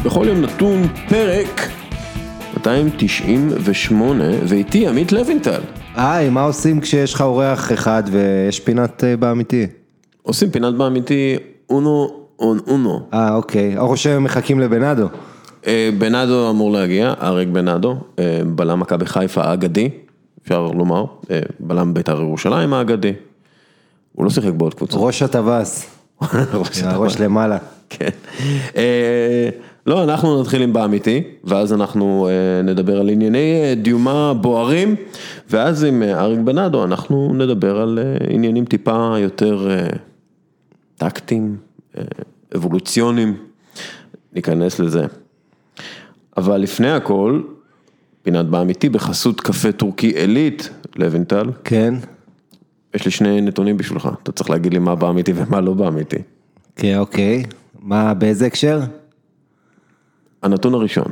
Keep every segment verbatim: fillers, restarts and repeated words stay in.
בכל יום נתון פרק מאתיים תשעים ושמונה, ואיתי עמית לוינטל. היי, מה עושים כשיש לך אורח אחד ויש פינת באמיתי? עושים פינת באמיתי אונו און אונו. אה, אוקיי. או שהם מחכים לבנאדו. בנאדו אמור להגיע, אריק בנאדו, בלם מכבי חיפה האגדי, אפשר לומר, בלם בית"ר ירושלים האגדי. הוא לא שיחק בעוד קבוצה. ראש הטווס. ראש למעלה. כן. לא, אנחנו נתחיל עם באמיתי, ואז אנחנו נדבר על ענייני דיומה בוערים, ואז עם אריק בנאדו אנחנו נדבר על עניינים טיפה יותר טקטיים, אבולוציוניים, ניכנס לזה. אבל לפני הכל, פינת באמיתי בחסות קפה טורקי אלית, לוינטל. כן. יש לי שני נתונים בשבילך, אתה צריך להגיד לי מה באמיתי ומה לא באמיתי. כן, אוקיי. מה, באיזה הקשר? הנתון הראשון.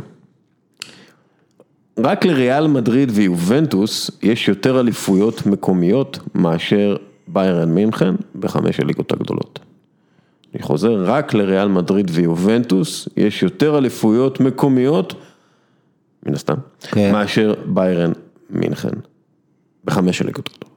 רק לריאל מדריד ויובנטוס יש יותר אליפויות מקומיות מאשר ביירן מינכן בחמש הליגות הגדולות. אני חוזר, רק לריאל מדריד ויובנטוס יש יותר אליפויות מקומיות, מן הסתם, okay. מאשר ביירן מינכן בחמש הליגות הגדולות.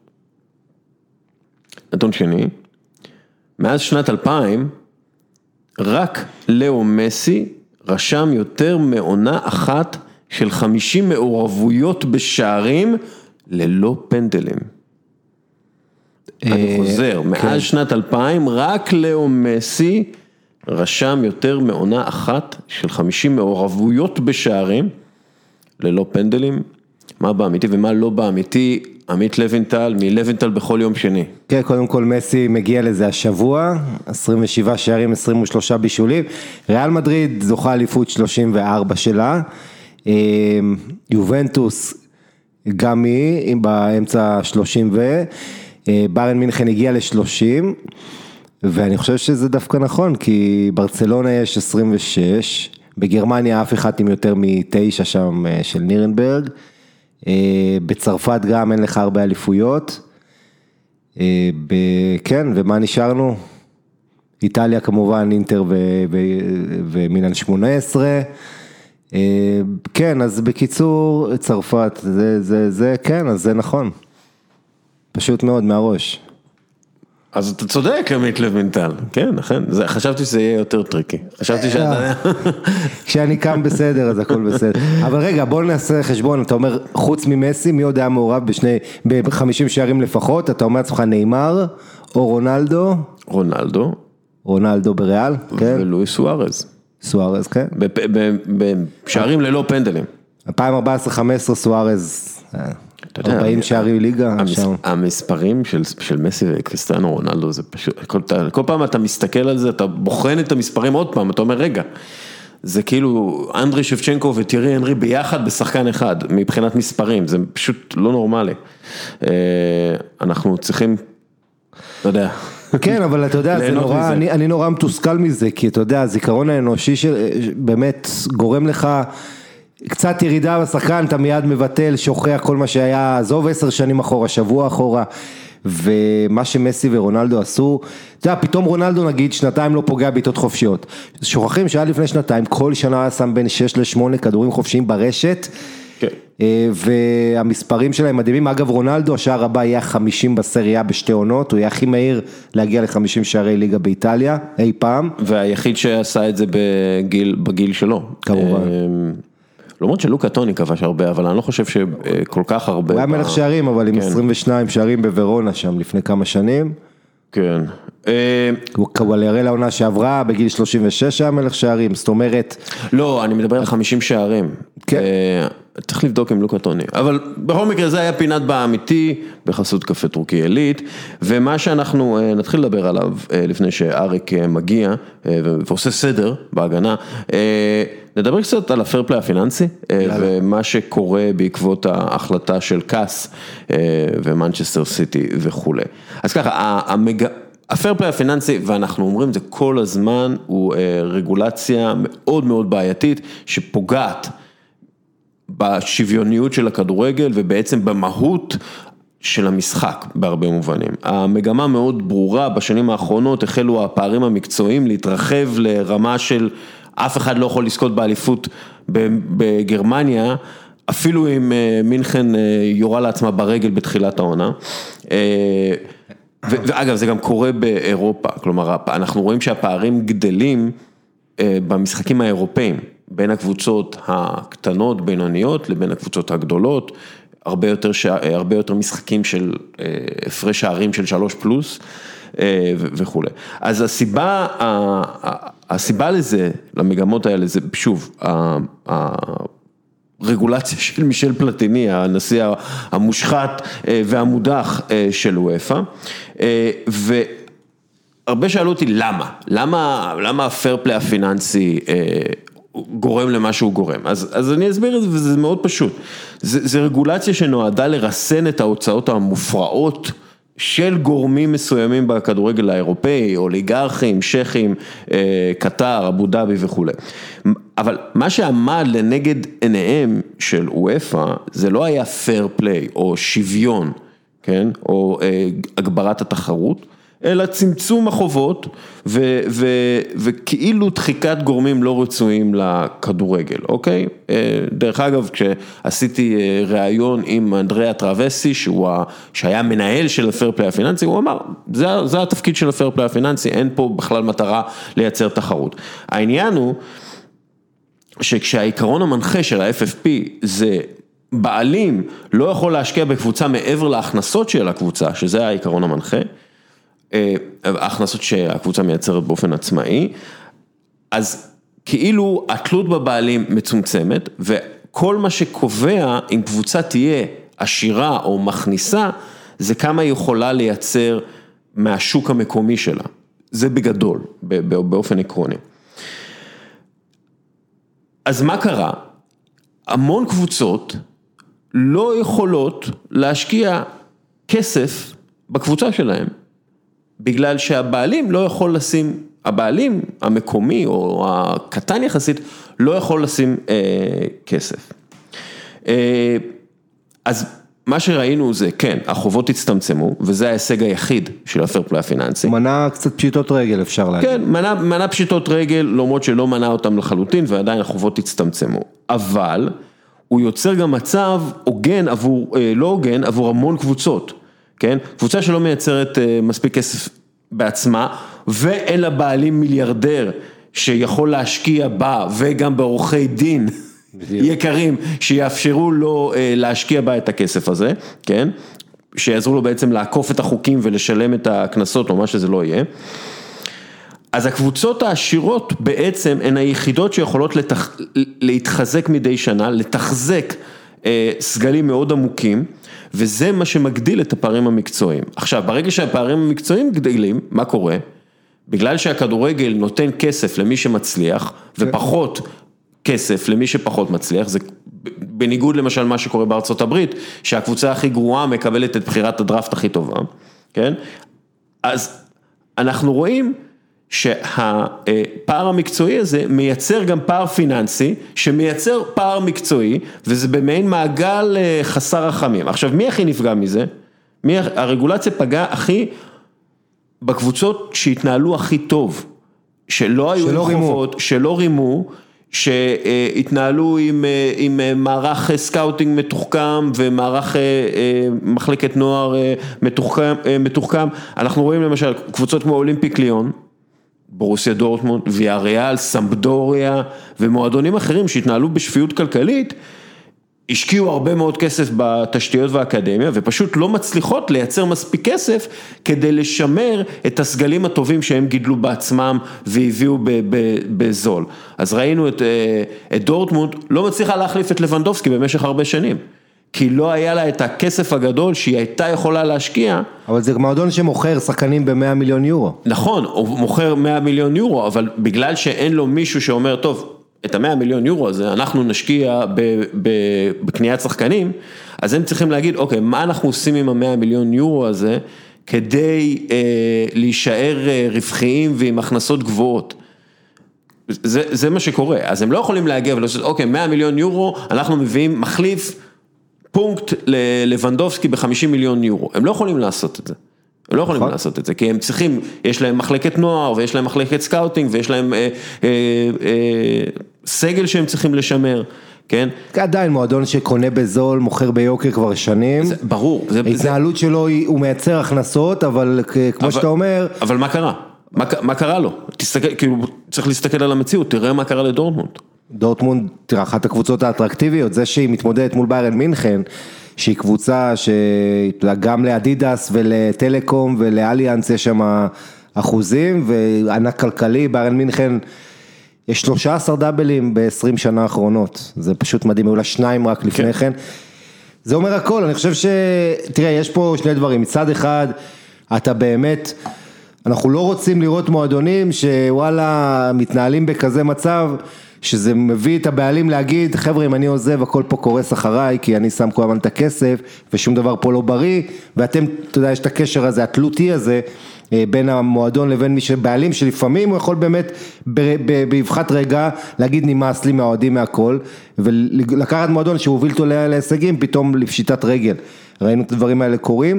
נתון שני, מאז שנת אלפיים, רק לאו מסי רשם יותר מעונה אחת של חמישים מעורבויות בשערים ללא פנדלים. אני חוזר, מאז שנת אלפיים, רק לאו מסי רשם יותר מעונה אחת של חמישים מעורבויות בשערים ללא פנדלים. מה באמיתי ומה לא באמיתי? עמית לוינטל, מלוינטל בכל יום שני. כן, קודם כל מסי מגיע לזה השבוע, עשרים ושבעה שערים, עשרים ושלושה בישולים. ריאל מדריד זוכה אליפות שלושים וארבע שלה. יובנטוס גם היא, באמצע שלושים ו... ביירן מינכן הגיע ל-שלושים, ואני חושב שזה דווקא נכון, כי ברצלונה יש עשרים ושש, בגרמניה אף אחד עם יותר מתשע שם של נירנברג, בצרפת גם אין לך הרבה אליפויות, כן, ומה נשארנו? איטליה כמובן, אינטר ומילאן שמונה עשרה, כן, אז בקיצור, צרפת, זה, זה, זה, כן, אז זה נכון. פשוט מאוד מהראש. אז אתה צודק, עמית לוינטל. כן, נכון. חשבתי שזה יהיה יותר טריקי. חשבתי שאתה... כשאני קם בסדר, אז הכל בסדר. אבל רגע, בואו נעשה חשבון. אתה אומר, חוץ ממסי, מי עוד היה מעורב בשני, ב-חמישים שערים לפחות? אתה אומר לעצמך ניימר, או רונלדו? רונלדו. רונלדו בריאל, כן. ולואיס סוארז. סוארז, כן. בשערים ללא פנדלים. אלפיים ארבע עשרה חמש עשרה סוארז... ארבעים שערי ליגה. המספרים של מסי וקריסטיאנו רונלדו, זה פשוט, כל פעם אתה מסתכל על זה, אתה בוחן את המספרים עוד פעם, אתה אומר, רגע, זה כאילו אנדרי שבצ'נקו וטירי הנרי ביחד בשחקן אחד, מבחינת מספרים, זה פשוט לא נורמלי. אנחנו צריכים, לא יודע. כן, אבל אתה יודע, זה נורא, אני, אני נורא מתוסכל מזה, כי אתה יודע, הזיכרון האנושי שבאמת גורם לך, קצת ירידה בשחקן, אתה מיד מבטל, שוכח כל מה שהיה, עזוב עשר שנים אחורה, שבוע אחורה, ומה שמסי ורונלדו עשו, אתה יודע, פתאום רונלדו נגיד, שנתיים לא פוגע בעיטות חופשיות, שוכחים שעד לפני שנתיים, כל שנה היה שם בין שש לשמונה כדורים חופשיים ברשת, כן. והמספרים שלהם מדהימים, אגב רונלדו, השער הבא יהיה חמישים בסריה בשתי עונות, הוא יהיה הכי מהיר להגיע ל-חמישים שערי ליגה באיטליה, אי פעם. והיחיד שעשה את זה בגיל, בגיל שלו. כמובן. למרות שלוקה טוני כבש הרבה, אבל אני לא חושב שכל כך הרבה... הוא היה מלך שערים, אבל עם עשרים ושניים שערים בוורונה שם לפני כמה שנים. כן. הוא יראה לעונה שעברה, בגיל שלושים ושש היה מלך שערים, זאת אומרת... לא, אני מדבר על חמישים שערים. כן. צריך לבדוק עם לוקה טוני. אבל בכל מקרה זה היה פינת באמיתי, בחסות קפה טורקי אלית, ומה שאנחנו נתחיל לדבר עליו, לפני שאריק מגיע, ועושה סדר בהגנה, נדבר קצת על הפרפליי הפיננסי, ומה שקורה בעקבות ההחלטה של קאס, ומנצ'סטר סיטי וכו'. אז ככה, הפרפליי הפיננסי, ואנחנו אומרים את זה כל הזמן, הוא רגולציה מאוד מאוד בעייתית, שפוגעת בשוויוניות של הכדורגל, ובעצם במהות של המשחק, בהרבה מובנים. המגמה מאוד ברורה, בשנים האחרונות החלו הפערים המקצועיים להתרחב לרמה של אף אחד לא יכול לזכות באליפות בגרמניה, אפילו אם מינכן יורה לעצמה ברגל בתחילת העונה. ואגב, זה גם קורה באירופה, כלומר, אנחנו רואים שהפערים גדלים במשחקים האירופאים, בין הקבוצות הקטנות, בינוניות, לבין הקבוצות הגדולות, הרבה יותר, הרבה יותר משחקים של הפרש שערים של שלוש פלוס וכו'. אז הסיבה, הסיבה לזה, למגמות האלה, זה שוב, הרגולציה של מישל פלטיני, הנשיא המושחת והמודח של אופ"א, והרבה שאלו אותי למה, למה, למה הפייר פליי הפיננסי גורם למה שהוא גורם. אז, אז אני אסביר את זה, וזה מאוד פשוט. זה, זה רגולציה שנועדה לרסן את ההוצאות המופרעות של גורמים מסוימים בכדורגל האירופאי, אוליגרכים, שכים, קטר, אבו דאבי וכו'. אבל מה שעמד לנגד עיניהם של אופ"א, זה לא היה פייר פליי או שוויון, כן? או הגברת התחרות, אלא צמצום החובות, ו- ו- וכאילו דחיקת גורמים לא רצויים לכדורגל, אוקיי? דרך אגב, כשעשיתי ראיון עם אנדריאה טראבסי, שהוא ה- שהיה מנהל של הפייר פליי הפיננסי, הוא אמר, זה, זה התפקיד של הפייר פליי הפיננסי, אין פה בכלל מטרה לייצר תחרות. העניין הוא, שכשהעיקרון המנחה של ה-אף אף פי זה בעלים לא יכול להשקיע בקבוצה מעבר להכנסות של הקבוצה, שזה העיקרון המנחה, ההכנסות שהקבוצה מייצרת באופן עצמאי, אז כאילו התלות בבעלים מצומצמת, וכל מה שקובע אם קבוצה תהיה עשירה או מכניסה, זה כמה היא יכולה לייצר מהשוק המקומי שלה. זה בגדול, באופן עקרוני. אז מה קרה? המון קבוצות לא יכולות להשקיע כסף בקבוצה שלהם, בגלל שהבעלים לא יכול לשים, הבעלים המקומי או הקטן יחסית, לא יכול לשים אה, כסף. אה, אז מה שראינו זה, כן, החובות הצטמצמו, וזה ההישג היחיד של הפייר פליי הפיננסי. מנע קצת פשיטות רגל, אפשר להגיד. כן, מנע, מנע פשיטות רגל, למרות שלא מנע אותם לחלוטין, ועדיין החובות הצטמצמו. אבל הוא יוצר גם מצב הוגן עבור, אה, לא הוגן, עבור המון קבוצות. כן? קבוצה שלא מייצרת מספיק כסף בעצמה, ואין לה בעלים מיליארדר שיכול להשקיע בה, וגם בעורכי דין יקרים, שיאפשרו לו להשקיע בה את הכסף הזה, כן? שיעזרו לו בעצם לעקוף את החוקים ולשלם את הכנסות, או מה שזה לא יהיה. אז הקבוצות העשירות בעצם הן היחידות שיכולות לתח... להתחזק מדי שנה, לתחזק סגלים מאוד עמוקים, וזה מה שמגדיל את הפערים המקצועיים. עכשיו, ברגע שהפערים המקצועיים גדלים, מה קורה? בגלל שהכדורגל נותן כסף למי שמצליח, ופחות כסף למי שפחות מצליח, זה בניגוד למשל מה שקורה בארצות הברית, שהקבוצה הכי גרועה מקבלת את בחירת הדראפט הכי טובה, כן? אז אנחנו רואים שהפער המקצועי הזה מייצר גם פער פיננסי, שמייצר פער מקצועי, וזה במעין מעגל חסר רחמים. עכשיו, מי הכי נפגע מזה? מי, הרגולציה פגעה הכי בקבוצות שהתנהלו הכי טוב, שלא היו עם חובות, שלא רימו, שהתנהלו עם, עם מערך סקאוטינג מתוחכם, ומערך מחלקת נוער מתוחכם, מתוחכם. אנחנו רואים למשל קבוצות כמו אולימפיק ליון, בורוסיה דורטמונד, ויאריאל, סמפדוריה, ומועדונים אחרים שהתנהלו בשפיות כלכלית, השקיעו הרבה מאוד כסף בתשתיות והאקדמיה, ופשוט לא מצליחות לייצר מספיק כסף, כדי לשמר את הסגלים הטובים שהם גידלו בעצמם, והביאו בזול. אז ראינו את, את דורטמונד, לא מצליחה להחליף את לבנדובסקי במשך הרבה שנים. כי לא היה לה את הכסף הגדול שהיא הייתה יכולה להשקיע. אבל זה מועדון שמוכר שחקנים ב-מאה מיליון יורו. נכון, הוא מוכר מאה מיליון יורו, אבל בגלל שאין לו מישהו שאומר, טוב, את ה-מאה מיליון יורו הזה, אנחנו נשקיע בקניית שחקנים, אז הם צריכים להגיד, אוקיי, מה אנחנו עושים עם ה-מאה מיליון יורו הזה, כדי אה, להישאר רווחיים ועם הכנסות גבוהות. זה, זה מה שקורה. אז הם לא יכולים להגיע ולעשות, אוקיי, מאה מיליון יורו, אנחנו מביאים מחליף, פונקט ללבנדובסקי ב-חמישים מיליון יורו, הם לא יכולים לעשות את זה, הם לא יכולים לעשות את זה, כי הם צריכים, יש להם מחלקת נוער, ויש להם מחלקת סקאוטינג, ויש להם אה, אה, אה, סגל שהם צריכים לשמר, כן? עדיין מועדון שקונה בזול, מוכר ביוקר כבר שנים. זה, ברור. זה, ההתנהלות זה... שלו, הוא מייצר הכנסות, אבל כמו אבל, שאתה אומר... אבל מה קרה? מה, מה קרה לו? תסתכל, כאילו, צריך להסתכל על המציאות, תראה מה קרה לדורטמונד. דורטמונד, תראה, אחת הקבוצות האטרקטיביות, זה שהיא מתמודדת מול ביירן מינכן, שהיא קבוצה שגם לאדידס ולטלקום ולאליאנס יש שם אחוזים, וענק כלכלי, ביירן מינכן, יש שלושה עשר דאבלים ב-עשרים שנה האחרונות, זה פשוט מדהים, אולי שניים רק לפני כן. זה אומר הכל, אני חושב ש... תראה, יש פה שני דברים, מצד אחד, אתה באמת, אנחנו לא רוצים לראות מועדונים שוואלה, מתנהלים בכזה מצב, שזה מביא את הבעלים להגיד, חבר'ה, אם אני עוזב, הכל פה קורס אחריי, כי אני שם כל הזמן את הכסף, ושום דבר פה לא בריא, ואתם, אתה יודע, יש את הקשר הזה, התלותי הזה, בין המועדון לבין מי שבעלים, שלפעמים הוא יכול באמת, באבחת רגע, להגיד נמאס לי מהאוהדים מהכל, ולקחת מועדון שהוא הוביל אותו להישגים, פתאום לפשיטת רגל. ראינו את הדברים האלה קורים.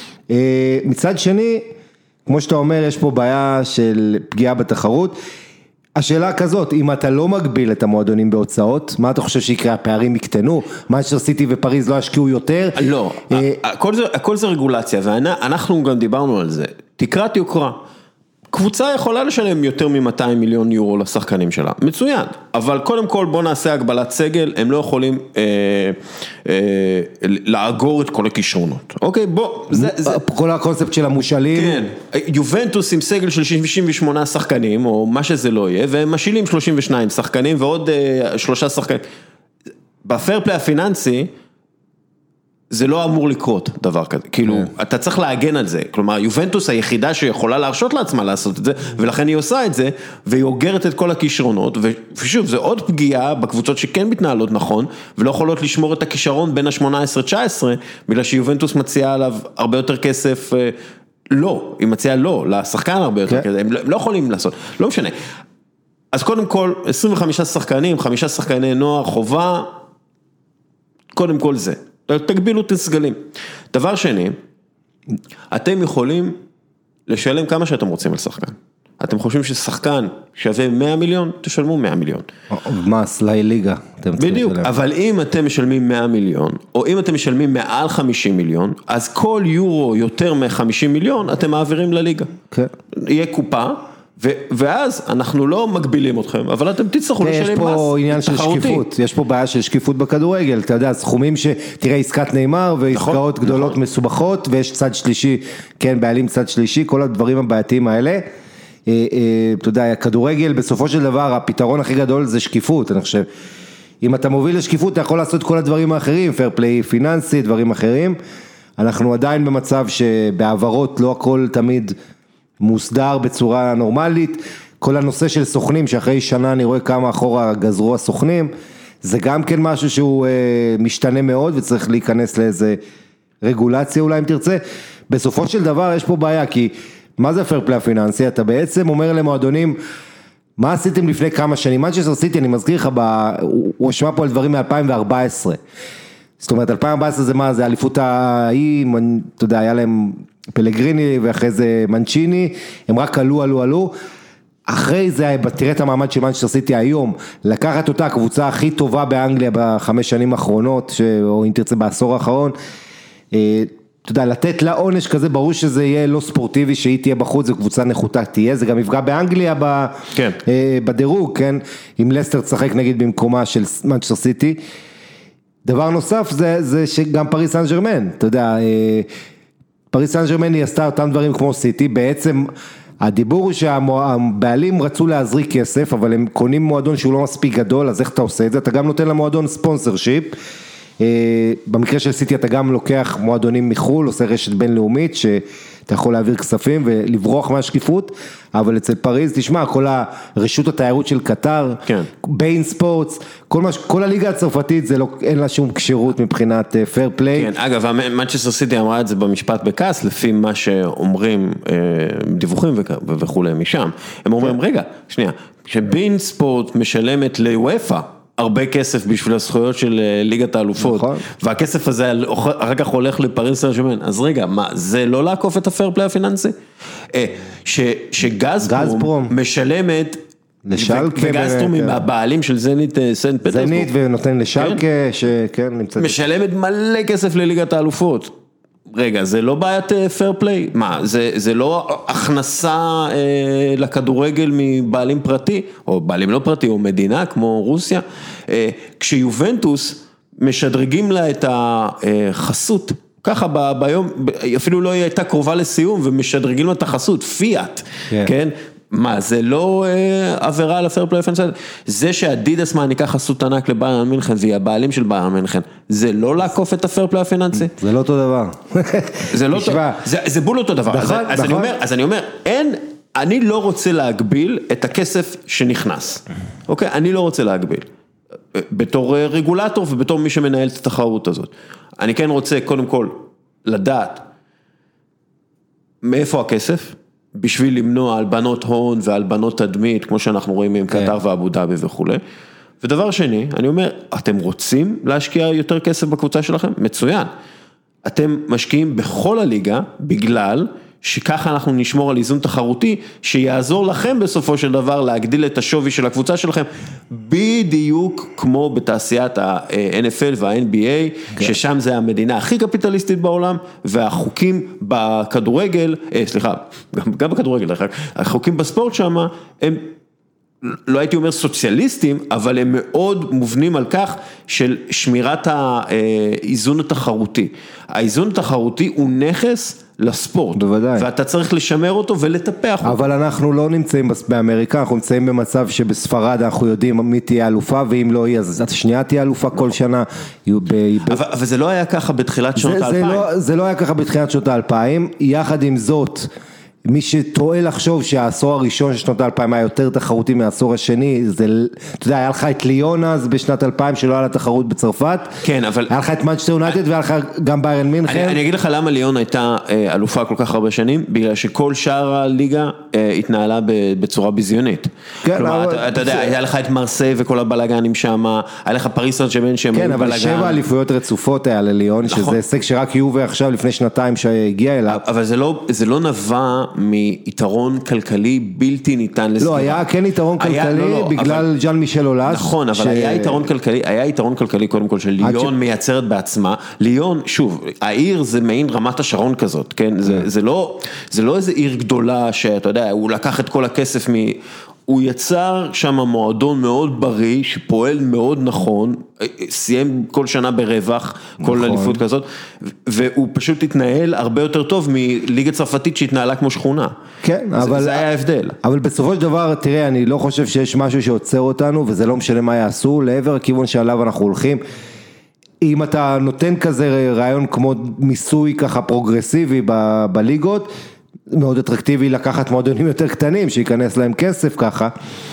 מצד שני, כמו שאתה אומר, יש פה בעיה של פגיעה בתחרות, השאלה כזאת, אם אתה לא מגביל את המועדונים בהוצאות, מה אתה חושב שיקרה? הפערים יקטנו? מנצ'סטר סיטי ופריז לא ישקיעו יותר? לא, הכל זה, הכל זה רגולציה, ואנחנו גם דיברנו על זה. תקרת יוקרה. קבוצה יכולה לשלם יותר מ-מאתיים מיליון יורו לשחקנים שלה. מצוין. אבל קודם כל בוא נעשה הגבלת סגל, הם לא יכולים אה, אה, לאגור את כל הכישרונות. אוקיי, בוא. זה, זה... כל הקונספט של המושאלים. כן. יובנטוס עם סגל של שישים ושמונה שחקנים, או מה שזה לא יהיה, והם משילים שלושים ושניים שחקנים, ועוד אה, שלושה שחקנים. בפייר פליי הפיננסי, זה לא אמור לקרות דבר כזה, כאילו, אתה צריך להגן על זה, כלומר, יובנטוס היחידה שיכולה להרשות לעצמה לעשות את זה, ולכן היא עושה את זה, והיא אוגרת את כל הכישרונות, ושוב, זה עוד פגיעה בקבוצות שכן מתנהלות נכון, ולא יכולות לשמור את הכישרון בין ה-שמונה עשרה תשע עשרה, בגלל שיובנטוס מציעה עליו הרבה יותר כסף, לא, היא מציעה לא, לשחקן הרבה יותר כסף, הם לא יכולים לעשות, לא משנה. אז קודם כל, עשרים וחמישה שחקנים, חמישה שחקני נוער, חובה, קודם כל זה. תגבילו את הסגלים. דבר שני, אתם יכולים לשלם כמה שאתם רוצים על שחקן. אתם חושבים ששחקן שווה מאה מיליון, תשלמו מאה מיליון. מה, סלי ליגה. בדיוק, אבל אם אתם משלמים מאה מיליון, או אם אתם משלמים מעל חמישים מיליון, אז כל יורו יותר מ-חמישים מיליון, אתם מעבירים לליגה. יהיה קופה, ואז אנחנו לא מגבילים אתכם, אבל אתם תצטרכו לשלם מס. יש פה עניין של שקיפות, יש פה בעיה של שקיפות בכדורגל, אתה יודע, סכומים שתראה עסקת נאמר, ועסקאות גדולות מסובכות, ויש צד שלישי, כן, בעלים צד שלישי, כל הדברים הבעייתיים האלה, אתה יודע, הכדורגל בסופו של דבר, הפתרון הכי גדול זה שקיפות, אני חושב, אם אתה מוביל לשקיפות, אתה יכול לעשות כל הדברים האחרים, פייר פליי פיננסי, דברים אחרים, אנחנו עדיין במצב שבעברות לא הכל תמיד מוסדר בצורה נורמלית, כל הנושא של סוכנים, שאחרי שנה אני רואה כמה אחורה גזרו הסוכנים, זה גם כן משהו שהוא אה, משתנה מאוד, וצריך להיכנס לאיזה רגולציה אולי אם תרצה, בסופו של דבר יש פה בעיה, כי מה זה פייר פליי פיננסי? אתה בעצם אומר למועדונים, מה עשיתם לפני כמה שנים? מנצ'סטר סיטי, אני מזכיר לך, הוא שמע פה על דברים מ-אלפיים וארבע עשרה, זאת אומרת, אלפיים וארבע עשרה זה מה? זה אליפות ההיא, אתה יודע, היה להם פלגריני ואחרי זה מנצ'יני, הם רק עלו, עלו, עלו, אחרי זה, תראה את המעמד של מנצ'סטר סיטי היום, לקחת אותה הקבוצה הכי טובה באנגליה בחמש שנים האחרונות, או אם תרצה בעשור האחרון, אתה יודע, לתת לה עונש כזה, ברור שזה יהיה לא ספורטיבי, שהיא תהיה בחוץ, זו קבוצה נחותה תהיה, זה גם יפגע באנגליה כן. בדירוג, כן, אם לסטר תשחק נגיד במקומה של מנצ'סטר סיטי, דבר נוסף זה, זה שגם פריס סן ז'רמן, אתה יודע, פריס סן ז'רמן היא עשתה אותם דברים כמו סיטי, בעצם הדיבור הוא שהבעלים רצו להזריק כסף, אבל הם קונים מועדון שהוא לא מספיק גדול, אז איך אתה עושה את זה? אתה גם נותן למועדון ספונסר שיפ, במקרה של סיטי אתה גם לוקח מועדונים מחול, עושה רשת בינלאומית, שאתה יכול להעביר כספים ולברוח מהשקיפות, אבל אצל פריז, תשמע, כל הרשות התיירות של קטר, כן. ביין ספורטס, כל, מה, כל הליגה הצרפתית, זה לא, אין לה שום קשירות מבחינת פייר פליי. כן, אגב, מנצ'סטר סיטי אמרה את זה במשפט בכעס, לפי מה שאומרים דיווחים וכו' משם. הם אומרים, רגע, שנייה, שביין ספורט משלמת לאוופא, הרבה כסף בשביל הזכויות של ליגת האלופות, נכון. והכסף הזה אחר כך הולך לפריז סן ז'רמן, אז רגע, מה, זה לא לעקוף את הפייר פליי הפיננסי? ש, שגזפרום משלמת, לשלקה, וגזפרום עם הבעלים של זנית סנט פטרסבורג. זנית ונותן לשלקה, שכן נמצא. משלמת מלא כסף לליגת האלופות. רגע, זה לא בעיית פייר פליי? מה, זה, זה לא הכנסה אה, לכדורגל מבעלים פרטי, או בעלים לא פרטי, או מדינה כמו רוסיה, אה, כשיובנטוס משדרגים לה את החסות, ככה ב, ביום, אפילו לא הייתה קרובה לסיום, ומשדרגים לה את החסות, פיאט, כן? כן? מה, זה לא אה, עבירה על הפייר פליי הפיננסי? זה שאדידס מעניקה חסות ענק לביירן מינכן, והיא הבעלים של ביירן מינכן, זה לא לעקוף את הפייר פליי הפיננסי? זה לא אותו דבר. זה לא אותו, זה, זה בול אותו דבר. אז, אז אני אומר, אז אני אומר, אין, אני לא רוצה להגביל את הכסף שנכנס. אוקיי? אני לא רוצה להגביל. בתור רגולטור ובתור מי שמנהל את התחרות הזאת. אני כן רוצה, קודם כל, לדעת מאיפה הכסף, בשביל למנוע הלבנות הון והלבנות תדמית, כמו שאנחנו רואים עם קטר ואבו דאבי וכו'. ודבר שני, אני אומר, אתם רוצים להשקיע יותר כסף בקבוצה שלכם? מצוין. אתם משקיעים בכל הליגה, בגלל שככה אנחנו נשמור על איזון תחרותי, שיעזור לכם בסופו של דבר להגדיל את השווי של הקבוצה שלכם, בדיוק כמו בתעשיית ה-אן אף אל וה-אן בי איי, ששם זה המדינה הכי קפיטליסטית בעולם, והחוקים בכדורגל, סליחה, גם בכדורגל, החוקים בספורט שם, הם לא הייתי אומר סוציאליסטים, אבל הם מאוד מובנים על כך של שמירת האיזון התחרותי. האיזון התחרותי הוא נכס לספורט. בוודאי. ואתה צריך לשמר אותו ולטפח אותו. אבל אנחנו לא נמצאים באמריקה, אנחנו נמצאים במצב שבספרד אנחנו יודעים מי תהיה אלופה, ואם לא יהיה, אז השנייה תהיה אלופה כל שנה. אבל זה לא היה ככה בתחילת שנות האלפיים. זה לא היה ככה בתחילת שנות האלפיים, יחד עם זאת, מי שטועה לחשוב שהעשור הראשון של שנות האלפיים היה יותר תחרותי מהעשור השני, זה, אתה יודע, היה לך את ליון אז בשנת אלפיים שלא היה לה תחרות בצרפת, כן, אבל היה לך את מנצ'סטר יונייטד והיה לך גם ביירן מינכן. אני, אני אגיד לך למה ליון הייתה אלופה כל כך הרבה שנים, בגלל שכל שאר הליגה התנהלה בצורה ביזיונית. כן, כלומר, אבל, אתה, אתה יודע, היה לך את מרסיי וכל הבלגנים שם, היה לך פריז סן ז'רמן שהם כן, אבל בלגן. שבע אליפויות רצופות היה לליון, נכון. שזה הישג שרק יובה עכשיו לפני שנתיים שהגיע אליו. אבל זה לא, זה לא נבע מיתרון כלכלי בלתי ניתן לסגירה. לא, היה כן יתרון כלכלי בגלל ז'אן מישל אולס. נכון, אבל היה יתרון כלכלי, היה יתרון כלכלי קודם כל של ליון מייצרת בעצמה. ליון, שוב, העיר זה מעין רמת השרון כזאת, כן? זה לא, זה לא איזה עיר גדולה שאתה יודע, הוא לקח את כל הכסף מ... הוא יצר שם מועדון מאוד בריא, שפועל מאוד נכון, סיים כל שנה ברווח, כל אליפות כזאת, והוא פשוט התנהל הרבה יותר טוב מליגה צרפתית שהתנהלה כמו שכונה. כן, אבל... זה היה ההבדל. אבל בסופו של דבר, תראה, אני לא חושב שיש משהו שעוצר אותנו, וזה לא משנה מה יעשו, לעבר הכיוון שעליו אנחנו הולכים. אם אתה נותן כזה רעיון כמו מיסוי ככה פרוגרסיבי ב- בליגות, מאוד אטרקטיבי לקחת מועדונים יותר קטנים, שיכנס להם כסף ככה.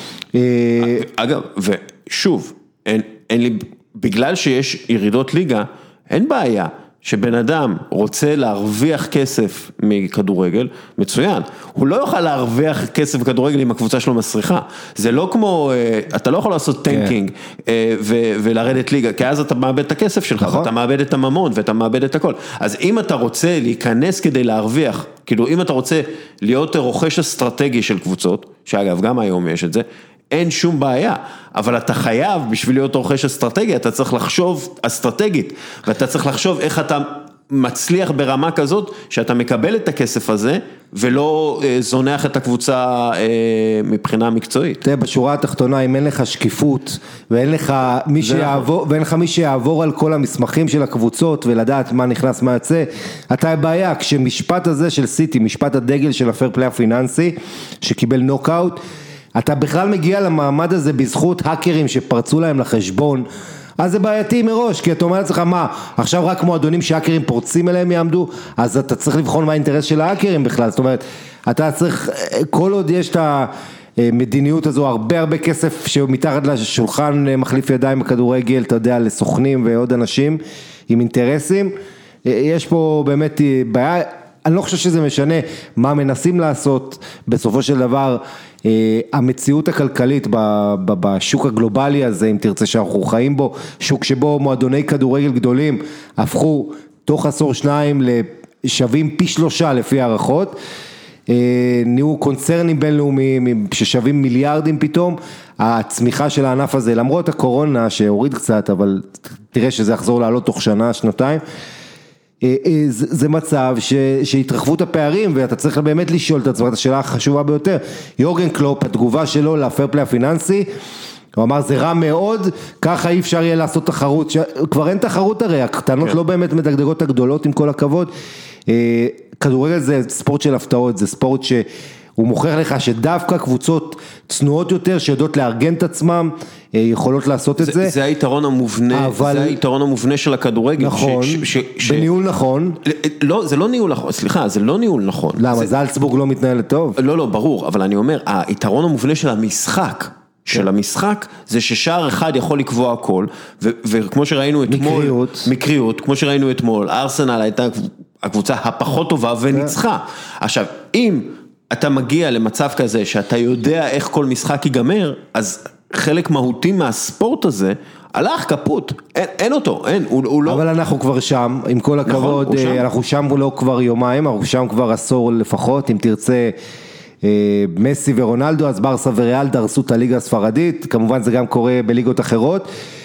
אגב, ושוב, אין, אין לי, בגלל שיש ירידות ליגה, אין בעיה שבן אדם רוצה להרוויח כסף מכדורגל, מצוין. הוא לא יוכל להרוויח כסף בכדורגל אם הקבוצה שלו מסריחה. זה לא כמו, אתה לא יכול לעשות טנקינג ולרדת ליגה, כי אז אתה מאבד את הכסף שלך, ואתה מאבד את הממון, ואתה מאבד את הכל. אז אם אתה רוצה להיכנס כדי להרוויח, כאילו אם אתה רוצה להיות רוכש אסטרטגי של קבוצות, שאגב גם היום יש את זה, אין שום בעיה, אבל אתה חייב, בשביל להיות רוכש אסטרטגיה, אתה צריך לחשוב אסטרטגית, ואתה צריך לחשוב איך אתה מצליח ברמה כזאת, שאתה מקבל את הכסף הזה, ולא זונח את הקבוצה מבחינה מקצועית. תראה, בשורה התחתונה, אם אין לך שקיפות, ואין לך מי שיעבור, ואין לך מי שיעבור על כל המסמכים של הקבוצות, ולדעת מה נכנס, מה יצא, אתה בעיה, כשמשפט הזה של סיטי, משפט הדגל של הפייר פליי הפיננסי, שקיבל נוקאוט, אתה בכלל מגיע למעמד הזה בזכות האקרים שפרצו להם לחשבון, אז זה בעייתי מראש, כי אתה אומר לעצמך, מה, עכשיו רק מועדונים שהאקרים פורצים אליהם יעמדו, אז אתה צריך לבחון מה האינטרס של האקרים בכלל, זאת אומרת, אתה צריך, כל עוד יש את המדיניות הזו, הרבה הרבה כסף שמתחת לשולחן מחליף ידיים בכדורגל, אתה יודע, לסוכנים ועוד אנשים עם אינטרסים, יש פה באמת בעיה, אני לא חושב שזה משנה מה מנסים לעשות, בסופו של דבר, המציאות הכלכלית בשוק הגלובלי הזה, אם תרצה שאנחנו חיים בו, שוק שבו מועדוני כדורגל גדולים, הפכו תוך עשור שניים לשווים פי שלושה לפי הערכות, נהיו קונצרנים בינלאומיים ששווים מיליארדים פתאום, הצמיחה של הענף הזה, למרות הקורונה שהוריד קצת, אבל תראה שזה יחזור לעלות תוך שנה, שנתיים, זה מצב שהתרחבות הפערים, ואתה צריך באמת לשאול את עצמך, את השאלה החשובה ביותר, יורגן קלופ, התגובה שלו לפייר פליי הפיננסי, הוא אמר זה רע מאוד, ככה אי אפשר יהיה לעשות תחרות, כבר אין תחרות הרי, הקטנות לא באמת מדגדגות הגדולות עם כל הכבוד, כדורגל זה ספורט של הפתעות, זה ספורט שהוא מוכיח לך שדווקא קבוצות צנועות יותר, שיודעות לארגן את עצמם, יכולות לעשות את זה. זה היתרון המובנה, זה היתרון המובנה של הכדורגל. נכון, בניהול נכון. לא, זה לא ניהול נכון, סליחה, זה לא ניהול נכון. למה, זלצבורג לא מתנהלת טוב? לא, לא, ברור, אבל אני אומר, היתרון המובנה של המשחק, של המשחק, זה ששער אחד יכול לקבוע הכל, וכמו שראינו אתמול, מקריות, מקריות, כמו שראינו אתמול, ארסנל הייתה הקבוצה הפחות טובה וניצחה. עכשיו, אם אתה מגיע למצב כזה שאתה יודע איך כל משחק ייגמר, אז חלק מהותי מהספורט הזה הלך כפות, אין, אין אותו, אין, הוא, הוא לא... אבל אנחנו כבר שם, עם כל הכבוד, נכון, שם. אנחנו שם לא כבר יומיים, אנחנו שם כבר עשור לפחות, אם תרצה מסי ורונלדו, אז ברסה וריאל דרסו את הליגה הספרדית, כמובן זה גם קורה בליגות אחרות,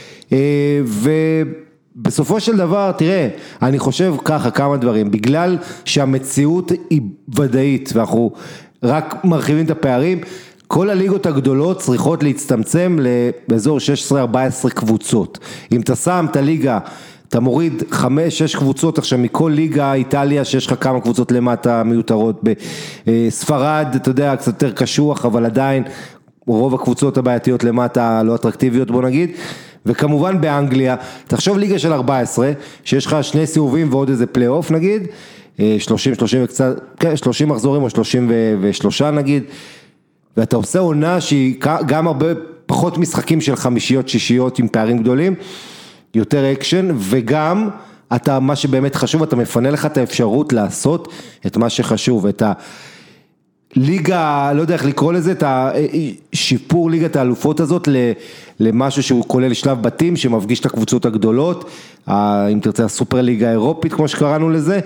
ובסופו של דבר, תראה, אני חושב ככה כמה דברים, בגלל שהמציאות היא ודאית, ואנחנו רק מרחיבים את הפערים, כל הליגות הגדולות צריכות להצטמצם באזור שש עשרה ארבע עשרה קבוצות. אם אתה שם את הליגה, אתה מוריד חמש שש קבוצות עכשיו מכל ליגה, איטליה שיש לך כמה קבוצות למטה מיותרות, בספרד, אתה יודע, קצת יותר קשוח, אבל עדיין רוב הקבוצות הבעייתיות למטה לא אטרקטיביות בוא נגיד, וכמובן באנגליה, תחשוב ליגה של ארבע עשרה, שיש לך שני סיבובים ועוד איזה פלי אוף נגיד, שלושים שלושים וקצת, שלושים מחזורים או שלושים ושלוש נגיד, ואתה עושה עונה שהיא גם הרבה פחות משחקים של חמישיות, שישיות עם פערים גדולים, יותר אקשן, וגם אתה, מה שבאמת חשוב, אתה מפנה לך את האפשרות לעשות את מה שחשוב, את הליגה, לא יודע איך לקרוא לזה, את השיפור ליגת האלופות הזאת למשהו שהוא כולל שלב בתים, שמפגיש את הקבוצות הגדולות, אם תרצה הסופר ליגה האירופית, כמו שקראנו לזה,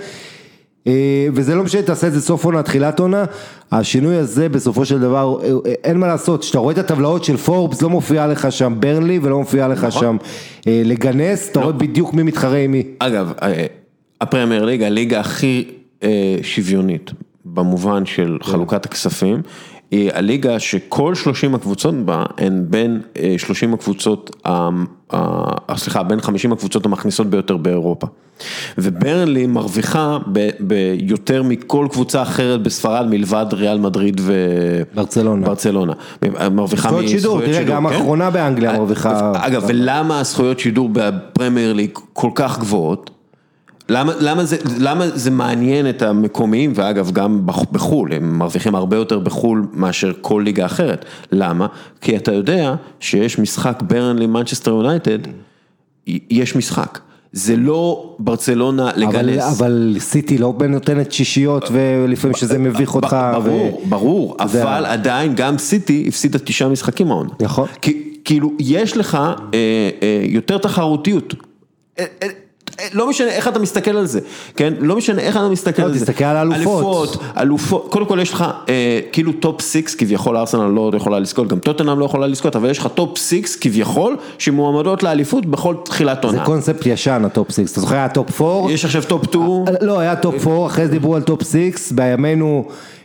וזה לא משנה, תעשה את זה סוף עונה, תחילת עונה, השינוי הזה בסופו של דבר, אין מה לעשות, שאתה רואה את הטבלאות של פורבס, לא מופיע לך שם ברנלי, ולא מופיע לך שם לגנס, אתה רואה בדיוק מי מתחרה עם מי. אגב, הפרמייר ליג, הליגה הכי שוויונית, במובן של חלוקת הכספים, היא הליגה שכל שלושים הקבוצות בה, הן בין שלושים הקבוצות, סליחה, בין חמישים הקבוצות המכניסות ביותר באירופה. וברנלי מרוויחה ביותר מכל קבוצה אחרת בספרד, מלבד ריאל מדריד וברצלונה. ברצלונה. מרוויחה זכויות שידור, תראה, גם האחרונה באנגליה מרוויחה. אגב, ולמה הזכויות שידור בפרמייר ליג כל כך גבוהות? למה, למה זה, למה זה מעניין את המקומיים, ואגב גם בחול, הם מרוויחים הרבה יותר בחול מאשר כל ליגה אחרת. למה? כי אתה יודע שיש משחק ברנלי מנצ'סטר יונייטד, יש משחק. זה לא ברצלונה לגנס. אבל, אבל סיטי לא נותנת שישיות, ולפעמים שזה מביך אותך. ברור, ו... ברור, אבל זה... עדיין גם סיטי הפסידה תשעה משחקים העונה. נכון. כי, כאילו, יש לך אה, אה, יותר תחרותיות. אה, אה, לא משנה איך אתה מסתכל על זה, כן? לא משנה איך אתה מסתכל על זה. תסתכל על אלופות. אלופות, אלופות. קודם כל יש לך אה, כאילו טופ סיקס, כביכול ארסנל לא יכולה לזכות, גם טוטנהאם לא יכולה לזכות, אבל יש לך טופ סיקס כביכול, שמועמדות לאליפות בכל תחילת עונה. זה קונספט ישן, הטופ סיקס. אתה זוכר, היה טופ פור? יש עכשיו טופ טו. לא, היה טופ פור, אחרי זה דיברו על טופ סיקס, בימינו...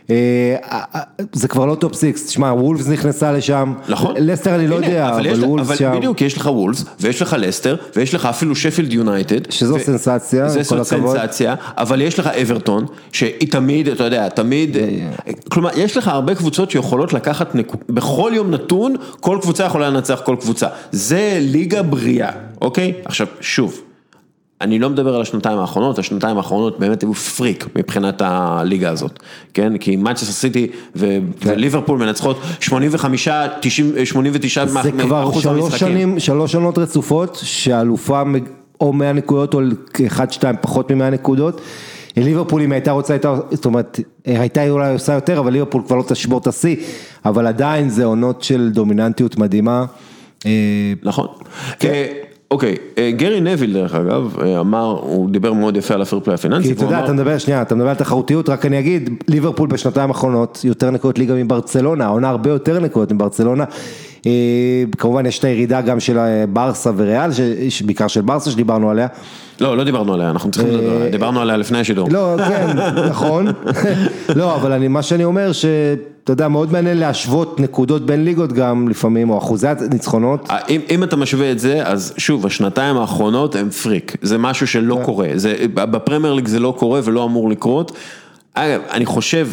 זה כבר לא טופ סיקס, תשמע, וולפס נכנסה לשם, נכון. לסטר אני לא יודע, אבל וולפס שם. אבל בדיוק, יש לך וולפס, ויש לך לסטר, ויש לך אפילו שפילד יונייטד. שזו סנסציה, זו סנסציה, אבל יש לך אברטון, שהיא תמיד, אתה יודע, תמיד, כלומר, יש לך הרבה קבוצות שיכולות לקחת, בכל יום נתון, כל קבוצה יכולה לנצח כל קבוצה. זה ליגה בריאה, אוקיי? עכשיו, שוב. אני לא מדבר על השנתיים האחרונות, השנתיים האחרונות באמת היו פריק מבחינת הליגה הזאת, כן? כי מנצ'סטר סיטי וליברפול מנצחות שמונים וחמישה, שמונים ותשעה אחוז המשחקים. זה כבר שלוש שנים, שלוש שנות רצופות, שהאלופה או מאה נקודות או אחד, שתיים פחות ממאה נקודות, ליברפול אם הייתה רוצה, זאת אומרת, הייתה אולי עושה יותר, אבל ליברפול כבר לא תשבור את השיא, אבל עדיין זה עונות של דומיננטיות מדהימה. נכון. אוקיי, גרי נביל דרך אגב, אמר, הוא דיבר מאוד יפה על הפרפלי הפיננסי. כי אתה יודע, אתה מדבר, שנייה, אתה מדבר על תחרותיות, רק אני אגיד, ליברפול בשנתיים האחרונות, יותר נקודות ליגה מברצלונה, העונה הרבה יותר נקודות מברצלונה, כמובן יש את הירידה גם של ברסה וריאל, בעיקר של ברסה שדיברנו עליה. לא, לא דיברנו עליה, אנחנו צריכים לדבר עליה, דיברנו עליה לפני השידור. לא, כן, נכון. לא, אבל מה שאני אומר, שאתה יודע, מאוד מעניין להשוות נקודות בין ליגות גם לפעמים, או אחוזי ניצחונות. אם אתה משווה את זה, אז שוב, השנתיים האחרונות הם פריק, זה משהו שלא קורה, בפרמייר ליג זה לא קורה ולא אמור לקרות. אגב, אני חושב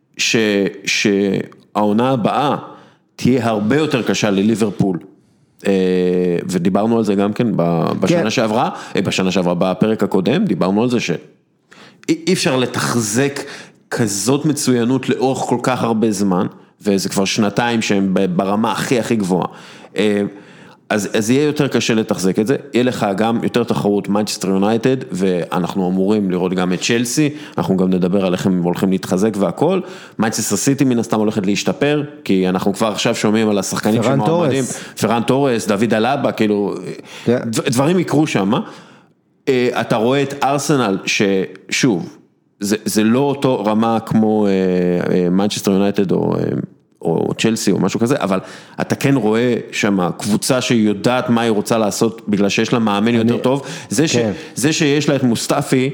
שהעונה הבאה תהיה הרבה יותר קשה לליברפול, ודיברנו על זה גם כן בשנה שעברה, בשנה שעברה בפרק הקודם, דיברנו על זה שאי אפשר לתחזק כזאת מצוינות לאורך כל כך הרבה זמן, וזה כבר שנתיים שהם ברמה הכי הכי גבוהה, אז, אז יהיה יותר קשה לתחזק את זה, יהיה לך גם יותר תחרות מנצ'סטר יונייטד, ואנחנו אמורים לראות גם את צ'לסי, אנחנו גם נדבר על איך הם הולכים להתחזק והכל, מנצ'סטר סיטי מן הסתם הולכת להשתפר, כי אנחנו כבר עכשיו שומעים על השחקנים שמועמדים, פרן טורס, דוד אלאבה, כאילו, yeah. דברים יקרו שם, אתה רואה את ארסנל, ששוב, זה, זה לא אותו רמה כמו מנצ'סטר יונייטד או... או צ'לסי או משהו כזה, אבל אתה כן רואה שם קבוצה שהיא יודעת מה היא רוצה לעשות, בגלל שיש לה מאמן יותר טוב, זה, ש, זה שיש לה את מוסטפי,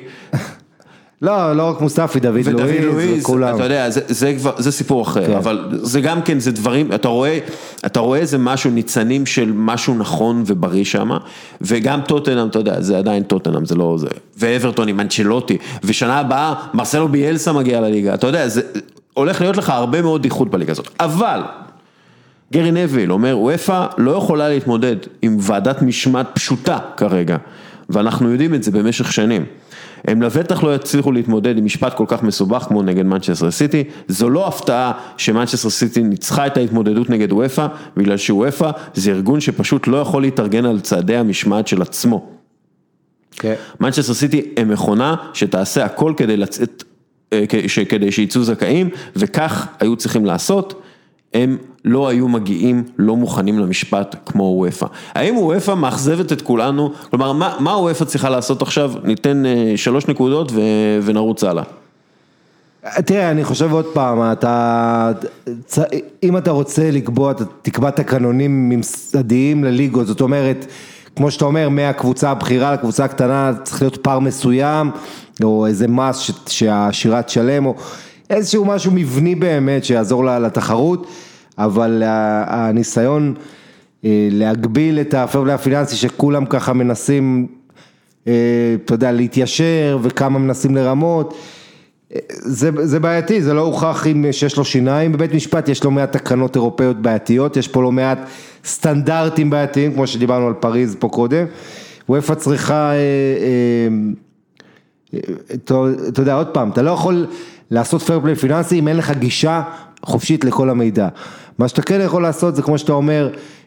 לא, לא רק מוסטפי, דוד לואיז וכולם. אתה יודע, זה, זה, כבר, זה סיפור אחר, כן. אבל זה גם כן, זה דברים, אתה רואה, אתה רואה איזה משהו, ניצנים של משהו נכון ובריא שם, וגם טוטנאם, אתה יודע, זה עדיין טוטנאם, זה לא זה, ואברטון עם אנצ'לוטי, ושנה הבאה, מרסלו ביאלסה מגיע לליגה, אתה יודע, זה... הולך להיות לך הרבה מאוד דיחות בליגה הזאת, אבל גרי נביל אומר, וופא לא יכולה להתמודד עם ועדת משמעת פשוטה כרגע, ואנחנו יודעים את זה במשך שנים, הם לבטח לא יצליחו להתמודד עם משפט כל כך מסובך כמו נגד מנצ'סטר סיטי, זו לא הפתעה שמנצ'סטר סיטי ניצחה את ההתמודדות נגד וופא, בגלל שוופא זה ארגון שפשוט לא יכול להתארגן על צעדי המשמעת של עצמו. מנצ'סטר סיטי הם מכונה שתעשה הכל כדי לצאת, כדי שיצאו זכאים, וכך היו צריכים לעשות, הם לא היו מגיעים, לא מוכנים למשפט כמו וופא. האם וופא מאכזבת את כולנו? כלומר, מה, מה וופא צריכה לעשות עכשיו? ניתן שלוש נקודות ו, ונרוץ הלאה. תראה, אני חושב עוד פעם, אתה, אם אתה רוצה לקבוע, אתה תקבע תקנונים ממסדיים לליגות, זאת אומרת, כמו שאתה אומר, מהקבוצה הבחירה לקבוצה הקטנה, צריך להיות פער מסוים, או איזה מס שהשירת שלם, או איזשהו משהו מבני באמת שיעזור לתחרות, אבל הניסיון להגביל את הפרפלי הפיננסי שכולם ככה מנסים, אתה יודע, להתיישר וכמה מנסים לרמות, זה, זה בעייתי, זה לא הוכח אם שיש לו שיניים, בבית משפט יש לו מעט תקנות אירופאיות בעייתיות, יש פה לא מעט סטנדרטים בעייתיים, כמו שדיברנו על פריז פה קודם, וופא צריכה, אתה יודע, עוד פעם, אתה לא יכול לעשות פייר פליי פיננסי אם אין לך גישה חופשית לכל המידע. מה שאתה כן יכול לעשות זה כמו שאתה אומר,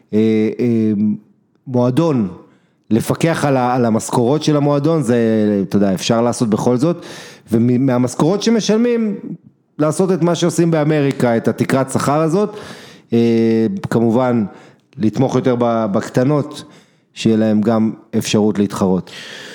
מועדון, לפקח על, על המשכורות של המועדון, זה, אתה יודע, אפשר לעשות בכל זאת, ומהמשכורות שמשלמים, לעשות את מה שעושים באמריקה, את התקרת שכר הזאת, כמובן, לתמוך יותר בקטנות, שיהיה להם גם אפשרות להתחרות.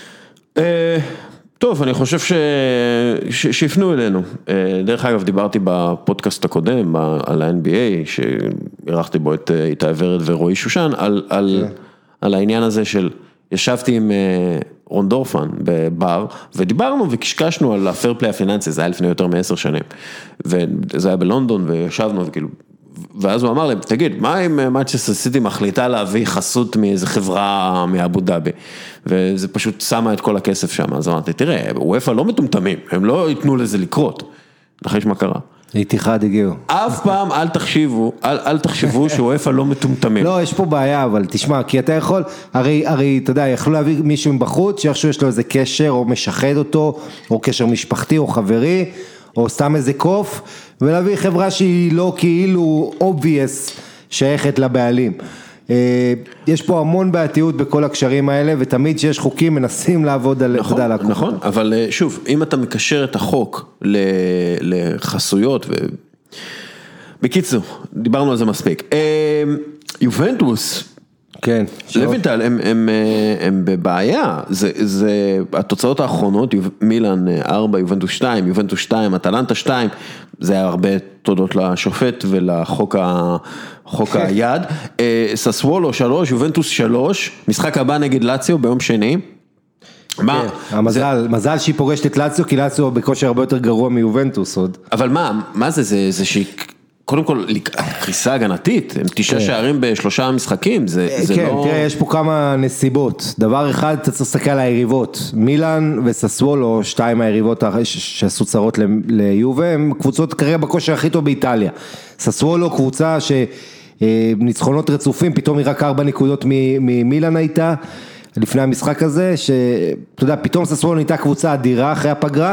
טוב, אני חושב ש... ש... שיפנו אלינו. דרך אגב, דיברתי בפודקאסט הקודם על ה-אן בי איי, שערכתי בו את איתי ורד ורועי שושן, על, על, על העניין הזה של, ישבתי עם רון דורפן בבר, ודיברנו וקשקשנו על הפייר פליי הפיננסי, זה היה לפני יותר מעשר שנים, וזה היה בלונדון, וישבנו וכאילו, ואז הוא אמר להם, תגיד, מה אם מנצ'סטר סיטי מחליטה להביא חסות מאיזה חברה מאבו דאבי, וזה פשוט שמה את כל הכסף שם, אז אמרתי, תראה, וופא לא מטומטמים, הם לא ייתנו לזה לקרות, נחש מה קרה. איתיחד הגיעו. אף פעם אל תחשיבו, אל, אל תחשבו שוופא לא מטומטמים. לא, יש פה בעיה, אבל תשמע, כי אתה יכול, הרי, הרי, אתה יודע, יכלו להביא מישהו מבחוץ, שאיכשהו יש לו איזה קשר, או משחד אותו, או קשר משפחתי, או חברי, או סתם איזה קוף, ולהביא חברה שהיא לא כאילו obvious שייכת לבעלים. יש פה המון בעייתיות בכל הקשרים האלה, ותמיד שיש חוקים מנסים לעבוד על... נכון, נכון, אבל שוב, אם אתה מקשר את החוק לחסויות, ו... בקיצור, דיברנו על זה מספיק. יובנטוס, כן. לוינטל, הם, הם, הם בבעיה, זה, זה, התוצאות האחרונות, מילאן ארבע, יובנטוס שתיים, יובנטוס שתיים, אטלנטה שתיים, זה היה הרבה תודות לשופט ולחוק ה, חוק היד, ססוולו שלוש, יובנטוס שלוש, משחק הבא נגד לאציו ביום שני, מה? המזל, מזל שהיא פוגשת את לאציו, כי לאציו בכושר הרבה יותר גרוע מיובנטוס עוד. אבל מה, מה זה, זה, זה שהיא... קודם כל, קריסה הגנתית, הם תשעה שערים בשלושה משחקים, זה לא... כן, תראה, יש פה כמה נסיבות. דבר אחד, אתה צריך לסתכל על היריבות. מילאן וססוולו, שתיים היריבות שעשו צרות ליובה, הם קבוצות כרגע בכושר הכי טוב באיטליה. ססוולו, קבוצה שניצחונות רצופים, פתאום היא רק ארבע נקודות ממילאן הייתה, לפני המשחק הזה, שאתה יודע, פתאום ססוולו נהייתה קבוצה אדירה אחרי הפגרה,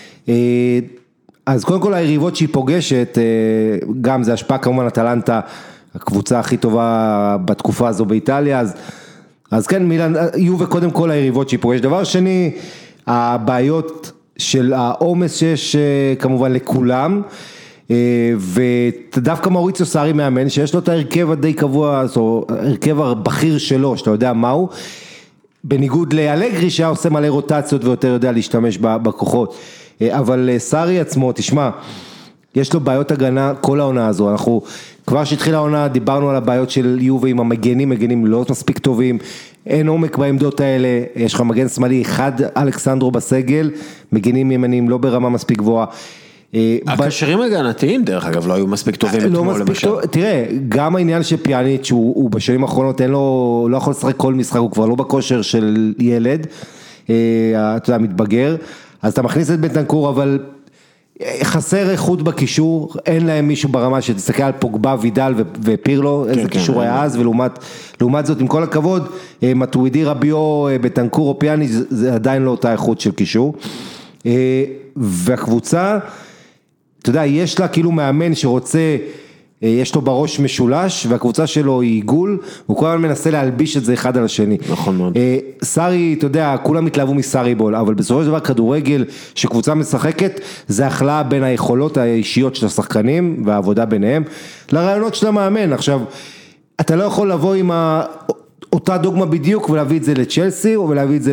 אז קודם כל היריבות שהיא פוגשת, גם זה השפעה כמובן אטלנטה, הקבוצה הכי טובה בתקופה הזו באיטליה, אז, אז כן, מילאן, יובה קודם כל היריבות שהיא פוגשת. דבר שני, הבעיות של העומס שיש כמובן לכולם, ודווקא מאוריציו סארי מאמן, שיש לו את ההרכב הדי קבוע, או הרכב הבכיר שלו, שאתה יודע מהו, בניגוד לאלגרי שהיה עושה מלא רוטציות ויותר יודע להשתמש בכוחות. אבל סארי עצמו, תשמע, יש לו בעיות הגנה כל העונה הזו, אנחנו כבר שהתחילה העונה דיברנו על הבעיות של יובה עם המגנים, מגנים לא מספיק טובים, אין עומק בעמדות האלה, יש לך מגן שמאלי אחד, אלכסנדרו בסגל, מגנים ימנים לא ברמה מספיק גבוהה. הקשרים הגנתיים דרך אגב לא היו מספיק טובים אתמול למשל. תראה, גם העניין של פיאניץ' שהוא בשנים האחרונות אין לו, לא יכול לשחק כל משחק, הוא כבר לא בכושר של ילד, אתה יודע, מתבגר, אז אתה מכניס את בנטנקור, אבל חסר איכות בקישור, אין להם מישהו ברמה שתסתכל על פוגבה, וידל ופירלו, איזה קישור היה אז, ולעומת זאת, עם כל הכבוד, מטווידי רביו, בנטנקור או פיאניץ', זה עדיין לא אותה איכות של קישור. והקבוצה, אתה יודע, יש לה כאילו מאמן שרוצה, יש לו בראש משולש, והקבוצה שלו היא עיגול, הוא כל הזמן מנסה להלביש את זה אחד על השני. נכון מאוד. סארי, אתה יודע, כולם התלהבו מסארי בול, אבל בסופו של דבר כדורגל שקבוצה משחקת, זה החלאה בין היכולות האישיות של השחקנים, והעבודה ביניהם, לרעיונות של המאמן. עכשיו, אתה לא יכול לבוא עם ה... אותה דוגמה בדיוק ולהביא את זה לצ'לסי או להביא את זה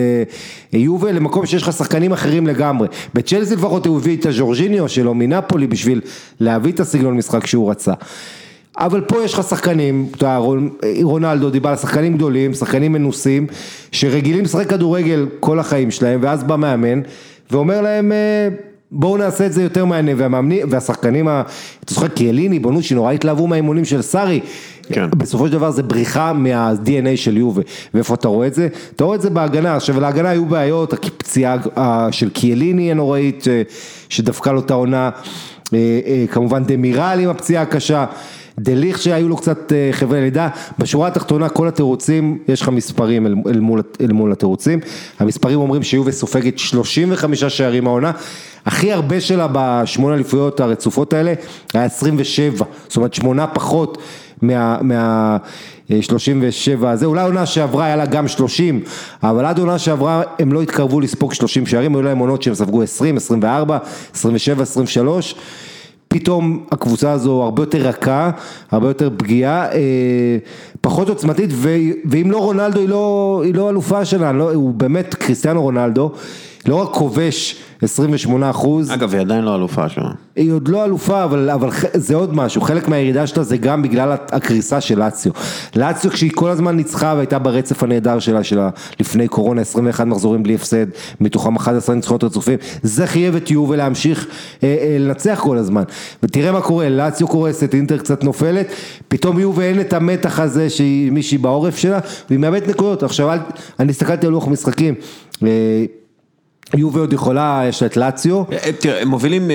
ליובה למקום שיש לך שחקנים אחרים לגמרי. בצ'לסי לפחות הוא הביא את הג'ורג'יניו שלו מנפולי בשביל להביא את הסגנון משחק שהוא רצה. אבל פה יש לך שחקנים, רונלדו דיבר על שחקנים גדולים, שחקנים מנוסים שרגילים לשחק כדורגל כל החיים שלהם, ואז בא מאמן ואומר להם בואו נעשה את זה יותר מעניין, והשחקנים, אתה זוכר קיאליני, בונוצ'י, נורא התלהבו מהאימונים של סארי, כן. בסופו של דבר זה בריחה מה-די אן איי של יובה, ואיפה אתה רואה את זה? אתה רואה את זה בהגנה, עכשיו להגנה היו בעיות, הפציעה של קיאליני הנוראית, שדפקה לו את העונה, כמובן דמירל עם הפציעה הקשה, דליך שהיו לו קצת חבלי לידה, בשורה התחתונה כל התירוצים, יש לך מספרים אל, אל, מול, אל מול התירוצים, המספרים אומרים שיובה סופגת שלושים וחמישה שערים העונה, הכי הרבה שלה בשמונה אליפויות הרצופות האלה, היה עשרים ושבע, זאת אומרת שמונה פחות מה, מה שלושים ושבע הזה, אולי עונה שעברה היה לה גם שלושים, אבל עד עונה שעברה הם לא התקרבו לספוג שלושים שערים, היו להם עונות שהם ספגו עשרים, עשרים וארבע, עשרים ושבע, עשרים ושלוש, פתאום הקבוצה הזו הרבה יותר רכה, הרבה יותר פגיעה, פחות עוצמתית, ואם לא רונלדו היא לא, היא לא אלופה שלה, לא, הוא באמת קריסטיאנו רונלדו, לא רק כובש עשרים ושמונה אחוז. אגב, היא עדיין לא אלופה שלה. היא עוד לא אלופה, אבל, אבל זה עוד משהו, חלק מהירידה שלה זה גם בגלל הקריסה של לאציו. לאציו כשהיא כל הזמן ניצחה והייתה ברצף הנהדר שלה, שלה לפני קורונה, עשרים ואחד מחזורים בלי הפסד, מתוכם אחת עשרה ניצחונות רצופים, זה חייב את יובה להמשיך אה, אה, לנצח כל הזמן. ותראה מה קורה, לאציו קורסת, אינטר קצת נופלת, פתאום יובה אין את המתח הזה שהיא מישהי בעורף שלה, והיא מאבדת נקודות. עכשיו, אני הסתכלתי על לוח משחקים, אה, יובה עוד יכולה, יש לה את לאציו. תראה, הם מובילים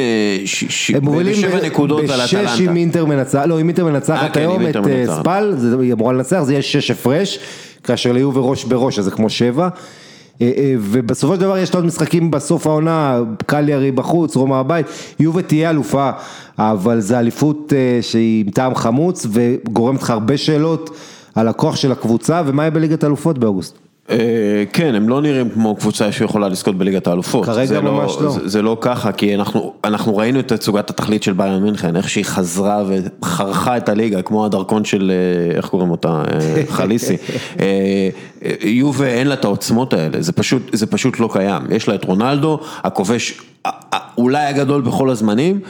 בשבע נקודות על אטלנטה. בשש עם אינטר מנצחת, לא, עם אינטר מנצחת היום את ספל, היא אמורה לנצח, זה יהיה שש הפרש, כאשר ליובה ראש בראש, אז זה כמו שבע. ובסופו של דבר יש עוד משחקים בסוף העונה, קליארי בחוץ, רומא הבית, יובה תהיה אלופה, אבל זה אליפות שהיא עם טעם חמוץ, וגורמת לך הרבה שאלות, על הכוח של הקבוצה, ומה יהיה בליגת האלופות באוגוסט? כן, הם לא נראים כמו קבוצה שיכולה לזכות בליגת האלופות. כרגע ממש לא. זה לא ככה, כי אנחנו ראינו את תצוגת התכלית של ביירן מינכן, איך שהיא חזרה וחרכה את הליגה, כמו הדרכון של, איך קוראים אותה, חליסי. יובה אין לה את העוצמות האלה, זה פשוט לא קיים. יש לה את רונלדו, הכובש אולי הגדול בכל הזמנים,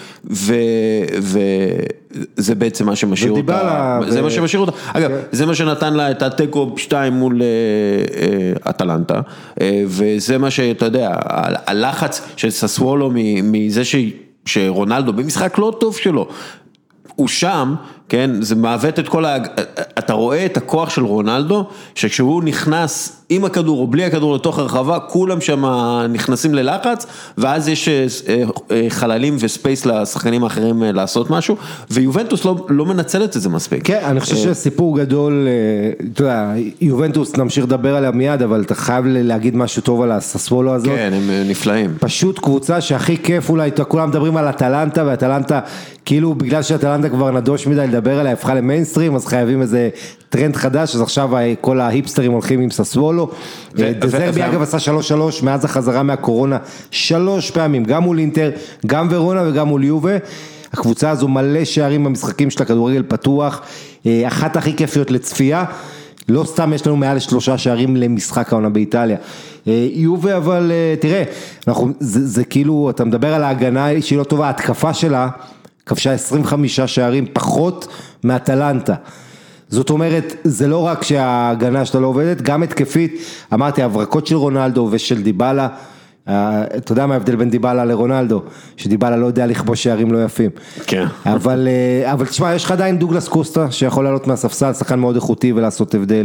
וזה בעצם מה שמשאיר אותה, זה מה שמשאיר אותה, אגב, זה מה שנתן לה את הטקו שתיים מול אטלנטה, וזה מה שאתה יודע, הלחץ של ססוולו מזה שרונלדו, במשחק לא טוב שלו, הוא שם, כן, זה מעוות את כל ה... אתה רואה את הכוח של רונלדו, שכשהוא נכנס עם הכדור או בלי הכדור לתוך הרחבה, כולם שם נכנסים ללחץ, ואז יש חללים וספייס לשחקנים האחרים לעשות משהו, ויובנטוס לא, לא מנצלת את זה מספיק. כן, אני חושב שסיפור גדול, אתה יודע, יובנטוס נמשיך לדבר עליה מיד, אבל אתה חייב להגיד משהו טוב על הססוולו הזאת. כן, הם נפלאים. פשוט קבוצה שהכי כיף אולי, כולם מדברים על אטלנטה, ואטלנטה, כאילו בגלל שאטלנטה כבר נדוש מדי לדבר עליה, הפכה למיינסטרים, אז חייבים איזה טרנד חדש, אז עכשיו כל ההיפסטרים הולכים עם ססוולו. דזרבי אגב עשה שלוש שלוש מאז החזרה מהקורונה, שלוש פעמים, גם מול אינטר, גם ורונה וגם מול יובה. הקבוצה הזו מלא שערים במשחקים של הכדורגל פתוח, אחת הכי כיפיות לצפייה, לא סתם יש לנו מעל שלושה שערים למשחק העונה באיטליה. יובה אבל תראה, אנחנו, זה, זה כאילו, אתה מדבר על ההגנה שהיא לא טובה, ההתקפה שלה, כבשה עשרים וחמישה שערים פחות מאטלנטה. זאת אומרת, זה לא רק שההגנה שלה לא עובדת, גם התקפית, אמרתי, הברקות של רונלדו ושל דיבאלה, אתה יודע מה ההבדל בין דיבאלה לרונלדו, שדיבאלה לא יודע לכבוש שערים לא יפים. כן. אבל, אבל תשמע, יש לך עדיין דוגלס קוסטה, שיכול לעלות מהספסל, שחקן מאוד איכותי ולעשות הבדל.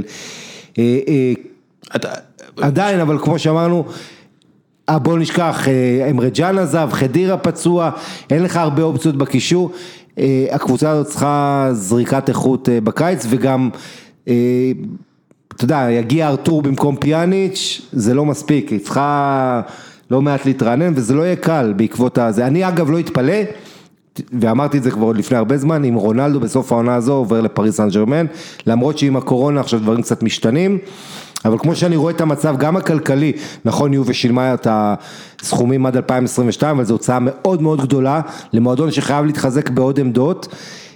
עדיין, אבל כמו שאמרנו, בוא נשכח, אמרג'אן עזב, חדירה פצוע, אין לך הרבה אופציות בקישור, הקבוצה הזאת צריכה זריקת איכות בקיץ, וגם, אתה יודע, יגיע ארתור במקום פיאניץ', זה לא מספיק, היא צריכה לא מעט להתרענן, וזה לא יהיה קל בעקבות הזה. אני אגב לא אתפלא, ואמרתי את זה כבר לפני הרבה זמן, אם רונלדו בסוף העונה הזו עובר לפריס סן ז'רמן, למרות שעם הקורונה עכשיו דברים קצת משתנים, אבל כמו שאני רואה את המצב, גם הכלכלי, נכון, יובה שילמה את הסכומים עד אלפיים עשרים ושתיים, אבל זו הוצאה מאוד מאוד גדולה, למועדון שחייב להתחזק בעוד עמדות.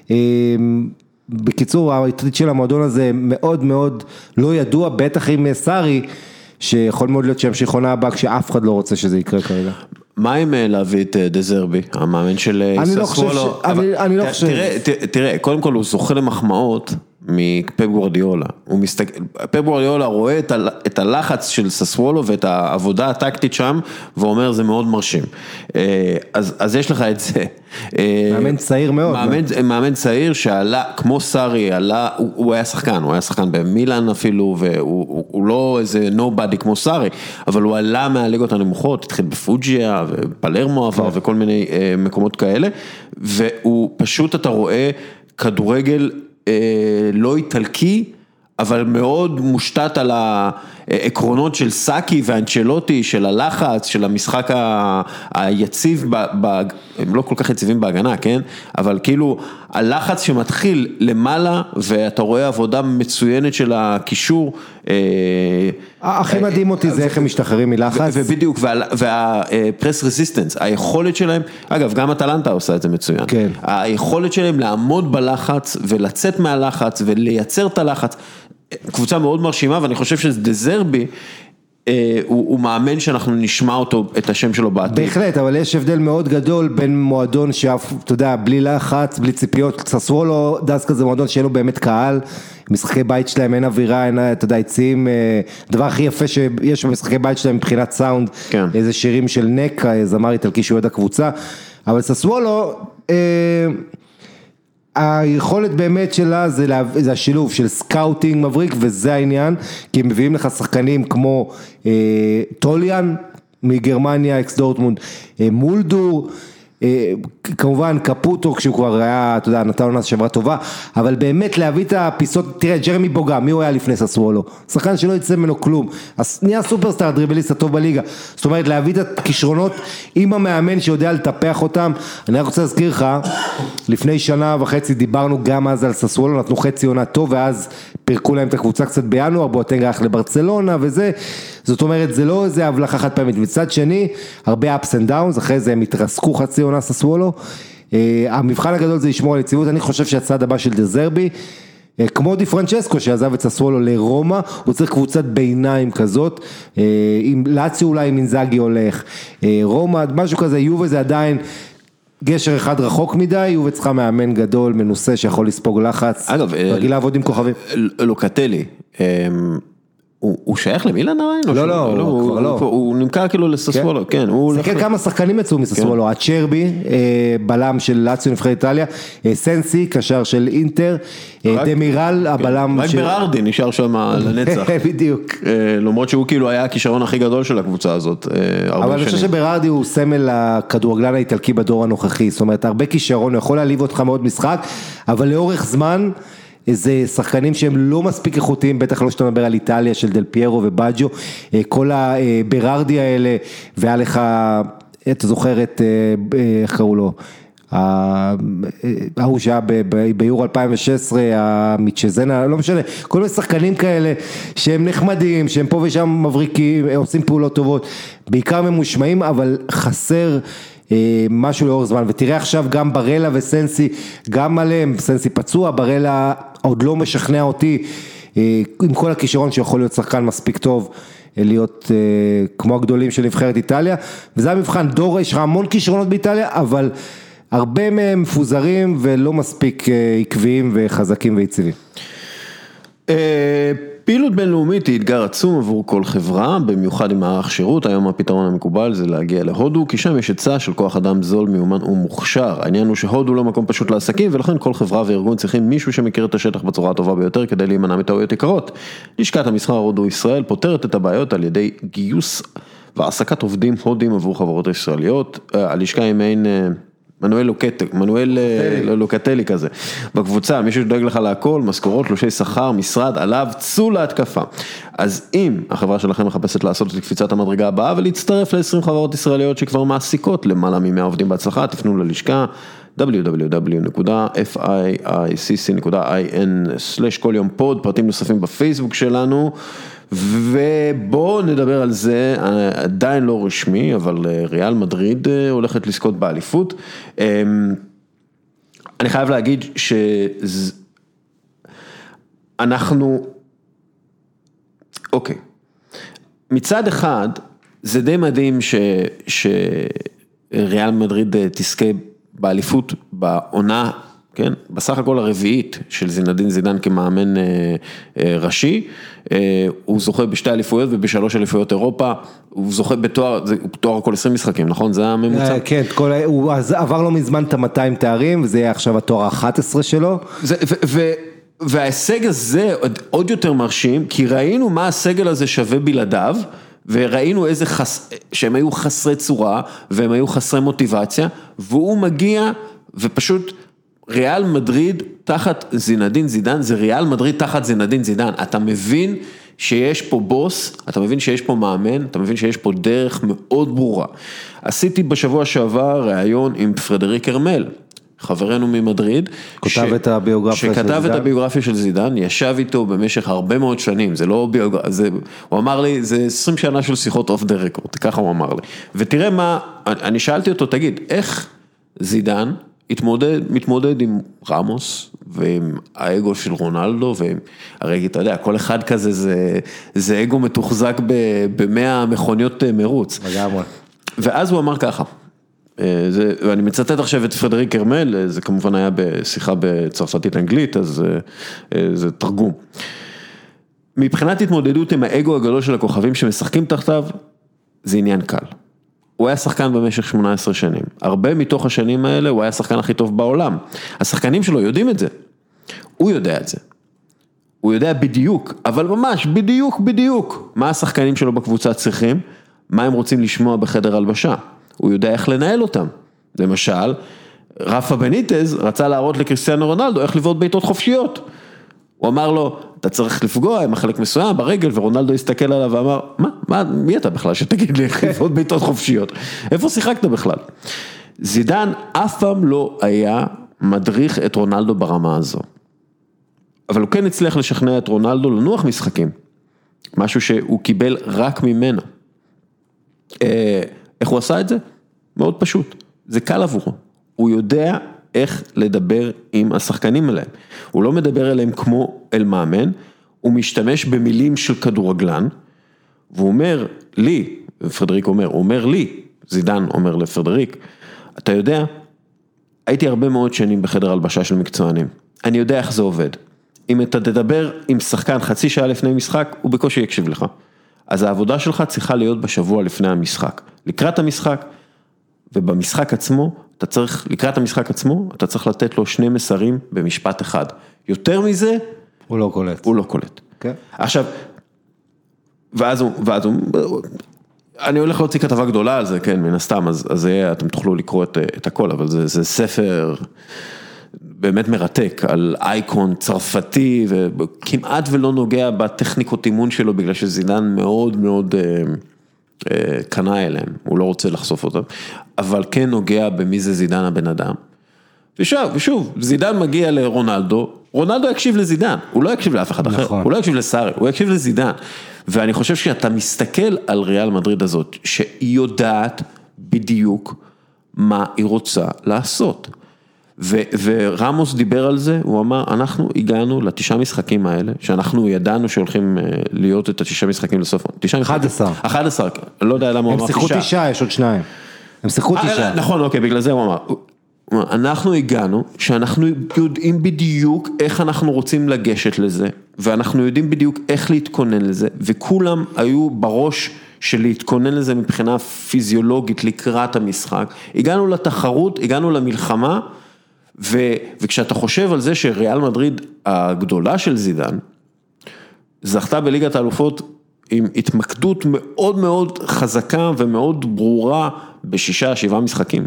בקיצור, העתיד של המועדון הזה מאוד מאוד לא ידוע, בטח עם סארי, שיכול מאוד להיות שימשיך עונה הבאה, כשאף אחד לא רוצה שזה יקרה כרגע. מה אם להביא את דזרבי, המאמן של ססוולו? אני לא חושב. תראה, קודם כל הוא זוכה למחמאות מפפ גוארדיולה. פפ גוארדיולה רואה את הלחץ של ססוולו ואת העבודה הטקטית שם, ואומר זה מאוד מרשים. אז יש לך את זה. מאמן צעיר מאוד. מאמן צעיר שעלה, כמו סארי, עלה, הוא היה שחקן, הוא היה שחקן במילאן אפילו, והוא לא איזה nobody כמו סארי, אבל הוא עלה מהליגות הנמוכות, התחיל בפוג'יה ופלרמו עבר וכל מיני מקומות כאלה, והוא פשוט, אתה רואה, כדורגל לא איטלקי, אבל מאוד מושתת על העקרונות של סאקי ואנצ'לוטי, של הלחץ, של המשחק היציב, הם לא כל כך יציבים בהגנה, כן? אבל כאילו הלחץ שמתחיל למעלה, ואתה רואה עבודה מצוינת של הקישור. הכי מדהים אותי זה איך הם משתחררים מלחץ. ובדיוק, והפרס רסיסטנס, היכולת שלהם, אגב, גם אטלנטה עושה את זה מצוין. כן. היכולת שלהם לעמוד בלחץ, ולצאת מהלחץ, ולייצר את הלחץ, קבוצה מאוד מרשימה, ואני חושב שזה דזרבי, הוא, הוא מאמן שאנחנו נשמע אותו, את השם שלו בעתיד. בהחלט, אבל יש הבדל מאוד גדול בין מועדון שאף, אתה יודע, בלי לחץ, בלי ציפיות, ססוולו, דסקה זה מועדון שאין לו באמת קהל, משחקי בית שלהם אין אווירה, אין, אתה יודע, יציאים, הדבר הכי יפה שיש במשחקי בית שלהם מבחינת סאונד, כן. איזה שירים של נקה, זמר איטלקי שהוא עד הקבוצה, אבל ססוולו, אה, היכולת באמת שלה זה, לה, זה השילוב של סקאוטינג מבריק, וזה העניין, כי הם מביאים לך שחקנים כמו אה, טוליאן מגרמניה, אקס דורטמונד, אה, מולדור, כמובן קפוטו כשהוא כבר היה, אתה יודע, נתן עונה שעברה טובה, אבל באמת להביא את הפיסות, תראה, ג'רמי בוגה, מי הוא היה לפני ססוולו? שחקן שלא יצא ממנו כלום, אז נהיה סופרסטאר, דריבליסט הטוב בליגה, זאת אומרת להביא את הכישרונות עם המאמן שיודע לטפח אותם. אני רק רוצה להזכיר לך, לפני שנה וחצי דיברנו גם אז על ססוולו, נתנו חצי עונה טוב, ואז פירקו להם את הקבוצה קצת בינואר, בואטנג הלך לברצלונה וזה, זאת אומרת, זה לא איזה הבלחה חד פעמית. מצד שני, הרבה ups and downs, אחרי זה הם התרסקו חצי עונה ססוולו. המבחן הגדול זה לשמור על יציבות. אני חושב שהצעד הבא של דזרבי, כמו די פרנצ'סקו שעזב את ססוולו לרומא, הוא צריך קבוצת ביניים כזאת, עם לאציו אולי, עם אינזאגי הולך, רומא, משהו כזה. יובה זה עדיין גשר אחד רחוק מדי, יובה צריכה מאמן גדול, מנוסה, שיכול לספוג לחץ, אגב, רגיל לעבוד עם כוכבים. לוקטלי, הוא שייך למילאן עדיין? לא, לא, הוא כבר לא. הוא נמכר כאילו לססוולו, כן. שחקן כמה שחקנים יצאו מססוולו, הצ'רבי, בלם של לאציו נבחרת איטליה, סנסי, קשר של אינטר, דמירל, הבלם של... רק ברארדי נשאר שם לנצח. בדיוק. למרות שהוא כאילו היה הכישרון הכי גדול של הקבוצה הזאת. אבל אני חושב שברארדי הוא סמל הכדורגלן האיטלקי בדור הנוכחי, זאת אומרת, הרבה כישרון, הוא יכול להעליב אותך מאוד משחק, אבל לאורך זמן, זה שחקנים שהם לא מספיק איכותיים, בטח לא שאתה מדבר על איטליה של דל פיירו ובאג'ו, כל הברארדי האלה, והיה לך, אתה זוכר את, איך קראו לו, ההוא שהיה ביורו אלפיים ושש עשרה, המיצ'זנה, לא משנה, כל מיני שחקנים כאלה שהם נחמדים, שהם פה ושם מבריקים, עושים פעולות טובות, בעיקר ממושמעים, אבל חסר משהו לאורך זמן. ותראה עכשיו גם ברלה וסנסי, גם עליהם, סנסי פצוע, ברלה עוד לא משכנע אותי, עם כל הכישרון שיכול להיות שחקן מספיק טוב, להיות כמו הגדולים של נבחרת איטליה, וזה המבחן. דור, יש לך המון כישרונות באיטליה, אבל הרבה מהם מפוזרים ולא מספיק עקביים וחזקים ויציבים. פעילות בינלאומית היא אתגר עצום עבור כל חברה, במיוחד עם מערך שירות. היום הפתרון המקובל זה להגיע להודו, כי שם יש היצע של כוח אדם זול, מיומן ומוכשר. העניין הוא שהודו לא מקום פשוט לעסקים, ולכן כל חברה וארגון צריכים מישהו שמכיר את השטח בצורה הטובה ביותר, כדי להימנע מטעויות יקרות. לשכת המסחר הודו ישראל פותרת את הבעיות על ידי גיוס והעסקת עובדים הודים עבור חברות ישראליות. הלשכה היא מעין מנואל לוקטלי, מנואל לוקטלי כזה. בקבוצה, מישהו שדואג לך להכל, משכורות, תלושי שכר, משרד, עליו, צאו להתקפה. אז אם החברה שלכם מחפשת לעשות את קפיצת המדרגה הבאה, ולהצטרף ל-עשרים חברות ישראליות שכבר מעסיקות למעלה מ-מאה עובדים בהצלחה, תפנו ללשכה דאבליו דאבליו דאבליו נקודה אף איי איי סי סי נקודה איי אן סלש כל יום פוד, פרטים נוספים בפייסבוק שלנו, ובואו נדבר על זה, עדיין לא רשמי, אבל ריאל מדריד הולכת לזכות באליפות. אני חייב להגיד שאנחנו, אוקיי, מצד אחד, זה די מדהים שריאל מדריד תזכה באליפות בעונה, כן, בסך הכל הרביעית של זינדין זידן כמאמן ראשי, הוא זוכה בשתי אליפויות ובשלוש אליפויות אירופה, הוא זוכה בתואר, זה תואר כל עשרים משחקים, נכון? זה הממוצע? כן, הוא עבר לו מזמן את ה-מאתיים תארים, וזה יהיה עכשיו התואר ה-אחת עשרה שלו. וההישג הזה עוד יותר מרשים, כי ראינו מה הסגל הזה שווה בלעדיו, וראינו איזה חס... שהם היו חסרי צורה, והם היו חסרי מוטיבציה, והוא מגיע ופשוט ריאל מדריד תחת זינדין זידן, זה ריאל מדריד תחת זינדין זידן. אתה מבין שיש פה בוס, אתה מבין שיש פה מאמן, אתה מבין שיש פה דרך מאוד ברורה. עשיתי בשבוע שעבר ראיון עם פרדריק הרמל, חברנו ממדריד, כותב את הביוגרפיה של זידן. שכתב את הביוגרפיה של זידן, ישב איתו במשך הרבה מאוד שנים, זה לא ביוגרפיה, זה, הוא אמר לי, זה עשרים שנה של שיחות אוף דה רקורד, ככה הוא אמר לי. ותראה מה, אני שאלתי אותו, תגיד, איך זידן התמודד, מתמודד עם רמוס, ועם האגו של רונלדו, והרי אתה יודע, כל אחד כזה, זה, זה אגו מתוחזק במאה מכוניות מרוץ. לגמרי. ואז הוא אמר ככה, זה, ואני מצטט עכשיו את פרדריק הרמל, זה כמובן היה בשיחה בצרפתית אנגלית, אז זה תרגום. מבחינת התמודדות עם האגו הגדול של הכוכבים שמשחקים תחתיו, זה עניין קל. הוא היה שחקן במשך שמונה עשרה שנים. הרבה מתוך השנים האלה הוא היה השחקן הכי טוב בעולם. השחקנים שלו יודעים את זה. הוא יודע את זה. הוא יודע בדיוק, אבל ממש בדיוק בדיוק, מה השחקנים שלו בקבוצה צריכים, מה הם רוצים לשמוע בחדר הלבשה. הוא יודע איך לנהל אותם. למשל, רפה בניטז רצה להראות לקריסטיאנו רונלדו איך לבעוט בעיטות חופשיות. הוא אמר לו, אתה צריך לפגוע עם החלק מסוים ברגל, ורונלדו הסתכל עליו ואמר, מה, מה, מי אתה בכלל שתגיד לי איך לבעוט בעיטות חופשיות? איפה שיחקת בכלל? זידן אף פעם לא היה מדריך את רונלדו ברמה הזו. אבל הוא כן הצליח לשכנע את רונלדו לנוח משחקים. משהו שהוא קיבל רק ממנו. איך הוא עשה את זה? מאוד פשוט. זה קל עבורו. הוא יודע איך לדבר עם השחקנים עליהם. הוא לא מדבר אליהם כמו אל מאמן, הוא משתמש במילים של כדורגלן, והוא אומר לי, פרדריק אומר, הוא אומר לי, זידן אומר לפרדריק, אתה יודע, הייתי הרבה מאוד שנים בחדר הלבשה של מקצוענים. אני יודע איך זה עובד. אם אתה תדבר עם שחקן חצי שעה לפני משחק, הוא בקושי יקשיב לך. אז העבודה שלך צריכה להיות בשבוע לפני המשחק. לקראת המשחק, ובמשחק עצמו, אתה צריך, לקראת המשחק עצמו, אתה צריך לתת לו שני מסרים במשפט אחד. יותר מזה, הוא לא קולט. הוא לא קולט. כן. עכשיו, ואז הוא, ואז הוא, אני הולך להוציא כתבה גדולה על זה, כן, מן הסתם, אז, אז אתם תוכלו לקרוא את, את הכל, אבל זה, זה ספר באמת מרתק, על אייקון צרפתי, וכמעט ולא נוגע בטכניקות אימון שלו, בגלל שזידן מאוד מאוד קנה אליהם, הוא לא רוצה לחשוף אותם, אבל כן נוגע במי זה זידן הבן אדם. ושוב, ושוב, זידן מגיע לרונלדו, רונלדו יקשיב לזידן, הוא לא יקשיב לאף אחד אחר, נכון. הוא לא יקשיב לסארי, הוא יקשיב לזידן, ואני חושב שאתה מסתכל על ריאל מדריד הזאת, שהיא יודעת בדיוק מה היא רוצה לעשות. ו- ורמוס דיבר על זה, הוא אמר, אנחנו הגענו לתשעה משחקים האלה, שאנחנו ידענו שהולכים להיות את התשעה משחקים לסוף. אחד עשר. אחד עשר, לא יודע למה הוא אמר תשעה. הם שיחקו תשעה, יש עוד שניים. הם שיחקו תשעה. נכון, אוקיי, בגלל זה הוא אמר. אנחנו הגענו, שאנחנו יודעים בדיוק איך אנחנו רוצים לגשת לזה, ואנחנו יודעים בדיוק איך להתכונן לזה, וכולם היו בראש של להתכונן לזה מבחינה פיזיולוגית לקראת המשחק. הגענו לתחרות, הגענו למלחמה, ו, וכשאתה חושב על זה שריאל מדריד הגדולה של זידן, זכתה בליגת האלופות עם התמקדות מאוד מאוד חזקה ומאוד ברורה בשישה, שבעה משחקים.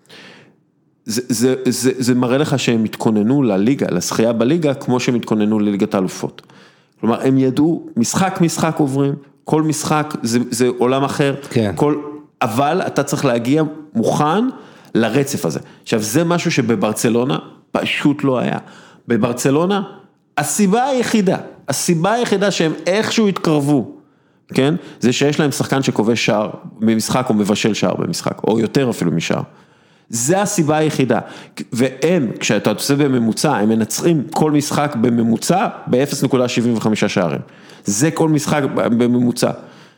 זה, זה, זה, זה מראה לך שהם התכוננו לליגה, לשחייה בליגה, כמו שהם התכוננו לליגת האלופות. כלומר, הם ידעו, משחק משחק עוברים, כל משחק זה, זה עולם אחר, כן. כל, אבל אתה צריך להגיע מוכן לרצף הזה. עכשיו, זה משהו שבברצלונה פשוט לא היה. בברצלונה, הסיבה היחידה, הסיבה היחידה שהם איכשהו התקרבו, כן? זה שיש להם שחקן שכובש שער במשחק או מבשל שער במשחק, או יותר אפילו משער. זה הסיבה היחידה. והם, כשאתה עושה בממוצע, הם מנצחים כל משחק בממוצע ב-אפס נקודה שבעים וחמישה שערים. זה כל משחק בממוצע.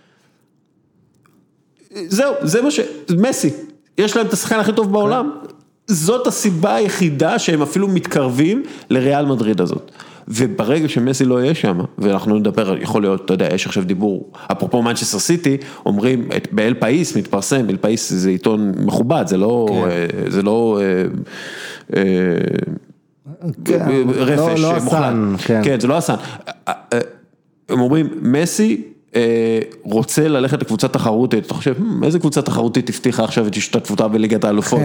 זהו, זה מה ש... מסי. יש להם את השחקן הכי טוב בעולם, זאת הסיבה היחידה שהם אפילו מתקרבים לריאל מדריד הזאת. וברגע שמסי לא יהיה שם, ואנחנו נדבר, יכול להיות, אתה יודע, יש עכשיו דיבור, אפרופו מנצ'סטר סיטי, אומרים, באל פאיס מתפרסם, אל פאיס זה עיתון מכובד, זה לא, זה לא רפש מוחלט. כן, זה לא אסן. הם אומרים, מסי, רוצה ללכת לקבוצה תחרותית, אתה חושב, איזה קבוצה תחרותית הבטיחה עכשיו את השתתפותה בליגת האלופות?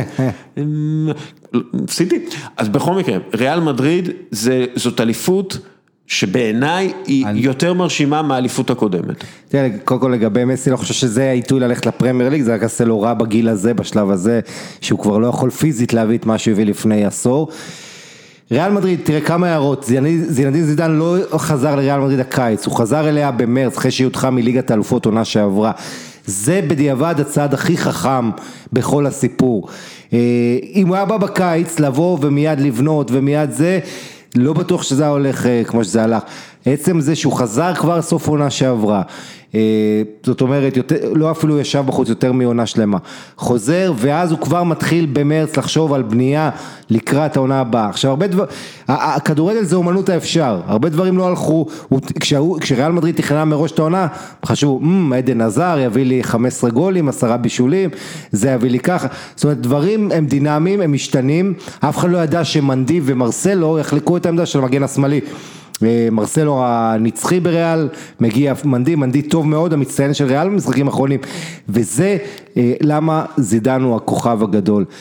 סיטי. אז בכל מקרה, ריאל מדריד זאת אליפות שבעיניי היא יותר מרשימה מהאליפות הקודמת. תראה, קודם כל לגבי מסי, לא חושב שזה העיתוי ללכת לפרמייר ליג, זה רק עשה לו רע בגיל הזה, בשלב הזה, שהוא כבר לא יכול פיזית להביא את מה שהוא הביא לפני עשור. ריאל מדריד, תראה כמה הערות, זינדין זידן לא חזר לריאל מדריד הקיץ, הוא חזר אליה במרץ, אחרי שיותחה מליגת האלופות עונה שעברה, זה בדיעבד הצעד הכי חכם בכל הסיפור, אם הוא היה בא בקיץ לבוא ומיד לבנות ומיד זה, לא בטוח שזה הולך כמו שזה הלך, עצם זה שהוא חזר כבר סוף עונה שעברה, זאת אומרת, יותר, לא אפילו ישב בחוץ יותר מעונה שלמה, חוזר ואז הוא כבר מתחיל במרץ לחשוב על בנייה לקראת העונה הבאה. עכשיו הרבה דבר, הכדורגל זה אומנות האפשר, הרבה דברים לא הלכו, כשהוא, כשריאל מדריד תכננה מראש את העונה, חשבו, אמ, עדן עזר יביא לי חמישה עשר גולים, עשרה בישולים, זה יביא לי ככה, זאת אומרת, דברים הם דינמיים, הם משתנים, אף אחד לא ידע שמנדי ומרסלו יחלקו את העמדה של המגן השמאלי, מרסלו הנצחי בריאל, מגיע מנדי, מנדי טוב מאוד, המצטיין של ריאל במשחקים האחרונים, וזה למה זידן הוא הכוכב הגדול,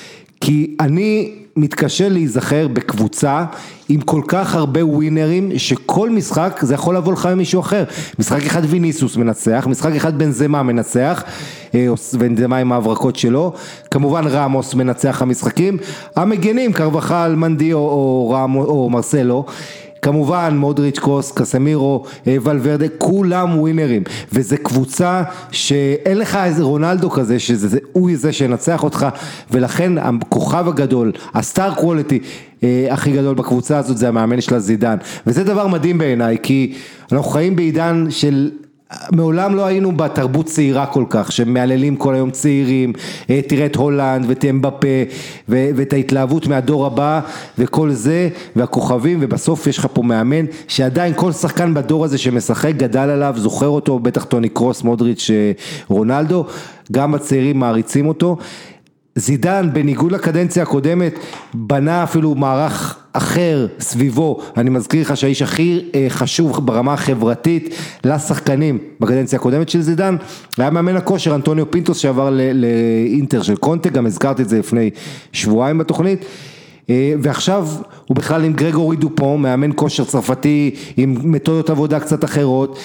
כי אני מתקשה להיזכר בקבוצה עם כל כך הרבה ווינרים, שכל משחק זה יכול לבוא לך ממישהו אחר. משחק אחד ויניסוס מנצח, משחק אחד בנזמה מנצח, בנזמה עם ההברקות שלו, כמובן רמוס מנצח המשחקים, המגנים, קרבחל, מנדי או, או, רמו, או מרסלו, כמובן מודריץ', קרוס, קסמירו, ולוורדה, כולם ווינרים, וזה קבוצה שאין לך איזה רונלדו כזה, שזה הוא זה שנצח אותך, ולכן הכוכב הגדול, הסטאר קואליטי הכי גדול בקבוצה הזאת, זה המאמן של זידן, וזה דבר מדהים בעיניי, כי אנחנו חיים בעידן של מעולם לא היינו בתרבות צעירה כל כך, שמעללים כל היום צעירים, תראה את הולנד וטמבפה, ואת ההתלהבות מהדור הבא, וכל זה, והכוכבים, ובסוף יש לך פה מאמן, שעדיין כל שחקן בדור הזה שמשחק, גדל עליו, זוכר אותו, בטח טוני קרוס, מודריץ', רונלדו, גם הצעירים מעריצים אותו, זידן בניגוד לקדנציה הקודמת בנה אפילו מערך אחר סביבו, אני מזכיר לך שהאיש הכי חשוב ברמה החברתית לשחקנים בקדנציה הקודמת של זידן, היה מאמן הכושר אנטוניו פינטוס שעבר לאינטר של קונטה, גם הזכרתי את זה לפני שבועיים בתוכנית, ועכשיו הוא בכלל עם גרגורי דופון, מאמן כושר צרפתי עם מתודות עבודה קצת אחרות,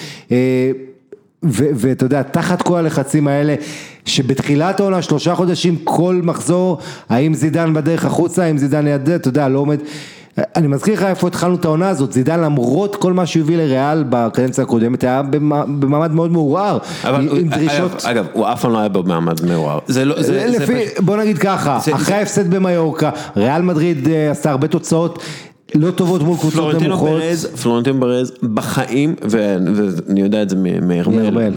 ואתה יודע, תחת כל הלחצים האלה, שבתחילת העונה, שלושה חודשים, כל מחזור, האם זידן בדרך החוצה, האם זידן ליד, אתה יודע, לא עומד, אני מזכיר לך איפה התחלנו את העונה הזאת, זידן למרות כל מה שהביא לריאל בקדנציה הקודמת, היה במעמד מאוד מעורער, עם דרישות. אגב, הוא אף פעם לא היה במעמד מעורער. בוא נגיד ככה, אחרי ההפסד במיורקה, ריאל מדריד עשתה הרבה תוצאות, לא טובות מול קבוצות נמוכות. פלורנטינו פרז בחיים, ואני יודע את זה מהרמל,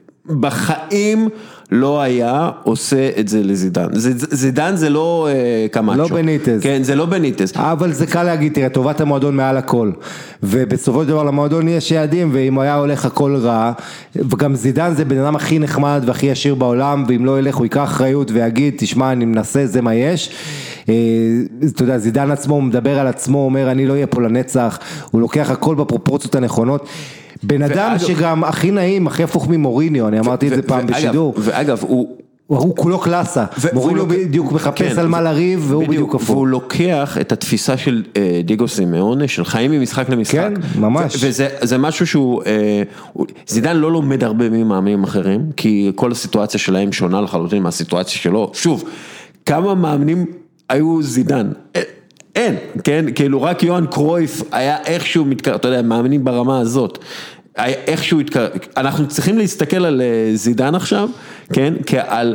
בחיים לא היה עושה את זה לזידן. זידן זה לא קמאצ'ו. לא בניטז. כן, זה לא בניטז. אבל זה קל להגיד, תראה, טובת המועדון מעל הכל. ובסופו של דבר למועדון יש יעדים, ואם היה הולך הכל רע, וגם זידן זה בן אדם הכי נחמד והכי ישיר בעולם, ואם לא ילך הוא ייקח אחריות ויגיד, תשמע, אני מנסה, זה מה יש. אתה יודע, זידן עצמו מדבר על עצמו, אומר, אני לא אהיה פה לנצח, הוא לוקח הכל בפרופורציות הנכונות. בן אדם שגם הכי נעים, הכי הפוך ממוריניו, אני אמרתי את זה פעם בשידור. ואגב, הוא... הוא כולו קלאסה, מוריניו בדיוק מחפש על מה לריב, והוא בדיוק הפוך. והוא לוקח את התפיסה של דיגו סימאונה, של חיים ממשחק למשחק. כן, ממש. וזה משהו שהוא, זידן לא לומד הרבה ממאמנים אחרים, כי כל הסיטואציה שלהם שונה לחלוטין מהסיטואציה שלו. שוב, כמה מאמנים היו זידן? אין, כן? כאילו רק יוהאן קרויף היה איכשהו מתקרב, אתה יודע, מאמנים ברמה הזאת, איכשהו התקרב, אנחנו צריכים להסתכל על זידן עכשיו, כן? כעל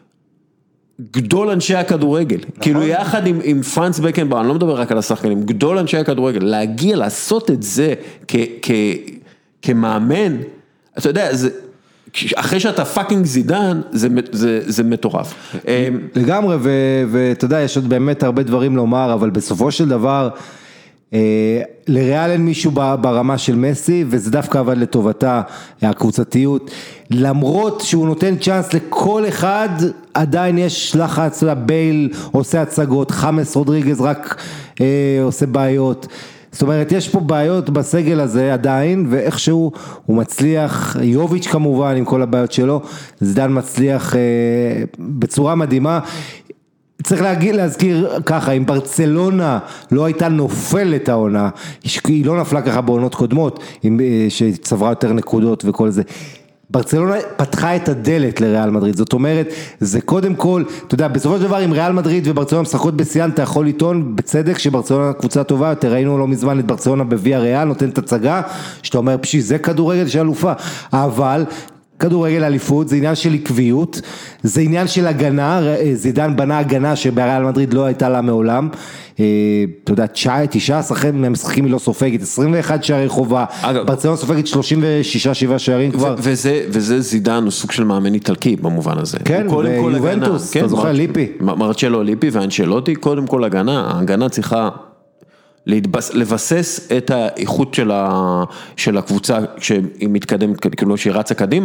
גדול אנשי הכדורגל, כאילו יחד עם, עם פרנץ בקנבאואר, אני לא מדבר רק על השחקנים, גדול אנשי הכדורגל, להגיע, לעשות את זה כ, כ, כמאמן, אתה יודע, זה... אחרי שאתה פאקינג זידן, זה, זה, זה מטורף. לגמרי, ואתה יודע, יש עוד באמת הרבה דברים לומר, אבל בסופו של דבר, לריאל אין מישהו ברמה של מסי, וזה דווקא עבד לטובתה, הקבוצתיות, למרות שהוא נותן צ'אנס לכל אחד, עדיין יש לחץ, בייל עושה הצגות, חמאס רודריגז רק עושה בעיות, זאת אומרת, יש פה בעיות בסגל הזה עדיין, ואיכשהו הוא מצליח, יוביץ' כמובן עם כל הבעיות שלו, זידן מצליח אה, בצורה מדהימה, צריך להגיד, להזכיר ככה, אם ברצלונה לא הייתה נופלת העונה, היא לא נפלה ככה בעונות קודמות, עם, אה, שצברה יותר נקודות וכל זה, ברצלונה פתחה את הדלת לריאל מדריד, זאת אומרת, זה קודם כל, אתה יודע, בסופו של דבר, אם ריאל מדריד וברצלונה משחקות בסיאן, אתה יכול לטעון בצדק שברצלונה קבוצה טובה יותר, ראינו לא מזמן את ברצלונה בוויה ריאל, נותנת הצגה, שאתה אומר, פשי, זה כדורגל של אלופה, אבל... כדורגל אליפות, זה עניין של עקביות, זה עניין של הגנה, זידן בנה הגנה שבריאל מדריד לא הייתה לה מעולם, אתה יודע, תשעה עשרה מהמשחקים היא לא סופגת, עשרים ואחד שערי חובה, ברצלונה סופגת שלושים ושישה שבעה שערים כבר. וזה זידן הוא סוג של מאמן איטלקי במובן הזה. כן, ויובנטוס, אתה זוכר, ליפי. מרצ'לו ליפי ואנצ'לוטי, קודם כל הגנה, ההגנה צריכה... לבסס את האיכות של, ה, של הקבוצה שהיא מתקדמת, כאילו שהיא רצה קדימה.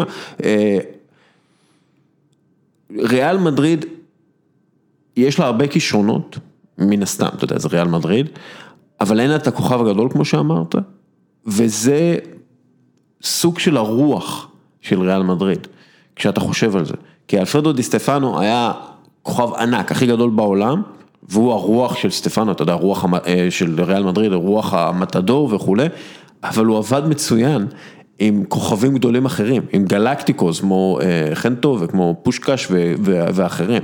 ריאל מדריד, יש לה הרבה כישרונות, מן הסתם, אתה יודע, זה ריאל מדריד, אבל אין לה את הכוכב הגדול כמו שאמרת, וזה סוג של הרוח של ריאל מדריד, כשאתה חושב על זה. כי אלפרדו די סטפנו היה כוכב ענק, הכי גדול בעולם, והוא הרוח של סטפנו, אתה יודע, הרוח של ריאל מדריד, רוח המטדור וכו', אבל הוא עבד מצוין עם כוכבים גדולים אחרים, עם גלקטיקוס, כמו חנטו וכמו פושקש ואחרים.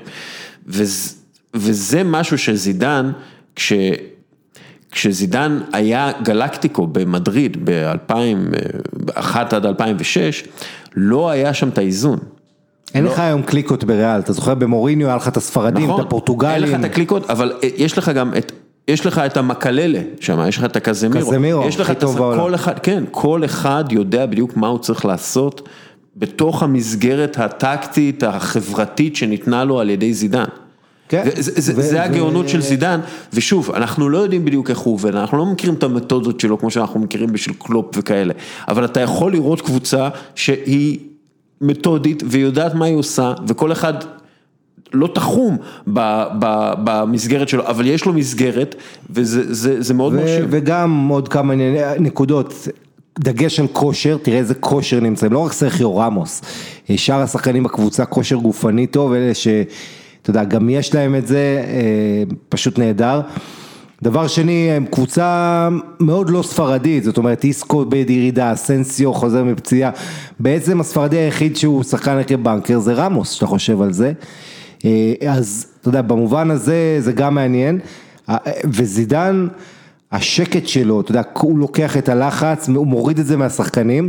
וזה משהו שזידן, כש... כשזידן היה גלקטיקו במדריד ב-אלפיים ואחת עד אלפיים ושש, לא היה שם את האיזון. אין לך היום קליקות בריאל, אתה זוכר במוריניו, היה לך את הספרדים, את הפורטוגלים. אין לך את הקליקות, אבל יש לך גם את, יש לך את המקללה שם, יש לך את הקזמירו. קזמירו, הכי טוב בעולם. כן, כל אחד יודע בדיוק מה הוא צריך לעשות, בתוך המסגרת הטקטית, החברתית שניתנה לו על ידי זידן. זה הגאונות של זידן, ושוב, אנחנו לא יודעים בדיוק איך הוא עובד, אנחנו לא מכירים את המתודות שלו, כמו שאנחנו מכירים בשביל קלופ וכאלה, אבל אתה יכול לראות קבוצה שהיא מתודית, ויודעת מה היא עושה, וכל אחד לא תחום במסגרת שלו, אבל יש לו מסגרת, וזה מאוד מרשים. וגם עוד כמה נקודות, דגש על כושר, תראה איזה כושר נמצאים, לא רק סרחיו רמוס, שאר השחקנים בקבוצה כושר גופני טוב, אלה ש... אתה יודע, גם יש להם את זה, פשוט נהדר. דבר שני, הם קבוצה מאוד לא ספרדית, זאת אומרת, איסקו בירידה, סנסיו חוזר מפציעה, בעצם הספרדי היחיד שהוא שחקן הרכב בנקר, זה רמוס, שאתה חושב על זה. אז, אתה יודע, במובן הזה, זה גם מעניין, וזידן, השקט שלו, אתה יודע, הוא לוקח את הלחץ, הוא מוריד את זה מהשחקנים,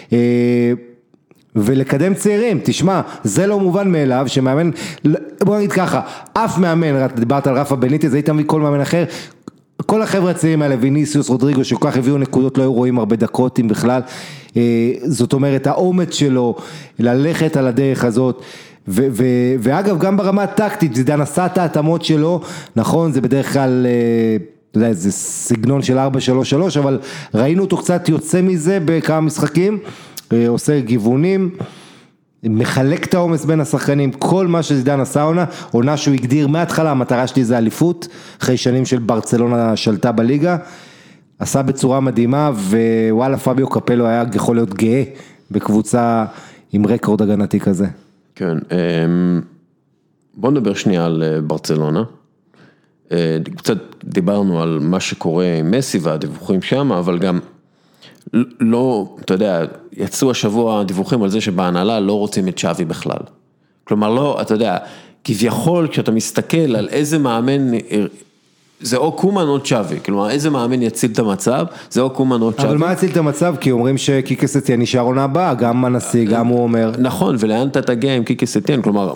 ולקדם צעירים, תשמע, זה לא מובן מאליו, שמאמן, בוא נגיד ככה, אף מאמן, דיברת על רפה בניטיס, היית מביא כל מאמן אחר, כל החבר'ה הצעירים האלה, ויניסיוס, רודריגו, שכל כך הביאו נקודות, לא היו רואים הרבה דקות, אם בכלל, זאת אומרת, האומץ שלו, ללכת על הדרך הזאת, ו- ו- ואגב, גם ברמה הטקטית, זידן עשה את ההתאמות שלו, נכון, זה בדרך כלל, אתה יודע, זה סגנון של ארבע שלוש שלוש, אבל ראינו אותו קצת יוצא מזה בכמה משחקים, עושה גיוונים, מחלק את העומס בין השחקנים, כל מה שזידן עשה עונה, עונה שהוא הגדיר מההתחלה, המטרה שלי זה אליפות, אחרי שנים של ברצלונה שלטה בליגה, עשה בצורה מדהימה, ווואלה פביו קפלו היה יכול להיות גאה, בקבוצה עם רקורד הגנתי כזה. כן, בוא נדבר שנייה על ברצלונה, קצת דיברנו על מה שקורה עם מסי והדיווחים שם, אבל גם לא, אתה יודע, יצאו השבוע דיווחים על זה שבהנהלה לא רוצים את שווי בכלל. כלומר, לא, אתה יודע, כביכול כשאתה מסתכל על איזה מאמן, זה או קומן או שווי, כלומר, איזה מאמן יציל את המצב, זה או קומן או שווי. אבל מה יציל את המצב? כי אומרים שקיקה סטיאן נשאר עונה הבאה, גם הנשיא, גם הוא אומר. נכון, ולאן אתה תגיע עם קיקה סטיאן? כלומר,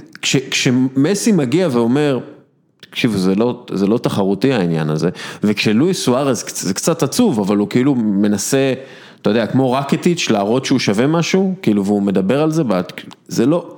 כשמסי מגיע ואומר, תקשיב, זה לא, זה לא תחרותי העניין הזה, וכשלואיס סוארז, זה קצת עצוב, אבל הוא כאילו מנסה, אתה יודע, כמו רקטיץ' להראות שהוא שווה משהו, כאילו, והוא מדבר על זה, זה לא,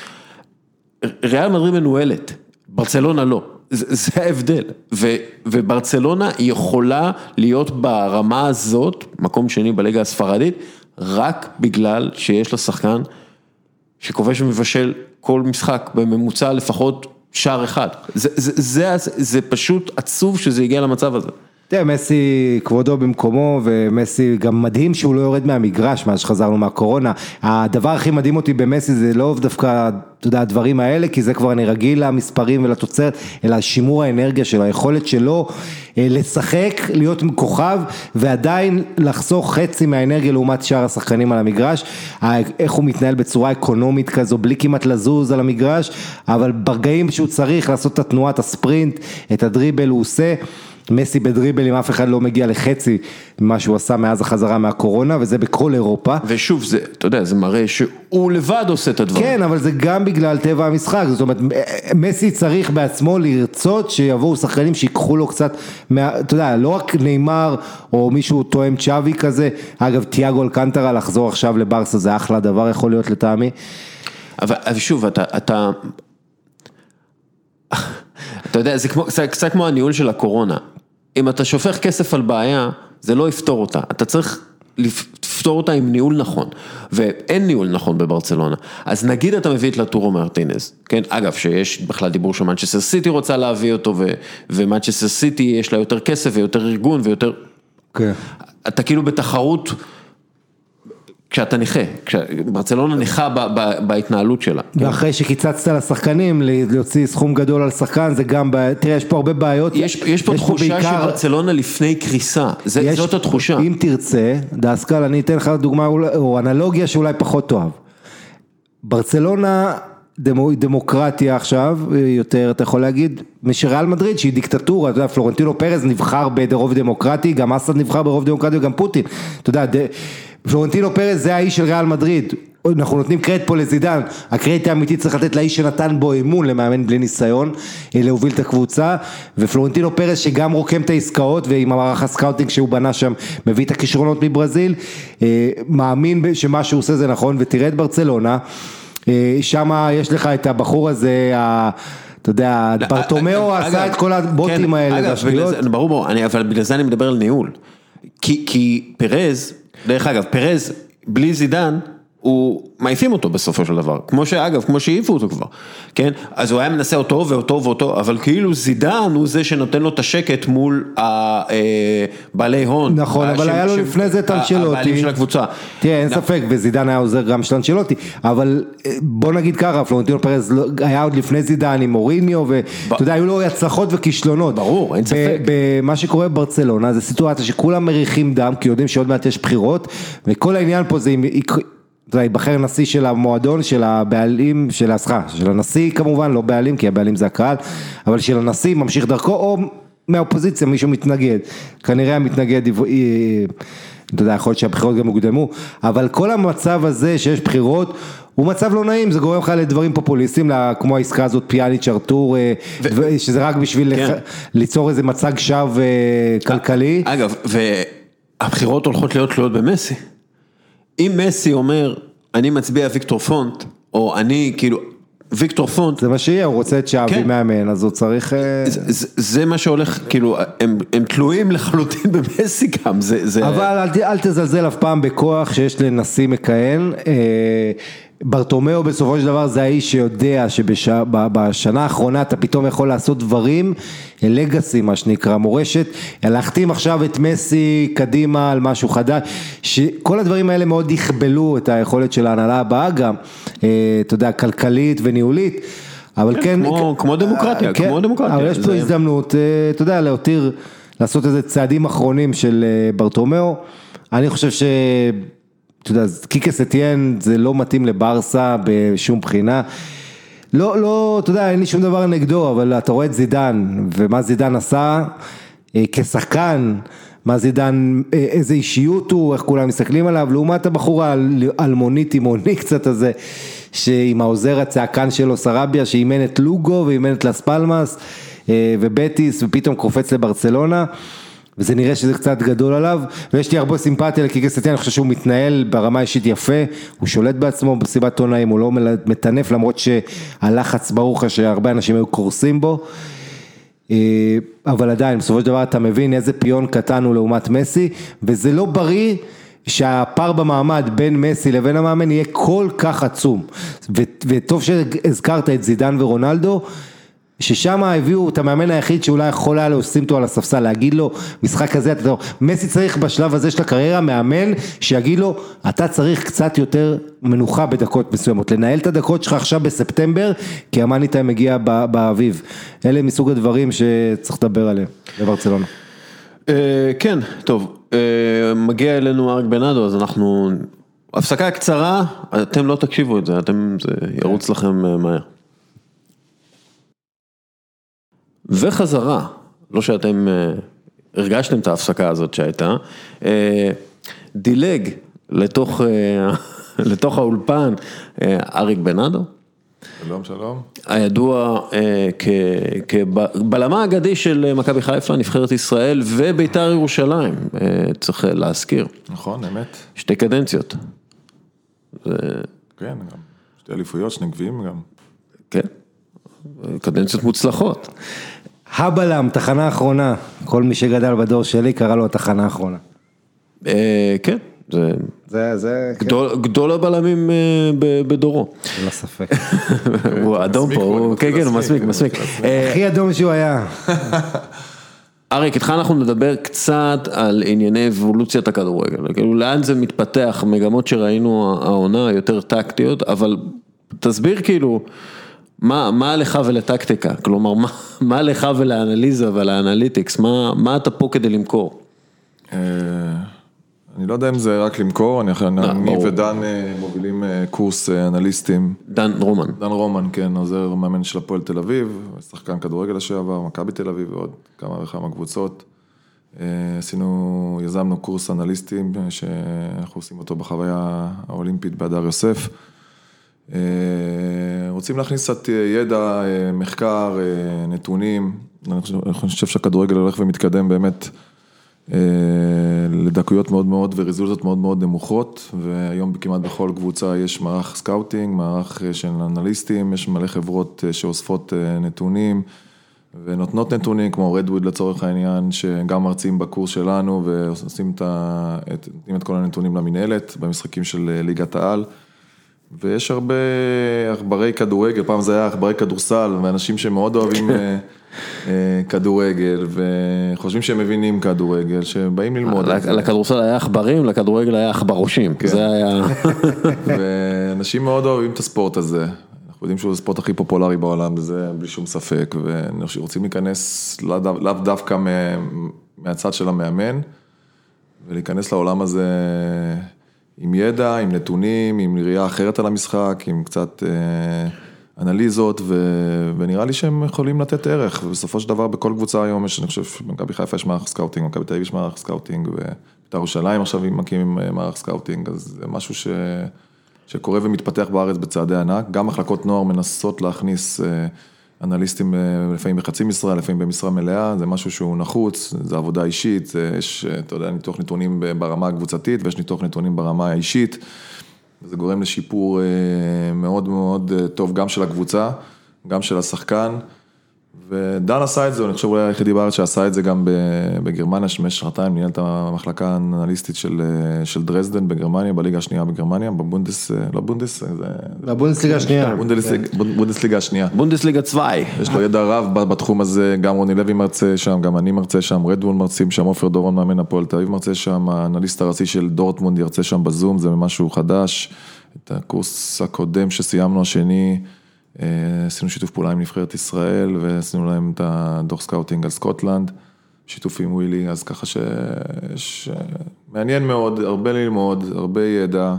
ריאל מדריד מנוהלת, ברצלונה לא, זה, זה ההבדל, ו, וברצלונה יכולה להיות ברמה הזאת, מקום שני בליגה הספרדית, רק בגלל שיש לה שחקן, שכובש ומבשל כל משחק, בממוצע לפחות, שער אחד, זה, זה, זה, זה, זה פשוט עצוב שזה הגיע למצב הזה. תראה, מסי כבודו במקומו, ומסי גם מדהים שהוא לא יורד מהמגרש, מאז שחזרנו מהקורונה, הדבר הכי מדהים אותי במסי זה לא דווקא, אתה יודע, הדברים האלה, כי זה כבר אני רגיל למספרים ולתוצרת, אלא שימור האנרגיה שלו, היכולת שלו לשחק, להיות כוכב, ועדיין לחסוך חצי מהאנרגיה לעומת שאר השחקנים על המגרש, איך הוא מתנהל בצורה אקונומית כזו, בלי כמעט לזוז על המגרש, אבל ברגעים שהוא צריך לעשות את התנועת הספרינט, את הדריבל הוא עושה, מסי בדריבל אם אף אחד לא מגיע לחצי ממה שהוא עשה מאז החזרה מהקורונה, וזה בכל אירופה. ושוב, זה, אתה יודע, זה מראה שהוא לבד עושה את הדברים. כן, אבל זה גם בגלל טבע המשחק, זאת אומרת, מסי צריך בעצמו לרצות שיבואו שחקנים שיקחו לו קצת, מה, אתה יודע, לא רק ניימר או מישהו תואם צ'אבי כזה, אגב, תיאגו אלקנטרה לחזור עכשיו לברסה, זה אחלה דבר יכול להיות לטעמי. אבל, אבל שוב, אתה... אתה... אתה יודע, זה כמו, זה קצת כמו הניהול של הקורונה. אם אתה שופך כסף על בעיה, זה לא יפתור אותה. אתה צריך לפתור אותה עם ניהול נכון. ואין ניהול נכון בברצלונה. אז נגיד אתה מביא את לטורו מרטינז. כן? אגב, שיש בכלל דיבור שמנצ'סטר סיטי רוצה להביא אותו, ו- ומנצ'סטר סיטי יש לה יותר כסף ויותר ארגון ויותר... כן. אתה כאילו בתחרות... כשאתה נכה, ברצלונה נכה בהתנהלות שלה. ואחרי שקיצצת לשחקנים, להוציא סכום גדול על שחקן, זה גם, תראה, יש פה הרבה בעיות. יש פה תחושה שברצלונה לפני קריסה, זאת התחושה. אם תרצה, דסקל, אני אתן לך דוגמה, או אנלוגיה שאולי פחות תאהב. ברצלונה, דמוקרטיה עכשיו, יותר, אתה יכול להגיד, משריאל מדריד, שהיא דיקטטורה, אתה יודע, פלורנטינו פרז נבחר ברוב דמוקרטי, גם אסד נבחר ברוב דמוקרטי, וגם פוטין, אתה יודע, פלורנטינו פרז זה האיש של ריאל מדריד, אנחנו נותנים קרדיט פה לזידן, הקרדיט האמיתי צריך לתת לאיש שנתן בו אמון, למאמן בלי ניסיון, להוביל את הקבוצה, ופלורנטינו פרז שגם רוקם את העסקאות, ועם המערך הסקאוטינג שהוא בנה שם, מביא את הכישרונות מברזיל, מאמין שמה שהוא עושה זה נכון, ותראה את ברצלונה, שם יש לך את הבחור הזה, אתה יודע, ברטומאו עשה את כל הבוטים האלה. אגב, ברור, אבל בגלל זה אני מדבר על ניהול. כי פרז, דרך אגב, פרז, בלי זידן, הוא מעיפים אותו בסופו של דבר, כמו שאגב, כמו שהעיפו אותו כבר, כן? אז הוא היה מנסה אותו ואותו ואותו, אבל כאילו זידן הוא זה שנותן לו את השקט מול בעלי הון. נכון, אבל היה לו לפני זה את אנצ'לוטי. הבעלים של הקבוצה. תראה, אין ספק, וזידן היה עוזר גם של אנצ'לוטי, אבל בוא נגיד ככה, פלורנטינו פרז היה עוד לפני זידן עם מוריניו, ואתה יודע, היו לו הצלחות וכישלונות. ברור, אין ספק. במה שקורה בברצלונה, זה סיטואציה שכולם מריחים דם, כי יודעים שעוד מעט יש בחירות, וכל העניין פה זה אתה יודע, בחר נשיא של המועדון, של הבעלים, של הסחה, של הנשיא כמובן, לא בעלים, כי הבעלים זה הקהל, אבל של הנשיא ממשיך דרכו, או מהאופוזיציה, מישהו מתנגד, כנראה המתנגד, אתה יודע, יכול להיות שהבחירות גם מוקדמו, אבל כל המצב הזה שיש בחירות, הוא מצב לא נעים, זה גורם לך לדברים פופוליסטיים, כמו העסקה הזאת, פיאניץ' ארתור, שזה רק בשביל ליצור איזה מצג שווא כלכלי. אגב, והבחירות הולכות להיות תלויות במסי. אם מסי אומר, אני מצביע ויקטור פונט, או אני כאילו, ויקטור פונט. זה מה שיהיה, הוא רוצה את שאבי מאמן, אז הוא צריך... זה מה שהולך, כאילו, הם תלויים לחלוטין במסי גם. אבל אל תזלזל אף פעם בכוח שיש לנשיא מכהן. ברטומאו בסופו של דבר זה האיש שיודע שבשנה האחרונה אתה פתאום יכול לעשות דברים, לגאסי מה שנקרא, מורשת, להחתים עכשיו את מסי קדימה על משהו חדש, שכל הדברים האלה מאוד יכבלו את היכולת של ההנהלה הבאה גם, אתה יודע, כלכלית וניהולית, אבל כן... כמו דמוקרטיה, כמו דמוקרטיה. אבל יש פה הזדמנות, אתה יודע, להותיר, לעשות איזה צעדים אחרונים של ברטומאו, אני חושב ש... אתה יודע, קיקה סטיין זה לא מתאים לברסה בשום בחינה, לא, לא, אתה יודע, אין לי שום דבר נגדו, אבל אתה רואה את זידן, ומה זידן עשה כשחקן, מה זידן, איזה אישיות הוא, איך כולם מסתכלים עליו, לעומת הבחור האלמוני, תימוני קצת הזה, שעם העוזר הצעקן שלו, סרביה, שאימן את לוגו, ואימן את לס פלמאס, ובטיס, ופתאום קופץ לברצלונה, וזה נראה שזה קצת גדול עליו, ויש לי הרבה סימפתיה לקיקה סטיין, אני חושב שהוא מתנהל ברמה אישית יפה, הוא שולט בעצמו בסיבת עונאים, הוא לא מטנף, למרות שהלחץ ברור לך שהרבה אנשים היו קורסים בו, אבל עדיין, בסופו של דבר אתה מבין איזה פיון קטן הוא לעומת מסי, וזה לא בריא שהפער במעמד בין מסי לבין המאמן יהיה כל כך עצום, וטוב שהזכרת את זידן ורונלדו, ששם הביאו את המאמן היחיד שאולי יכול היה להושים אותו על הספסל, להגיד לו, משחק כזה, אתה יודע, מסי צריך בשלב הזה של הקריירה, מאמן שיגיד לו, אתה צריך קצת יותר מנוחה בדקות מסוימות, לנהל את הדקות שלך עכשיו בספטמבר, כי המאני טיים מגיע באביב. אלה מסוג הדברים שצריך לדבר עליהם, בברצלונה. כן, טוב, מגיע אלינו אריק בנאדו, אז אנחנו, הפסקה קצרה, אתם לא תקשיבו את זה, אתם, זה ירוץ לכם מהר. וחזרה, לא שאתם הרגשתם את ההפסקה הזאת שהייתה, דילג לתוך, לתוך האולפן אריק בנאדו. שלום, שלום. הידוע כבלמה האגדי של מכבי חיפה, נבחרת ישראל וביתר ירושלים, צריך להזכיר. נכון, אמת. שתי קדנציות. כן, גם שתי אליפויות, שני גביעים גם. כן. קדנציות מוצלחות. הבלם, תחנה האחרונה, כל מי שגדל בדור שלי קרא לו התחנה האחרונה. כן, זה, זה, גדול הבלמים בדורו. לא ספק. הוא אדום פה, כן, כן, הוא מסמיק, מסמיק. הכי אדום שהוא היה. אריק, איתך אנחנו נדבר קצת על ענייני אבולוציית הכדורגל, כאילו לאן זה מתפתח, מגמות שראינו העונה יותר טקטיות, אבל תסביר כאילו, מה, מה לך ולטקטיקה, כלומר, מה, מה לך ולאנליזה ולאנליטיקס, מה, מה אתה פה כדי למכור? אני לא יודע אם זה רק למכור, אני ודן מובילים קורס אנליסטים. דן רומן. דן רומן, כן, עוזר מאמן של הפועל תל אביב, שחקן כדורגל לשעבר, מכבי תל אביב ועוד כמה וכמה קבוצות. עשינו, יזמנו קורס אנליסטים, שאנחנו עושים אותו בחוויה האולימפית בהדר יוסף. רוצים להכניס קצת ידע, מחקר, נתונים. אני חושב שהכדורגל הולך ומתקדם באמת, לדקויות מאוד מאוד ורזולוציות מאוד מאוד נמוכות, והיום כמעט בכל קבוצה יש מערך סקאוטינג, מערך של אנליסטים, יש מלא חברות שאוספות נתונים ונותנות נתונים, כמו רדווד לצורך העניין, שגם מרצים בקורס שלנו ועושים את, את, את כל הנתונים למנהלת במשחקים של ליגת העל, ויש הרבה עכברי כדורגל, פעם זה היה עכברי כדורסל, ואנשים שמאוד אוהבים כדורגל, וחושבים שהם מבינים כדורגל, שבאים ללמוד. לכדורסל היה עכברים, לכדורגל היה עכברושים, זה היה... ואנשים מאוד אוהבים את הספורט הזה, אנחנו יודעים שהוא הספורט הכי פופולרי בעולם, וזה בלי שום ספק, ורוצים להיכנס לאו דווקא מהצד של המאמן, ולהיכנס לעולם הזה עם ידע, עם נתונים, עם ראייה אחרת על המשחק, עם קצת אנליזות, ונראה לי שהם יכולים לתת ערך, ובסופו של דבר בכל קבוצה היום יש, אני חושב, במכבי חיפה יש מערך סקאוטינג, במכבי תל אביב יש מערך סקאוטינג, ובית"ר ירושלים עכשיו מקימים מערך סקאוטינג, אז זה משהו ש... שקורה ומתפתח בארץ בצעדי ענק, גם מחלקות נוער מנסות להכניס אנליסטים לפעמים בחצי משרה, לפעמים במשרה מלאה, זה משהו שהוא נחוץ, זה עבודה אישית, יש, אתה יודע, ניתוח נתונים ברמה הקבוצתית, ויש ניתוח נתונים ברמה האישית, וזה גורם לשיפור מאוד מאוד טוב, גם של הקבוצה, גם של השחקן, ודן עשה את זה, אני חושב אולי היחידי בארץ שעשה את זה גם בגרמניה, שמש שנתיים, ניהל את המחלקה האנליסטית של, של דרזדן בגרמניה, בליגה השנייה בגרמניה, בבונדס, לא בונדס, זה... בבונדסליגה השנייה. בונדסליגה השנייה. בונדסליגה צווי. יש לו ידע רב בתחום הזה, גם רוני לוי מרצה שם, גם אני מרצה שם, רדוון מרצים שם, עופר דורון מאמן הפועל תל אביב מרצה שם, האנליסט הראשי של דורטמונד ירצה שם בזום, זה משהו חדש. את הקורס הקודם שסיימנו השני, עשינו שיתוף פעולה עם נבחרת ישראל, ועשינו להם את הדוח סקאוטינג על סקוטלנד, שיתוף עם ווילי, אז ככה שמעניין מאוד, הרבה ללמוד, הרבה ידע,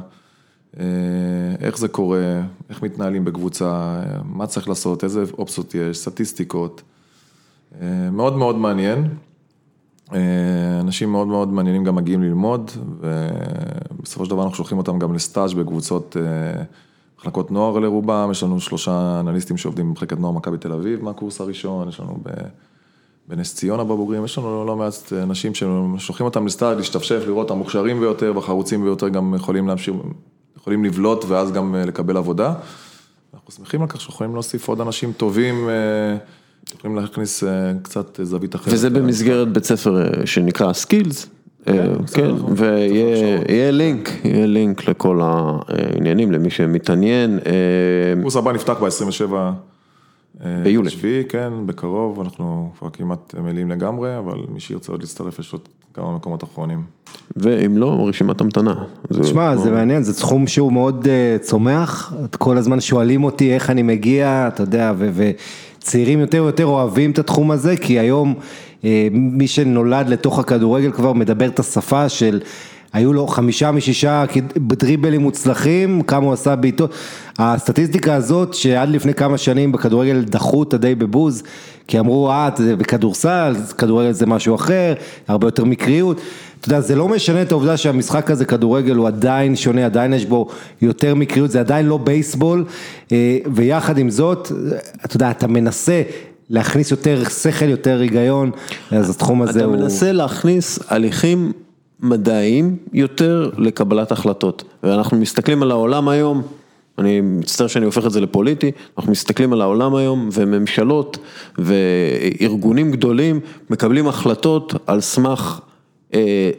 איך זה קורה, איך מתנהלים בקבוצה, מה צריך לעשות, איזה אופציות יש, סטטיסטיקות, מאוד מאוד מעניין, אנשים מאוד מאוד מעניינים גם מגיעים ללמוד, ובסופו של דבר אנחנו שולחים אותם גם לסטאז' בקבוצות מחלקות נוער לרובם, יש לנו שלושה אנליסטים שעובדים במחלקת נוער מכבי תל אביב, מהקורס הראשון, יש לנו בנס ציונה בבוגרים, יש לנו לא מעט אנשים ששולחים אותם לסטאז' להשתפשף, לראות המוכשרים ביותר, והחרוצים ביותר גם יכולים להמשיך, יכולים לבלוט ואז גם לקבל עבודה. אנחנו שמחים על כך שיכולים להוסיף עוד אנשים טובים, יכולים להכניס קצת זווית אחרת. וזה במסגרת בית ספר שנקרא סקילס, כן, ויהיה לינק, יהיה לינק לכל העניינים, למי שמתעניין. הקורס הבא נפתח ב-עשרים ושבעה ביולי. שביעי, כן, בקרוב, אנחנו כבר כמעט מלאים לגמרי, אבל מי שירצה עוד להצטרף, יש עוד כמה מקומות אחרונים. ואם לא, רשימת המתנה. תשמע, זה מעניין, זה תחום שהוא מאוד צומח, כל הזמן שואלים אותי איך אני מגיע, אתה יודע, וצעירים יותר ויותר אוהבים את התחום הזה, כי היום מי שנולד לתוך הכדורגל כבר מדבר את השפה של, היו לו חמישה משישה דריבלים מוצלחים, כמה הוא עשה בעיתות, הסטטיסטיקה הזאת שעד לפני כמה שנים בכדורגל דחו אותה די בבוז, כי אמרו, אה, זה בכדורסל, כדורגל זה משהו אחר, הרבה יותר מקריות, אתה יודע, זה לא משנה את העובדה שהמשחק הזה כדורגל הוא עדיין שונה, עדיין יש בו יותר מקריות, זה עדיין לא בייסבול, ויחד עם זאת, אתה יודע, אתה מנסה להכניס יותר שכל, יותר היגיון, אז התחום הזה אתה הוא... אתה מנסה להכניס הליכים מדעיים יותר לקבלת החלטות, ואנחנו מסתכלים על העולם היום, אני מצטער שאני הופך את זה לפוליטי, אנחנו מסתכלים על העולם היום, וממשלות וארגונים גדולים מקבלים החלטות על סמך אה,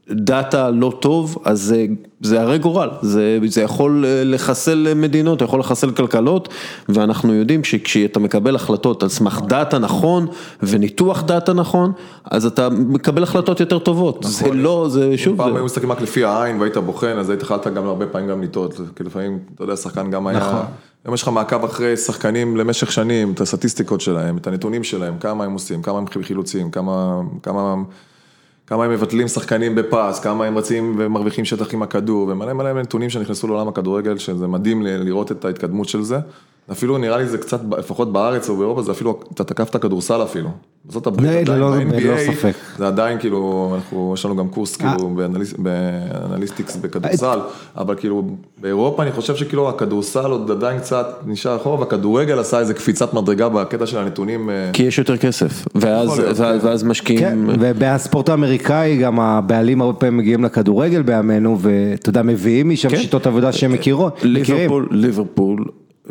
דאטה לא טוב, אז זה, זה הרי גורל, זה, זה יכול לחסל מדינות, יכול לחסל כלכלות, ואנחנו יודעים שכשאתה מקבל החלטות על סמך דאטה נכון, וניתוח דאטה נכון, אז אתה מקבל החלטות יותר טובות, זה לא, זה שוב. פעם היו מסתכלים רק לפי העין, והיית בוחן, אז היית חלטת גם הרבה פעמים גם לטעות, כי לפעמים, אתה יודע, שחקן גם היה, היום יש לך מעקב אחרי שחקנים למשך שנים, את הסטטיסטיקות שלהם, את הנתונים שלהם, כמה הם עושים, כמה הם חילוצים, כמה, כמה כמה הם מבטלים שחקנים בפס, כמה הם רצים ומרוויחים שטח עם הכדור, ומלא מלא נתונים שנכנסו לעולם הכדורגל, שזה מדהים לראות את ההתקדמות של זה. אפילו נראה לי זה קצת, לפחות בארץ או באירופה, זה אפילו, אתה תקף את הכדורסל אפילו. זאת הברית, עדיין ב-אן בי איי, זה עדיין כאילו, אנחנו, יש לנו גם קורס כאילו באנליסטיקס בכדורסל, אבל כאילו באירופה אני חושב שכאילו הכדורסל עוד עדיין קצת נשאר אחורה, והכדורגל עשה איזה קפיצת מדרגה בקטע של הנתונים. כי יש יותר כסף, ואז משקיעים. ובספורט האמריקאי גם הבעלים הרבה פעמים מגיעים לכדורגל בימינו, ואתה יודע, מביאים משם שיטות עבודה שהם מכירים. ליברפול, ליברפול.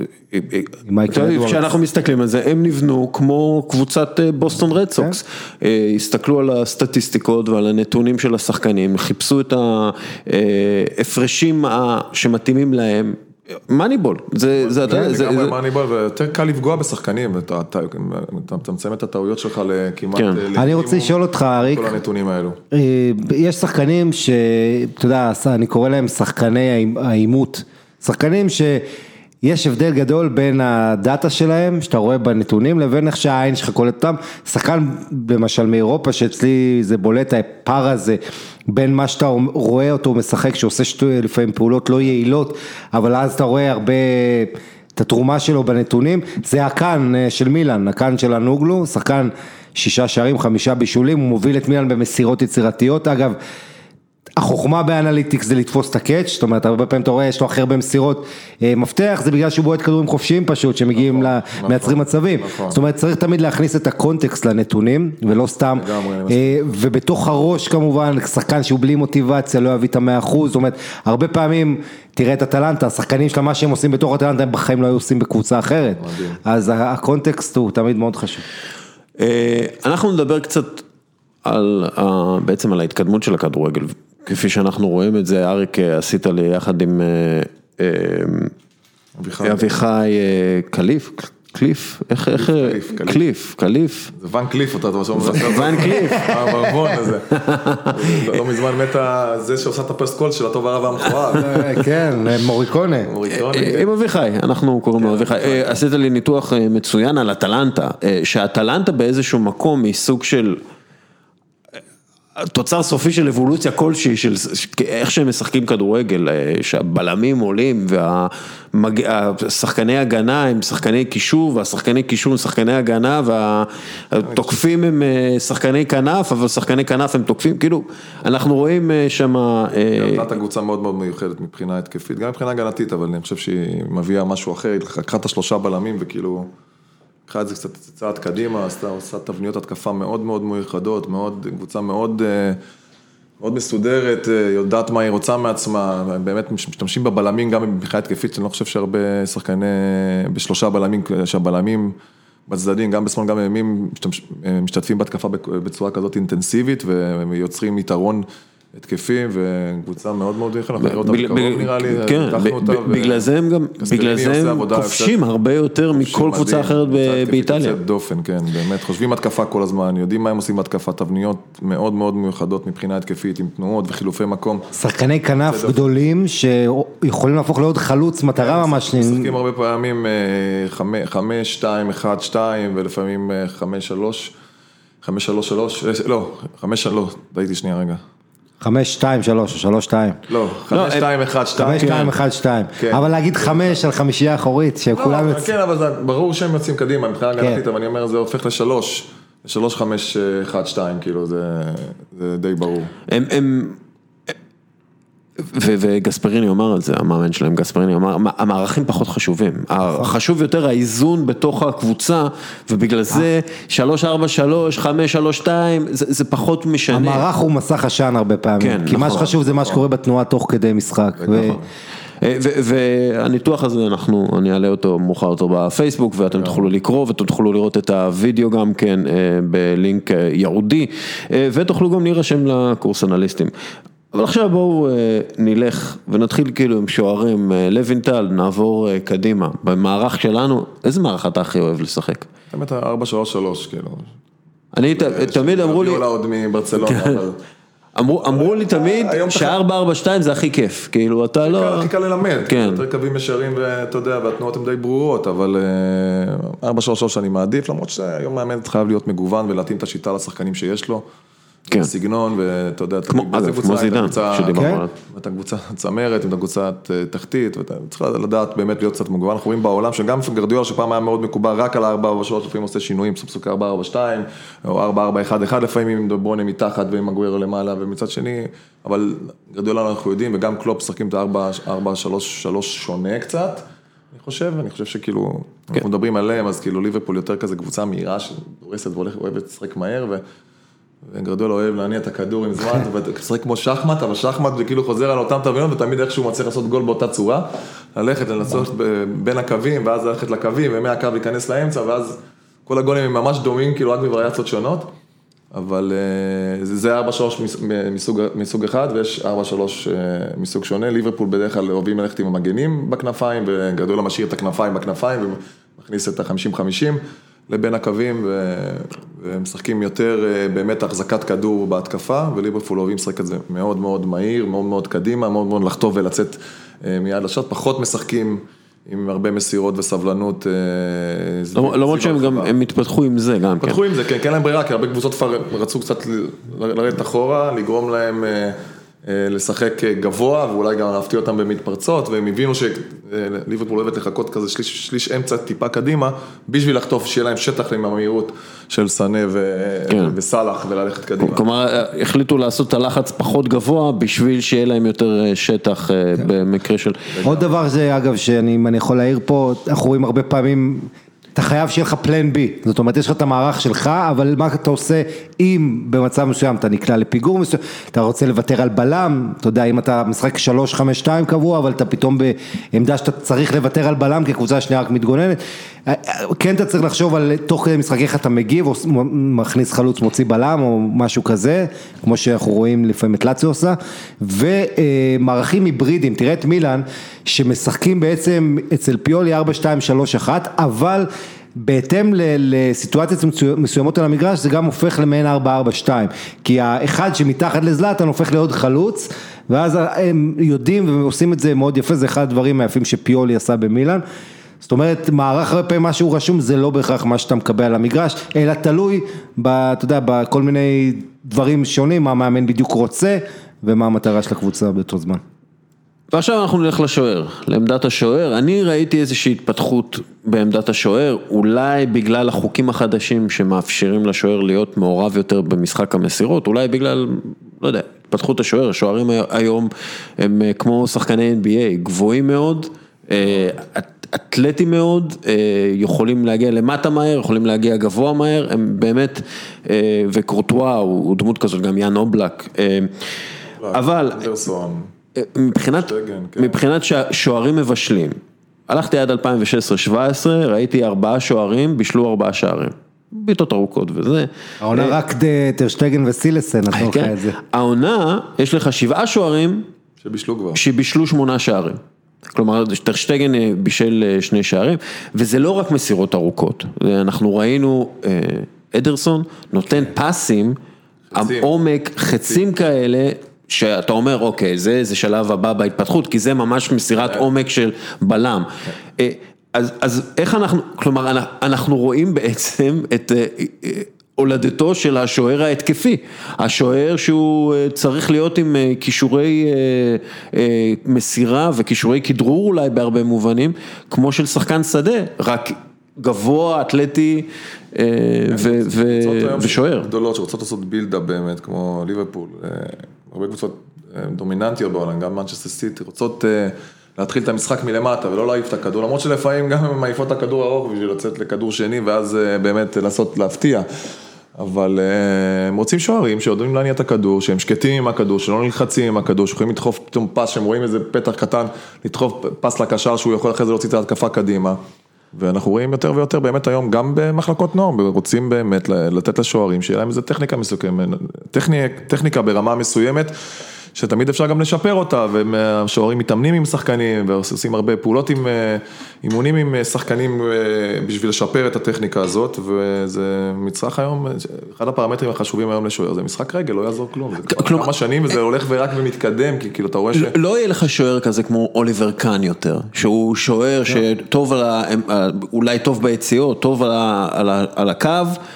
כשאנחנו מסתכלים על זה, הם נבנו כמו קבוצת בוסטון רד סוקס, הסתכלו על הסטטיסטיקות ועל הנתונים של השחקנים, חיפשו את ההפרשים שמתאימים להם, מאניבול, זה, זה, זה, זה מאניבול, ויותר קל לפגוע בשחקנים, אתה מצמצם את הטעויות שלך לכמעט, אני רוצה לשאול אותך, אריק, כל הנתונים האלו. יש שחקנים שאתה יודע, אני קורא להם שחקני האימות, שחקנים ש יש הבדל גדול בין הדאטה שלהם, שאתה רואה בנתונים, לבין איך שהעין שלך קולט אותם. שחקן, למשל מאירופה, שאצלי זה בולט, הפער הזה, בין מה שאתה רואה אותו משחק, שעושה לפעמים פעולות לא יעילות, אבל אז אתה רואה הרבה, את התרומה שלו בנתונים, זה הקאן של מילאן, הקאן של הנוגלו, שחקן שישה שערים, חמישה בישולים, הוא מוביל את מילאן במסירות יצירתיות, אגב, החוכמה באנליטיקס זה לתפוס את הקאץ', זאת אומרת, הרבה פעמים אתה רואה, יש לו הכי הרבה מסירות מפתח, זה בגלל שהוא בועט כדורים חופשיים פשוט, שמגיעים למייצרים מצבים. זאת אומרת, צריך תמיד להכניס את הקונטקסט לנתונים, ולא סתם, ובתוך הראש כמובן, שחקן שהוא בלי מוטיבציה, לא יביא את המאה אחוז, זאת אומרת, הרבה פעמים, תראה את הטלנטה, השחקנים של מה שהם עושים בתוך הטלנטה, הם בחיים לא היו עושים בקבוצה אחרת. אז הקונטקסט הוא תמיד מאוד חשוב. אנחנו נדבר קצת על, בעצם על ההתקדמות של הכדורגל. כפי שאנחנו רואים את זה, אריק עשית לי יחד עם אביחי קליף, קליף, איך, איך, קליף, קליף. זה ון קליף, אתה אומר, ון קליף. המרבון הזה. לא מזמן מתה זה שעושה את הפסט-קול של הטוב הרב המכוער. כן, מוריקונה. עם אביחי, אנחנו קוראים לו אביחי. עשית לי ניתוח מצוין על הטלנטה, שהטלנטה באיזשהו מקום היא סוג של תוצר סופי של אבולוציה כלשהי, של איך שהם משחקים כדורגל, שהבלמים עולים, והשחקני הגנה הם שחקני קישור, והשחקני קישור הם שחקני הגנה, והתוקפים הם שחקני כנף, אבל שחקני כנף הם תוקפים, כאילו, אנחנו רואים שמה גרדת הקבוצה מאוד מאוד מיוחדת מבחינה התקפית, גם מבחינה הגנתית, אבל אני חושב שהיא מביאה משהו אחר, היא לקחה את השלושה בלמים, וכאילו לקחה את זה קצת צעד קדימה, עושה תבניות התקפה מאוד מאוד מיוחדות, מאוד, קבוצה מאוד, מאוד מסודרת, יודעת מה היא רוצה מעצמה, באמת משתמשים בבלמים גם מבחינה התקפית, אני לא חושב שהרבה שחקני, בשלושה בלמים, שהבלמים בצדדים, גם בשמאל, גם בימין, משתתפים בהתקפה בצורה כזאת אינטנסיבית, ויוצרים יתרון התקפי, וקבוצה מאוד מאוד יחד, אנחנו נראה אותה בקרוב נראה לי, לקחנו אותה. בגלל זה הם גם, בגלל זה הם כובשים הרבה יותר מכל קבוצה אחרת באיטליה. קבוצת דופן, כן, באמת, חושבים התקפה כל הזמן, יודעים מה הם עושים בהתקפה, תבניות מאוד מאוד מיוחדות מבחינה התקפית, עם תנועות וחילופי מקום. שחקני כנף גדולים, שיכולים להפוך לעוד חלוץ מטרה ממש. משחקים הרבה פעמים חמש, שתיים, אחד, שתיים, ולפעמים חמש, שלוש, חמש, שלוש, שלוש, לא, חמש, שלוש, דייתי שנייה רגע. חמש, שתיים, שלוש, שלוש, שתיים. לא, חמש, שתיים, אחד, שתיים. חמש, שתיים, אחד, שתיים. אבל להגיד חמש על חמישייה אחורית, שכולם יוצאים. כן, אבל ברור שהם יוצאים קדימה, מבחינה הגנתית, אבל אני אומר, זה הופך לשלוש, לשלוש, חמש, אחד, שתיים, כאילו, זה די ברור. הם, וגספריני אומר על זה, המאמן שלהם, גספריני אומר, המערכים פחות חשובים, חשוב יותר האיזון בתוך הקבוצה, ובגלל זה שלוש, ארבע, שלוש, חמש, שלוש, שתיים, זה פחות משנה. המערך הוא מסך עשן הרבה פעמים, כי מה שחשוב זה מה שקורה בתנועה תוך כדי משחק. והניתוח הזה, אנחנו, אני אעלה אותו מאוחר יותר בפייסבוק, ואתם תוכלו לקרוא, ואתם תוכלו לראות את הוידאו גם כן בלינק ייעודי, ותוכלו גם להירשם לקורס אנליסטים. אבל עכשיו בואו נלך ונתחיל כאילו עם שוערים, לוינטל, נעבור קדימה. במערך שלנו, איזה מערך אתה הכי אוהב לשחק? באמת ארבע שלוש שלוש, כאילו. אני תמיד אמרו לי... יולה עוד מברצלונה, אבל... אמרו לי תמיד ש-ארבע ארבע שתיים זה הכי כיף, כאילו אתה לא... הכי קל ללמד, יותר קווים ישרים ואתה יודע, והתנועות הן די ברורות, אבל ארבע שלוש שלוש אני מעדיף, למרות שהיום מאמן חייב להיות מגוון ולהתאים את השיטה לשחקנים שיש לו. סגנון, ואתה יודע, כמו זידן, שדיברנו. ואתה קבוצה צמרת, ואתה קבוצה תחתית, ואתה צריך לדעת באמת להיות קצת מגוון. אנחנו רואים בעולם שגם גרדיולה שפעם היה מאוד מקובל רק על ארבע ארבע שלוש, לפעמים עושה שינויים, ספסוק ארבע ארבע שתיים, או ארבע ארבע אחת אחת, לפעמים עם דברונה מתחת ועם אגוארו למעלה, ומצד שני, אבל גרדיולה אנחנו יודעים, וגם קלופ שחקים את ארבע שלוש שלוש שונה קצת, אני חושב, אני חושב שכאילו, אנחנו מדברים עליהם, אז כאילו ליברפול יותר כזה קבוצה מהירה, שדורסת ואוהבת לשחק מהר, ו וגרדיולה אוהב להניע את הכדור עם זמן, ושחק כמו שחמט, אבל שחמט וכאילו חוזר על אותם תבניות, ותמיד איכשהו מצליח לעשות גול באותה צורה, ללכת לנסות בין הקווים, ואז ללכת לקווים, ומהקו להיכנס לאמצע, ואז כל הגולים הם ממש דומים, כאילו רק בווריאציות שונות, אבל זה ארבע שלוש מסוג אחד, ויש ארבע שלוש מסוג שונה, ליברפול בדרך כלל אוהבים ללכת עם המגנים בכנפיים, וגרדיולה משאיר את הכנפיים בכנפיים, ומכניס את ה-חמישים חמישים, לבין הקווים, ומשחקים יותר באמת החזקת כדור בהתקפה, וליברפול אוהבים לשחק את זה מאוד מאוד מהיר, מאוד מאוד קדימה, מאוד מאוד לחטוף ולצאת מיד לשעות, פחות משחקים עם הרבה מסירות וסבלנות. למרות שהם גם, הם התפתחו עם זה גם, כן. התפתחו עם זה, כן, כן להם ברירה, כי הרבה קבוצות רצו קצת לרדת אחורה, לגרום להם לשחק גבוה, ואולי גם להפתיע אותם במתפרצות, והם הבינו שליברפול אוהבת לחכות כזה שליש, שליש אמצע טיפה קדימה, בשביל לחטוף שיהיה להם שטח עם המהירות של סנה ו... כן. וסלח, וללכת קדימה. כלומר, החליטו לעשות את הלחץ פחות גבוה, בשביל שיהיה להם יותר שטח כן. במקרה של... עוד דבר זה, אגב, שאני, אם אני יכול להעיר פה, אנחנו רואים הרבה פעמים... אתה חייב שיהיה לך פלן בי, זאת אומרת, יש לך את המערך שלך, אבל מה אתה עושה אם במצב מסוים אתה נקלע לפיגור מסוים, אתה רוצה לוותר על בלם, אתה יודע, אם אתה משחק שלוש חמש שתיים קבוע, אבל אתה פתאום בעמדה שאתה צריך לוותר על בלם, כי קבוצה שנייה רק מתגוננת, כן אתה צריך לחשוב על תוך כדי משחק איך אתה מגיב, או מכניס חלוץ מוציא בלם, או משהו כזה, כמו שאנחנו רואים לפעמים את לאציו עושה, ומערכים היברידים, תראה את מילאן, שמשחקים בעצם אצל פיולי ארבע שתיים שלוש אחת, אבל בהתאם לסיטואציות מסוימות על המגרש, זה גם הופך למעין ארבע ארבע שתיים, כי האחד שמתחת לזלאטן הופך לעוד חלוץ, ואז הם יודעים ועושים את זה מאוד יפה, זה אחד הדברים היפים שפיולי עשה במילאן, זאת אומרת, מערך הרבה פעמים מה שהוא רשום, זה לא בהכרח מה שאתה מקבל על המגרש, אלא תלוי, אתה יודע, בכל מיני דברים שונים, מה המאמן בדיוק רוצה, ומה המטרה של הקבוצה באותו זמן. ועכשיו אנחנו נלך לשוער, לעמדת השוער. אני ראיתי איזושהי התפתחות בעמדת השוער, אולי בגלל החוקים החדשים שמאפשרים לשוער להיות מעורב יותר במשחק המסירות, אולי בגלל, לא יודע, התפתחות השוער. השוערים היום הם כמו שחקני אן בי איי, גבוהים מאוד, אתלטים מאוד, יכולים להגיע למטה מהר, יכולים להגיע גבוה מהר, הם באמת, וקורטואה הוא דמות כזאת, גם יאן אובלק, אבל... מבחינת, מבחינת שוערים מבשלים, הלכתי עד אלפיים ושש עשרה שבע עשרה, ראיתי ארבעה שוערים, בישלו ארבעה שערים, ביטות ארוכות וזה. העונה רק טרשטגן וסילסן, נתנו לך את זה. העונה, יש לך שבעה שוערים, שבישלו כבר. שבישלו שמונה שערים. כלומר, טרשטגן בישל שני שערים, וזה לא רק מסירות ארוכות. אנחנו ראינו, אדרסון נותן פסים, עומק, חצים כאלה, שאתה אומר, אוקיי, זה, זה שלב הבא בהתפתחות, כי זה ממש מסירת עומק של בלם. אז, אז איך אנחנו, כלומר, אנחנו רואים בעצם את הולדתו של השוער ההתקפי, השוער שהוא צריך להיות עם כישורי מסירה וכישורי כדרור אולי בהרבה מובנים, כמו של שחקן שדה, רק גבוה, אתלטי ושוער. גדולות שרוצות לעשות בילדה באמת, כמו ליברפול, הרבה קבוצות דומיננטיות בעולם, גם מנצ'סטר סיטי, רוצות להתחיל את המשחק מלמטה ולא להעיף את הכדור, למרות שלפעמים גם הם מעיפות את הכדור ארוך בשביל לצאת לכדור שני, ואז באמת לנסות להפתיע. אבל הם רוצים שוערים שיודעים להניע את הכדור, שהם שקטים עם הכדור, שלא נלחצים עם הכדור, שיכולים לדחוף פתאום פס, שהם רואים איזה פתח קטן, לדחוף פס לקשר, שהוא יכול אחרי זה להוציא את ההתקפה קדימה. ואנחנו רואים יותר ויותר באמת היום, גם במחלקות נוער, רוצים באמת לתת לשוערים, שיהיה להם איזה טכניקה מסוימת, טכניקה ברמה מסוימת, שתמיד אפשר גם לשפר אותה, והשוערים מתאמנים עם שחקנים, ועושים הרבה פעולות עם אימונים עם שחקנים בשביל לשפר את הטכניקה הזאת, וזה מצרך היום, אחד הפרמטרים החשובים היום לשוער, זה משחק רגל, לא יעזור כלום, זה כבר כמה שנים, וזה הולך ורק ומתקדם, כי כאילו אתה רואה ש... לא יהיה לך שוער כזה כמו אוליבר קאן יותר, שהוא שוער שטוב על ה... אולי טוב ביציאות, טוב על הקו,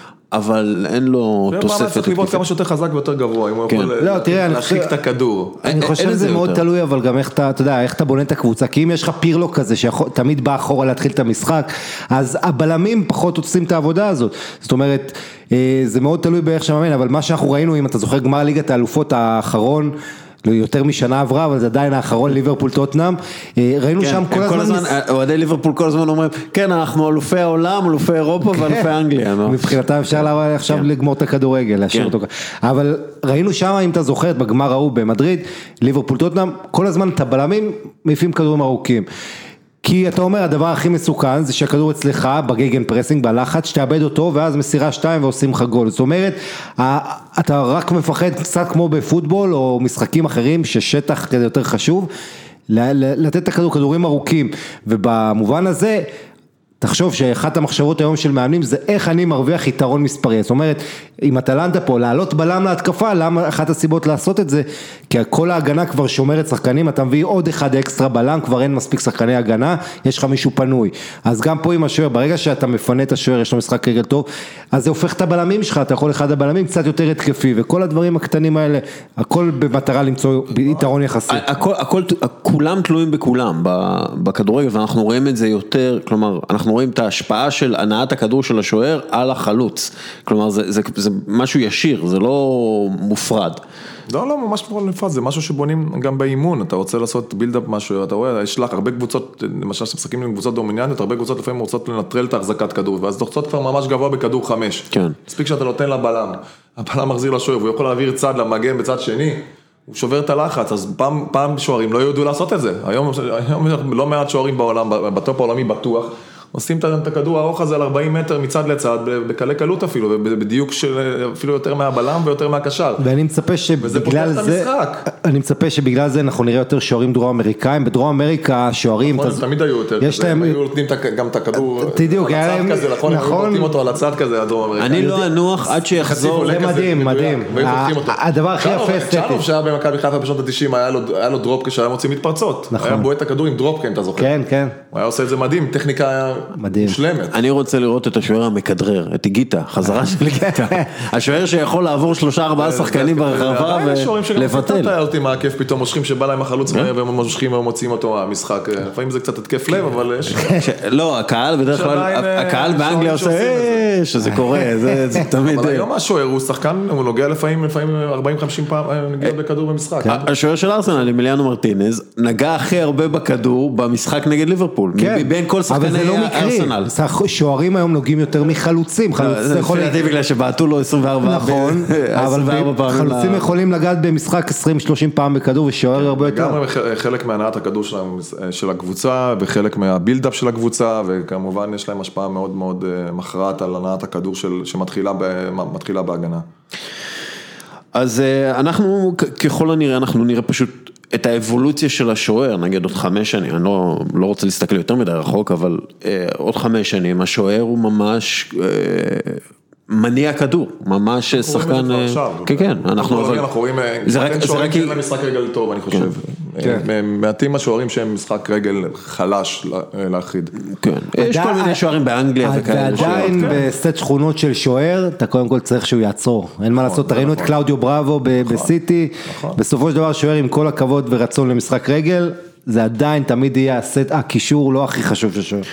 אבל אין לו תוספת. צריך לבעוט כמה שיותר חזק ויותר גבוה, אם הוא יכול להרחיק את הכדור. אני חושב שזה מאוד תלוי, אבל גם איך אתה, אתה יודע, איך אתה בונה את הקבוצה, כי אם יש לך פירלו כזה, שתמיד בא אחורה להתחיל את המשחק, אז הבלמים פחות עושים את העבודה הזאת. זאת אומרת, זה מאוד תלוי באיך שמאמן, אבל מה שאנחנו ראינו, אם אתה זוכר גמר ליגת האלופות האחרון, יותר משנה עברה, אבל זה עדיין האחרון ליברפול טוטנאם, ראינו שם כל הזמן, אוהדי ליברפול כל הזמן אומרים, כן, אנחנו אלופי העולם, אלופי אירופה ואלופי אנגליה. מבחינתם אפשר עכשיו לגמור את הכדורגל, להשאיר אותו, אבל ראינו שם, אם אתה זוכרת, בגמר ההוא במדריד, ליברפול טוטנאם, כל הזמן את הבלמים מעיפים כדורים ארוכים. כי אתה אומר, הדבר הכי מסוכן זה שהכדור אצלך בגייגן פרסינג, בלחץ, שתאבד אותו, ואז מסירה שתיים ועושים לך גול. זאת אומרת, אתה רק מפחד קצת כמו בפוטבול, או משחקים אחרים, ששטח כזה יותר חשוב, לתת את הכדור, כדורים ארוכים, ובמובן הזה, תחשוב שאחת המחשבות היום של מאמנים זה איך אני מרוויח יתרון מספרי. זאת אומרת, אם אתה לנדה פה, לעלות בלם להתקפה, למה אחת הסיבות לעשות את זה? כי כל ההגנה כבר שומרת שחקנים, אתה מביא עוד אחד אקסטרה בלם, כבר אין מספיק שחקני הגנה, יש לך מישהו פנוי. אז גם פה עם השוער, ברגע שאתה מפנה את השוער, יש לו משחק רגל טוב, אז זה הופך את הבלמים שלך, אתה יכול אחד הבלמים קצת יותר התקפי, וכל הדברים הקטנים האלה, הכל במטרה למצוא יתרון יחסי. הכל, הכל, כולם תלויים בכולם בכדורגל, ואנחנו רואים את זה יותר, כלומר, אנחנו רואים את ההשפעה של הנעת הכדור של השוער על החלוץ. כלומר, זה, זה, זה משהו ישיר, זה לא מופרד. לא, לא, ממש נפרד, זה משהו שבונים גם באימון, אתה רוצה לעשות בילדאפ משהו, אתה רואה, יש לך הרבה קבוצות, למשל שמשחקים עם קבוצות דומיננטיות, הרבה קבוצות לפעמים רוצות לנטרל את החזקת כדור, ואז דוחצות כבר ממש גבוה בכדור חמש. כן. מספיק שאתה נותן לבלם, הבלם מחזיר לשוער, והוא יכול להעביר צד למגן בצד שני, הוא שובר את הלחץ, אז פעם, פעם שוערים לא יודעו לעשות את זה. היום, היום לא מעט שוערים בעולם, בטופ העולמי בטוח, עושים את הכדור הארוך הזה על ארבעים מטר מצד לצד, בקלי קלות אפילו, ובדיוק של אפילו יותר מהבלם ויותר מהקשר. ואני מצפה שבגלל זה, אני מצפה שבגלל זה אנחנו נראה יותר שוערים דרום אמריקאים, בדרום אמריקה שוערים, נכון, תמיד היו יותר כזה, הם היו נותנים גם את הכדור על הצד כזה, נכון, הם היו נותנים אותו על הצד כזה, הדרום אמריקאים. אני לא אנוח עד שיחזור, זה מדהים, מדהים. הדבר הכי יפה סטטי. צ'ארוב שהיה במכבי חיפה בשנות ה-תשעים, היה לו דרופ כשהיה מוציא מתפרצות. היה בועט את הכדור עם דרופ, כן, אתה זוכר. כן, כן. הוא היה עושה את זה מדהים, טכניקה מושלמת. אני רוצה לראות את השוער המכדרר, את איגיטה, חזרה של איגיטה. השוער שיכול לעבור שלושה ארבעה שחקנים ברחבה ולבטל. אתה אותי מהכיף פתאום מושכים שבא להם החלוץ והם מושכים ומוצאים אותו המשחק. לפעמים זה קצת התקף לב, אבל יש... לא, הקהל בדרך כלל, הקהל באנגליה עושה שזה קורה, זה תמיד... אבל היום השוער הוא שחקן, הוא נוגע לפעמים ארבעים חמישים פעם נגיע בכדור במשחק. השוער של ארסנל, אמיליאנו מרטינז, נגע הכי הרבה בכדור במשחק נגד ליברפול, מבין כל שחקני ארסנל. שוערים היום נוגעים יותר מחלוצים. זה לפי בגלל שבעטו לו עשרים וארבע נכון, אבל חלוצים יכולים לגעת במשחק עשרים שלושים פעם בכדור ושוער הרבה יותר. גם חלק מהנעת הכדור של הקבוצה וחלק מהבילדאפ של הקבוצה, וכמובן יש להם השפעה מאוד מאוד מכרעת על הנעת הכדור שמתחילה בהגנה. אז אנחנו ככל הנראה אנחנו נראה פשוט את האבולוציה של השוער, נגיד עוד חמש שנים, אני לא, לא רוצה להסתכל יותר מדי רחוק, אבל אה, עוד חמש שנים, השוער הוא ממש אה, מניע כדור, ממש שחקן, אה, כן, כן, אנחנו, אבל, אנחנו רואים, זה רק, זה רק, אין משחק רגל טוב, אני חושב, כן. מעטים השוערים שהם משחק רגל חלש להחיד. כן, יש כל מיני שוערים באנגליה וכאלה. ועדיין בסט שכונות של שוער, אתה קודם כל צריך שהוא יעצור, אין מה לעשות, ראינו את קלאודיו בראבו בסיטי, בסופו של דבר שוער עם כל הכבוד ורצון למשחק רגל, זה עדיין תמיד יהיה הסט, הקישור לא הכי חשוב של שוער.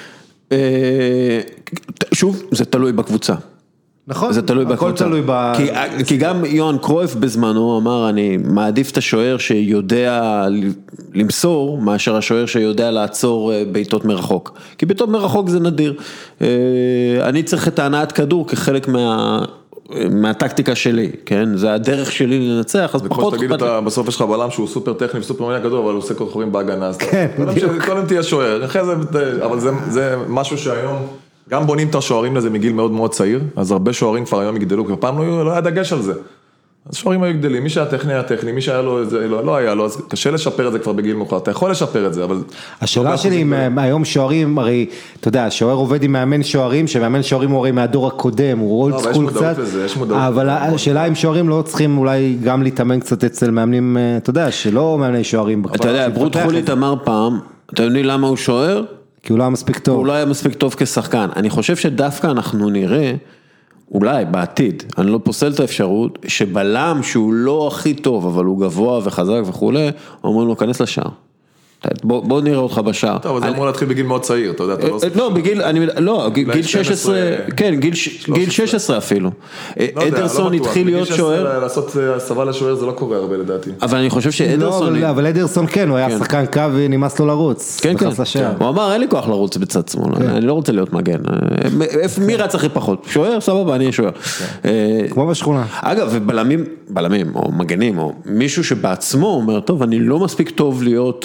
שוב, זה תלוי בקבוצה. נכון, זה תלוי הכל תלוי ב... כי, כי גם יוהאן קרויף בזמנו אמר, אני מעדיף את השוער שיודע למסור, מאשר השוער שיודע לעצור בעיטות מרחוק. כי בעיטות מרחוק זה נדיר. אני צריך את הנעת כדור כחלק מה... מהטקטיקה שלי, כן? זה הדרך שלי לנצח, אז פחות... וכמו שתגיד, בסוף יש לך בלם שהוא סופר טכני וסופר מניע גדול, אבל הוא עושה כל חורים בהגנה, אז קודם תהיה שוער, אחרי זה, אבל זה משהו שהיום, גם בונים את השוערים לזה מגיל מאוד מאוד צעיר, אז הרבה שוערים כבר היום יגדלו, כי פעם לא היה דגש על זה. אז שוערים היו גדלים, מי שהיה טכני היה טכני, מי שהיה לו את זה, לא היה לו, אז קשה לשפר את זה כבר בגיל מאוחר, אתה יכול לשפר את זה, אבל... השאלה שלי, היום שוערים, הרי, אתה יודע, שוער עובד עם מאמן שוערים, שמאמן שוערים הוא הרי מהדור הקודם, הוא אולד סקול קצת, אבל השאלה אם שוערים לא צריכים אולי גם להתאמן קצת אצל מאמנים, אתה יודע, שלא מאמני שוערים. אתה יודע, ברוט חולית אמר פעם, אתה יודע למה הוא שוער? כי הוא לא היה מספיק טוב. הוא לא היה מספיק טוב כשחקן. אני חושב שדווקא אנחנו נראה, אולי בעתיד, אני לא פוסל את האפשרות, שבלם שהוא לא הכי טוב, אבל הוא גבוה וחזק וכו', אומרים לו, כנס לשער. בוא, בוא נראה אותך בשער. טוב, אבל זה אמור להתחיל בגיל מאוד צעיר, אתה יודע, אתה לא... לא, בגיל, אני, לא, גיל שש עשרה, כן, גיל שש עשרה אפילו. אדרסון התחיל להיות שוער. לעשות הסבה לשוער זה לא קורה הרבה לדעתי. אבל אני חושב שאדרסון... לא, אבל אדרסון כן, הוא היה שחקן קו ונמאס לו לרוץ. כן, כן. הוא אמר, אין לי כוח לרוץ בצד שמאל, אני לא רוצה להיות מגן. מי רץ הכי פחות? שוער, סבבה, אני אהיה שוער. כמו בשכונה. אגב, ובלמים, בלמים, או מגנים, או מישהו שבעצמו אומר, טוב, אני לא מספיק טוב להיות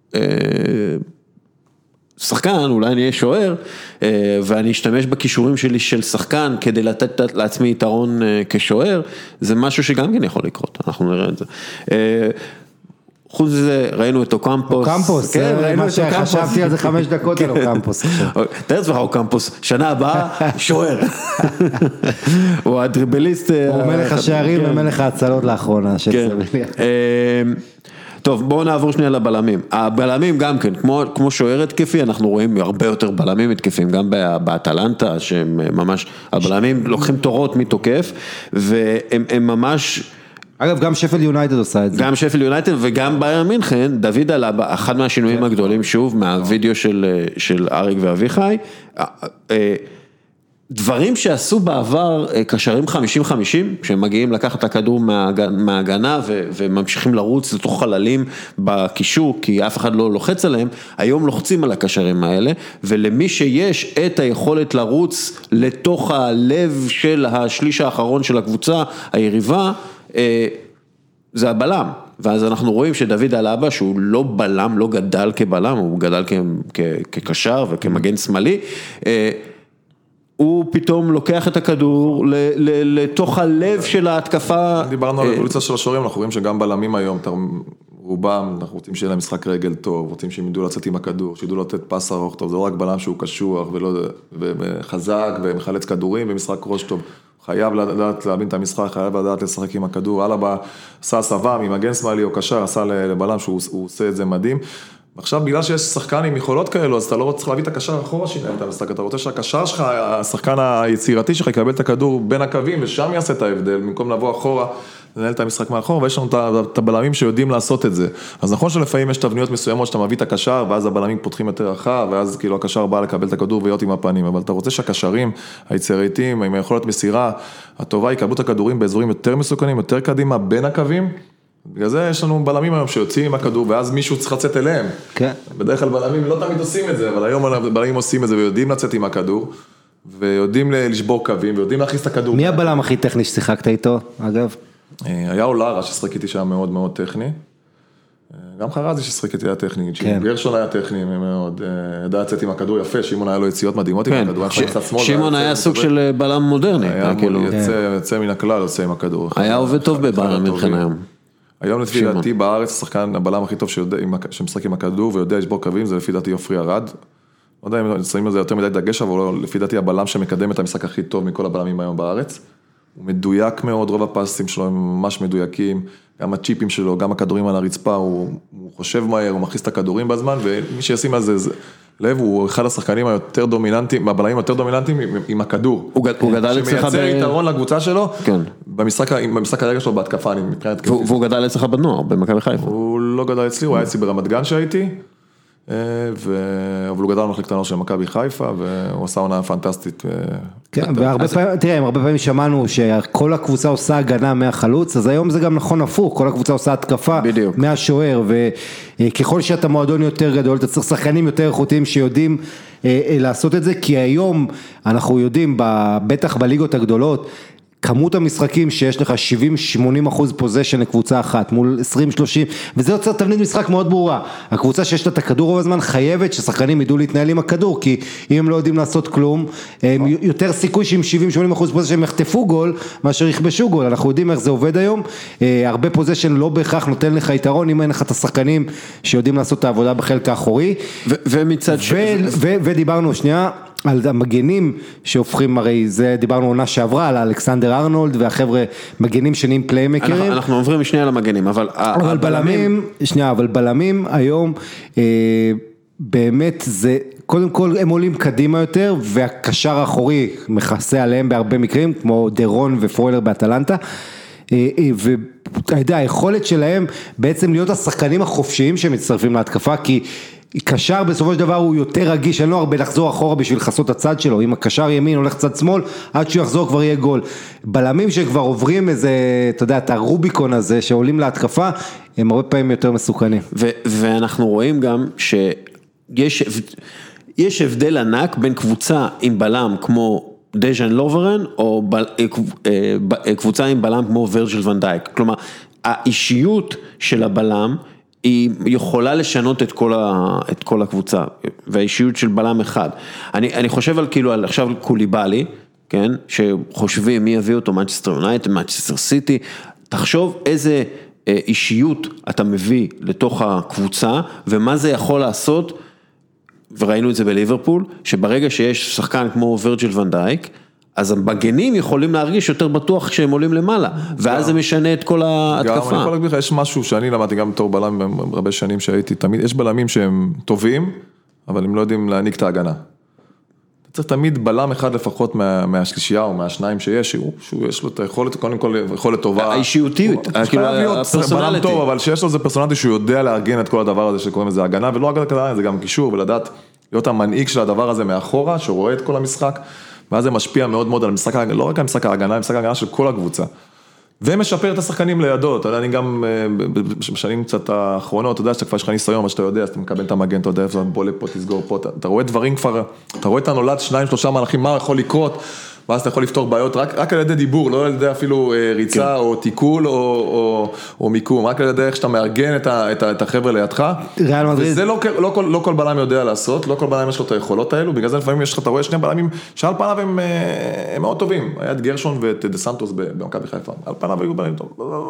שחקן, אולי אני אהיה שוער, ואני אשתמש בכישורים שלי של שחקן, כדי לתת לעצמי יתרון כשוער, זה משהו שגם כן יכול לקרות, אנחנו נראה את זה. חוץ מזה, ראינו את אוקמפוס. אוקמפוס, מה שחשבתי על זה חמש דקות על אוקמפוס. תאר לעצמך אוקמפוס, שנה הבאה, שוער. הוא הדריבליסט. הוא מלך השערים ומלך ההצלות לאחרונה. טוב, בואו נעבור שנייה לבלמים. הבלמים גם כן, כמו, כמו שוער התקפי, אנחנו רואים הרבה יותר בלמים התקפים, גם באטלנטה, שהם ממש, הבלמים לוקחים תורות מתוקף, והם הם ממש... אגב, גם שפל יונייטד עושה את זה. גם שפל יונייטד וגם ביירן מינכן, דוד עלה אחד מהשינויים הגדולים, שוב, מהווידאו של, של אריק ואביחי, דברים שעשו בעבר קשרים חמישים חמישים, כשהם מגיעים לקחת את הכדור מההגנה וממשיכים לרוץ לתוך חללים בקישור, כי אף אחד לא לוחץ עליהם, היום לוחצים על הקשרים האלה, ולמי שיש את היכולת לרוץ לתוך הלב של השליש האחרון של הקבוצה, היריבה, זה הבלם. ואז אנחנו רואים שדוד אלבה, שהוא לא בלם, לא גדל כבלם, הוא גדל כקשר וכמגן שמאלי, הוא פתאום לוקח את הכדור לתוך הלב של ההתקפה. דיברנו על האבולוציה של השוערים, אנחנו רואים שגם בלמים היום, רובם, אנחנו רוצים שיהיה להם משחק רגל טוב, רוצים שהם ידעו לצאת עם הכדור, שידעו לתת פס ארוך טוב, זה לא רק בלם שהוא קשוח וחזק ומחלץ כדורים ומשחק ראש טוב, חייב לדעת להבין את המשחק, חייב לדעת לשחק עם הכדור, אלבה עשה הסבה ממגן שמאלי או קשר, עשה לבלם שהוא עושה את זה מדהים, עכשיו, בגלל שיש שחקן עם יכולות כאלו, אז אתה לא צריך להביא את הקשר אחורה שיניים את המשחק, אתה רוצה שהקשר שלך, השחקן היצירתי שלך יקבל את הכדור בין הקווים, ושם יעשה את ההבדל, במקום לבוא אחורה, לנהל את המשחק מאחור, ויש לנו את הבלמים שיודעים לעשות את זה. אז נכון שלפעמים יש תבניות מסוימות שאתה מביא את הקשר, ואז הבלמים פותחים יותר רחב, ואז כאילו הקשר בא לקבל את הכדור ויות עם הפנים, אבל אתה רוצה שהקשרים היצירתיים, עם היכולת מסירה, הטובה יקבלו את הכדורים באזורים יותר מסוכנים, יותר קדימה בין הקווים, בגלל זה יש לנו בלמים היום שיוצאים עם הכדור, ואז מישהו צריך לצאת אליהם. כן. בדרך כלל בלמים לא תמיד עושים את זה, אבל היום בלמים עושים את זה ויודעים לצאת עם הכדור, ויודעים לשבור קווים, ויודעים להכניס את הכדור. מי הבלם הכי טכני ששיחקת איתו, אגב? היה אולרה ששחק איתי שהיה מאוד מאוד טכני. גם חרזי ששחק איתי היה טכני. גרשון היה טכני מאוד. ידע לצאת עם הכדור יפה, שימון היה לו יציאות מדהימות עם הכדור. שימון היה סוג של בלם מודרני. יצא מן הכלל, יוצא עם הכדור. היה עובד טוב בביירן מינכן היום. היום לפי דעתי בארץ, השחקן, הבלם הכי טוב שמשחק עם הכדור ויודע לשבור קווים, זה לפי דעתי עופרי ארד. לא יודע אם שמים על זה יותר מדי דגש, אבל לפי דעתי הבלם שמקדם את המשחק הכי טוב מכל הבלמים היום בארץ. הוא מדויק מאוד, רוב הפסים שלו הם ממש מדויקים, גם הצ'יפים שלו, גם הכדורים על הרצפה, הוא, הוא חושב מהר, הוא מכניס את הכדורים בזמן, ומי שישים על זה, זה לב, הוא אחד השחקנים היותר דומיננטיים, הבלמים היותר דומיננטיים עם הכדור. הוא גדל אצלך שמייצר יתרון לקבוצה שלו, במשחק, במשחק הרגע שלו בהתקפה, אני מתכנת כפי. והוא גדל אצלך בנוער, במכבי חיפה. הוא לא גדל אצלי, הוא היה אצלי ברמת גן שהייתי, אבל הוא גדל במחלקת הנוער של מכבי חיפה, והוא עשה עונה פנטסטית. כן, והרבה פעמים, תראה, הרבה פעמים שמענו שכל הקבוצה עושה הגנה מהחלוץ, אז היום זה גם נכון הפוך, כל הקבוצה עושה התקפה מהשוער, וככל שאתה מועדון יותר גדול, אתה צריך שחקנים יותר איכותיים שיודעים לעשות את זה, כי היום אנחנו יודעים, בטח בליגות הגדולות, כמות המשחקים שיש לך שבעים שמונים אחוז פוזיישן לקבוצה אחת מול עשרים שלושים, וזה יוצר תבנית משחק מאוד ברורה. הקבוצה שיש לה את הכדור רוב הזמן חייבת ששחקנים ידעו להתנהל עם הכדור, כי אם הם לא יודעים לעשות כלום, הם יותר סיכוי שעם שבעים שמונים אחוז פוזיישן הם יחטפו גול, מאשר יכבשו גול. אנחנו יודעים איך זה עובד היום. הרבה פוזיישן לא בהכרח נותן לך יתרון, אם אין לך את השחקנים שיודעים לעשות את העבודה בחלק האחורי. ומצד ש... ודיברנו שנייה, על המגנים שהופכים, הרי זה דיברנו עונה שעברה, על אלכסנדר ארנולד והחבר'ה מגנים שנהיים פליימקרים. אנחנו, אנחנו עוברים שנייה למגנים, אבל... אבל בלמים, שנייה, אבל בלמים היום, אה, באמת זה, קודם כל הם עולים קדימה יותר, והקשר האחורי מכסה עליהם בהרבה מקרים, כמו דרון ופרוילר באטלנטה, אה, אה, ואתה יודע, היכולת שלהם בעצם להיות השחקנים החופשיים שמצטרפים להתקפה, כי... קשר בסופו של דבר הוא יותר רגיש, אין לו הרבה לחזור אחורה בשביל לחסות הצד שלו, אם הקשר ימין הולך צד שמאל, עד שהוא יחזור כבר יהיה גול. בלמים שכבר עוברים איזה, אתה יודע, את הרוביקון הזה שעולים להתקפה, הם הרבה פעמים יותר מסוכנים. ו- ואנחנו רואים גם שיש יש הבדל ענק בין קבוצה עם בלם כמו דז'אן לוברן, או בל, קבוצה עם בלם כמו וירג'יל ון דייק. כלומר, האישיות של הבלם, היא יכולה לשנות את כל, ה, את כל הקבוצה, והאישיות של בלם אחד. אני, אני חושב על כאילו, על עכשיו קוליבאלי, כן, שחושבים מי יביא אותו, מנצ'סטר יונייטד, מנצ'סטר סיטי, תחשוב איזה אישיות אתה מביא לתוך הקבוצה, ומה זה יכול לעשות, וראינו את זה בליברפול, שברגע שיש שחקן כמו וירג'יל ון דייק, אז המגנים יכולים להרגיש יותר בטוח כשהם עולים למעלה, ואז זה משנה את כל ההתקפה. גם אני יכול להגיד לך, יש משהו שאני למדתי גם בתור בלם הרבה שנים שהייתי תמיד, יש בלמים שהם טובים, אבל הם לא יודעים להעניק את ההגנה. צריך תמיד בלם אחד לפחות מהשלישייה או מהשניים שיש, שיש לו את היכולת, קודם כל יכולת טובה. האישיותיות, חייב להיות בלם טוב, אבל שיש לו זה פרסונליטי שהוא יודע לארגן את כל הדבר הזה שקוראים לזה הגנה, ולא הגנה, זה גם קישור, ולדעת להיות המנהיג של הדבר הזה מאחורה, שרואה את כל המשחק. ואז זה משפיע מאוד מאוד על המשחק, לא רק על משחק ההגנה, המשחק ההגנה של כל הקבוצה. ומשפר את השחקנים לידו, אתה יודע, אני גם בשנים קצת האחרונות, אתה יודע שאתה כבר יש לך ניסיון, מה שאתה יודע, אז אתה מקבל את המגן, אתה יודע, אתה בוא לפה, תסגור פה, אתה רואה דברים כבר, אתה רואה את הנולד שניים, שלושה מהלכים, מה יכול לקרות, ואז אתה יכול לפתור בעיות רק, רק על ידי דיבור, לא על ידי אפילו ריצה כן. או תיקול או, או, או מיקום, רק על ידי איך שאתה מארגן את, ה, את, ה, את החבר'ה לידך. ריאל מדריד. וזה לא, לא, כל, לא כל בלם יודע לעשות, לא כל בלם יש לו את היכולות האלו, בגלל זה לפעמים יש לך, אתה רואה שני בלמים שעל פניו הם, הם מאוד טובים, היה את גרשון ואת דה סנטוס במכבי חיפה, על פניו היו בלמים טוב,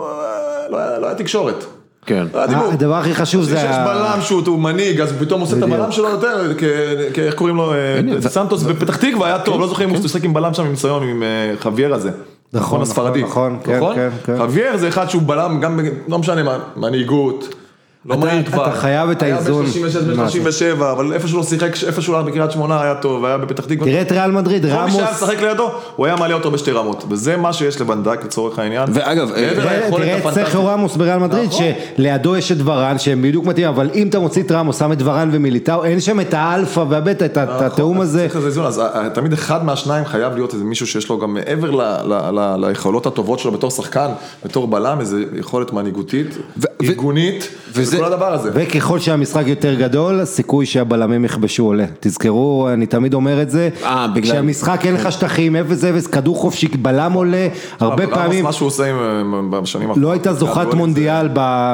לא היה, לא היה תקשורת. כן. הדבר הכי חשוב זה... יש בלם שהוא מנהיג, אז פתאום עושה את הבלם שלו יותר, איך קוראים לו, סנטוס בפתח תקווה היה טוב, לא זוכר אם הוא משחק עם בלם שם עם ניסיון, עם חווייר הזה. נכון, הספרדי. נכון, כן, כן. חווייר זה אחד שהוא בלם, גם, לא משנה, מנהיגות. לא מהיר כבר. אתה חייב את האיזון. היה ב-שלושים ושש ב-שלושים ושבע, אבל איפה שהוא שיחק, איפה שהוא היה בקריית שמונה היה טוב, היה בפתח תקווה. תראה את ריאל מדריד, רמוס. כל מי שהיה לשחק לידו, הוא היה מעלה אותו בשתי רמות, וזה מה שיש לוון דייק לצורך העניין. ואגב, תראה את סרחיו רמוס בריאל מדריד, שלידו יש את ורן, שהם בדיוק מתאים, אבל אם אתה מוציא את רמוס, שם את ורן ומיליטאו, אין שם את האלפא והבטא, את התאום הזה. אז תמיד אחד מהשניים חייב להיות איזה מישהו שיש לו גם מעבר ליכולות הטובות שלו בתור שחקן, בתור בלם, איזה יכולת מנהיגותית, ארגונית, וכל הדבר הזה. וככל שהמשחק יותר גדול, הסיכוי שהבלמים יכבשו עולה. תזכרו, אני תמיד אומר את זה, כשהמשחק אין לך שטחים, אפס אפס, כדור חופשי, בלם עולה, הרבה פעמים... מה שהוא עושה בשנים האחרונות. לא הייתה זוכת מונדיאל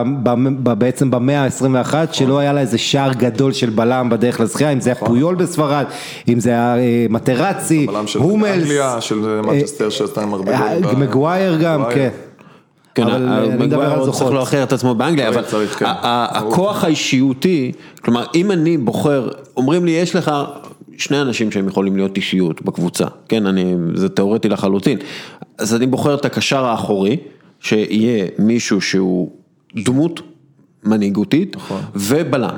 בעצם במאה ה-עשרים ואחת, שלא היה לה איזה שער גדול של בלם בדרך לזכייה, אם זה היה פויול בספרד, אם זה היה מטרצי, הומלס, של מנצ'סטר, שעשתיים הרבה... מגווייר גם, כן. כן, מגווייר צריך להוכיח את עצמו באנגליה, אבל הכוח האישיותי, כלומר, אם אני בוחר, אומרים לי, יש לך שני אנשים שהם יכולים להיות אישיות בקבוצה, כן, זה תיאורטי לחלוטין, אז אני בוחר את הקשר האחורי, שיהיה מישהו שהוא דמות מנהיגותית, ובלם.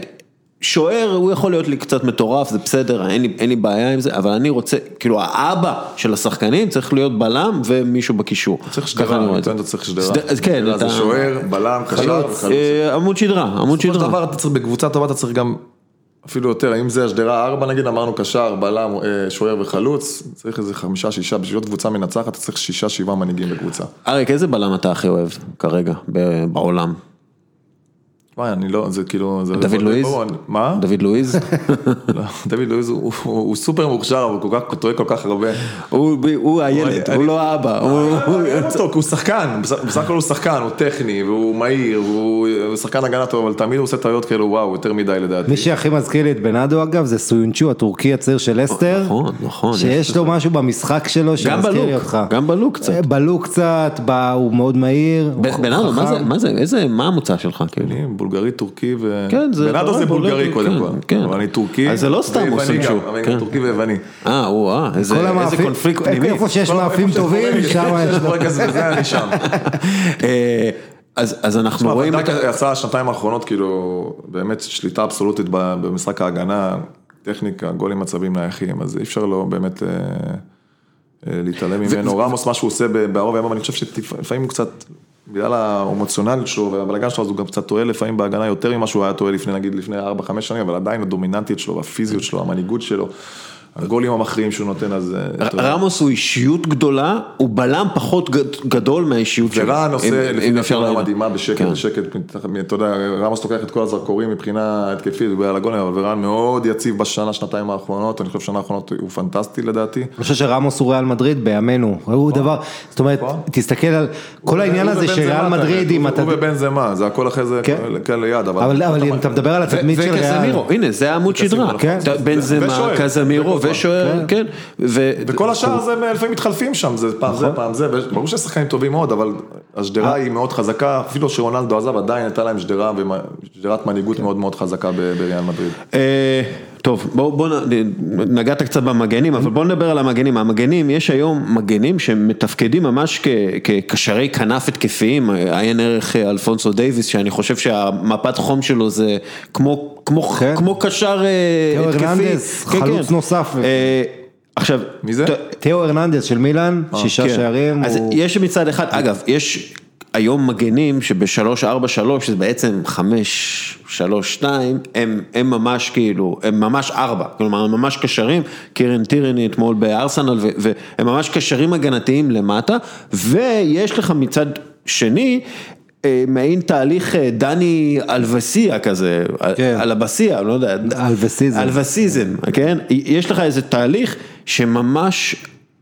שוער, הוא יכול להיות לי קצת מטורף, זה בסדר, אין לי, אין לי בעיה עם זה, אבל אני רוצה, כאילו, האבא של השחקנים צריך להיות בלם ומישהו בקישור. צריך שדרה, אתה צריך שדרה. כן, זה שוער, בלם, קשר וחלוץ. עמוד שדרה, עמוד שדרה. בסופו של דבר, אתה צריך, בקבוצה טובה אתה צריך גם, אפילו יותר, אם זה השדרה ארבע, נגיד, אמרנו קשר, בלם, שוער וחלוץ, צריך איזה חמישה, שישה, בשביל להיות קבוצה מנצחת, אתה צריך שישה, שבעה מנהיגים בקבוצה. אריק, איזה בלם אתה הכי אוהב כרגע בעולם? וואי, אני לא, זה כאילו... דוד לואיז? מה? דוד לואיז? לא, דוד לואיז הוא סופר מוכשר, אבל הוא טועה כל כך הרבה. הוא הילד, הוא לא האבא. הוא שחקן, בסך הכל הוא שחקן, הוא טכני, והוא מהיר, והוא שחקן הגנה טוב, אבל תמיד הוא עושה טעויות כאלו, וואו, יותר מדי לדעתי. מי שהכי מזכיר לי את בנאדו אגב, זה סויונצ'ו, הטורקי הצעיר של אסטר. נכון, נכון. שיש לו משהו במשחק שלו שמזכיר לי אותך. גם בלוק קצת. בלוק קצת, הוא מאוד מהיר. בנאדו, מה זה, איזה, מה המוצא שלך? בולגרי, טורקי ו... כן, זה... בנאדו זה בולגרי קודם כל. אבל אני טורקי. אז זה לא סתם עושים שוב. אני טורקי ויווני. אה, וואה, איזה קונפליקט פנימי. איפה שיש מאפים טובים, שם יש... זה אני שם. אז אנחנו רואים... יצא השנתיים האחרונות, כאילו, באמת שליטה אבסולוטית במשחק ההגנה, טכניקה, גולים מצבים נייחים, אז אי אפשר לו באמת להתעלם ממנו. רמוס, מה שהוא עושה בערוב הימים, אני חושב שלפעמים הוא קצת... בגלל האמוציונליות שלו והבלגן שלו, אז הוא גם קצת טועה לפעמים בהגנה יותר ממה שהוא היה טועה לפני, נגיד, לפני ארבע חמש שנים, אבל עדיין הדומיננטיות שלו, הפיזיות שלו, המנהיגות שלו, הגולים המכריעים שהוא נותן, אז... רמוס הוא אישיות גדולה, הוא בלם פחות גדול מהאישיות שלו. ורן עושה לפי דעתו מדהימה בשקט, בשקט, אתה יודע, רמוס לוקח את כל הזרקורים מבחינה התקפית ועל הגולים, אבל ורן מאוד יציב בשנה, שנתיים האחרונות, אני חושב שנה האחרונות הוא פנטסטי לדעתי. אני חושב שרמוס הוא ריאל מדריד בימינו, הוא דבר, זאת אומרת, תסתכל על כל העניין הזה שריאל מדריד, הוא ובן זה מה, זה הכל אחרי זה כאן ליד, אבל אם אתה מדבר על התדמית של ריאל. הנה, זה העמוד שדרה, בן זה מה, קזמירו ושוער, כן. וכל השאר זה לפעמים מתחלפים שם, זה פעם זה, פעם זה, ברור ששחקנים טובים מאוד, אבל השדרה היא מאוד חזקה, אפילו שרונלדו עזב, עדיין הייתה להם שדרה, ושדרת מנהיגות מאוד מאוד חזקה בריאל מדריד. טוב, בוא נגעת קצת במגנים, אבל בוא נדבר על המגנים. המגנים, יש היום מגנים שמתפקדים ממש כקשרי כנף התקפיים, עיין ערך אלפונסו דייביס, שאני חושב שהמפת חום שלו זה כמו קשר התקפי. תאו הרננדס, חלוץ נוסף. עכשיו, מי זה? תאו הרננדס של מילאן, שישה שערים. אז יש מצד אחד, אגב, יש היום מגנים שבשלוש ארבע שלוש, זה בעצם חמש שלוש שתיים, הם, הם ממש כאילו, הם ממש ארבע, כלומר, הם ממש קשרים, קירן טירני אתמול בארסנל, והם ממש קשרים הגנתיים למטה, ויש לך מצד שני, מעין תהליך דני אלבסיה כזה, אלבסיה, לא יודע, אלבסיזם, אלבסיזם, כן? יש לך איזה תהליך שממש,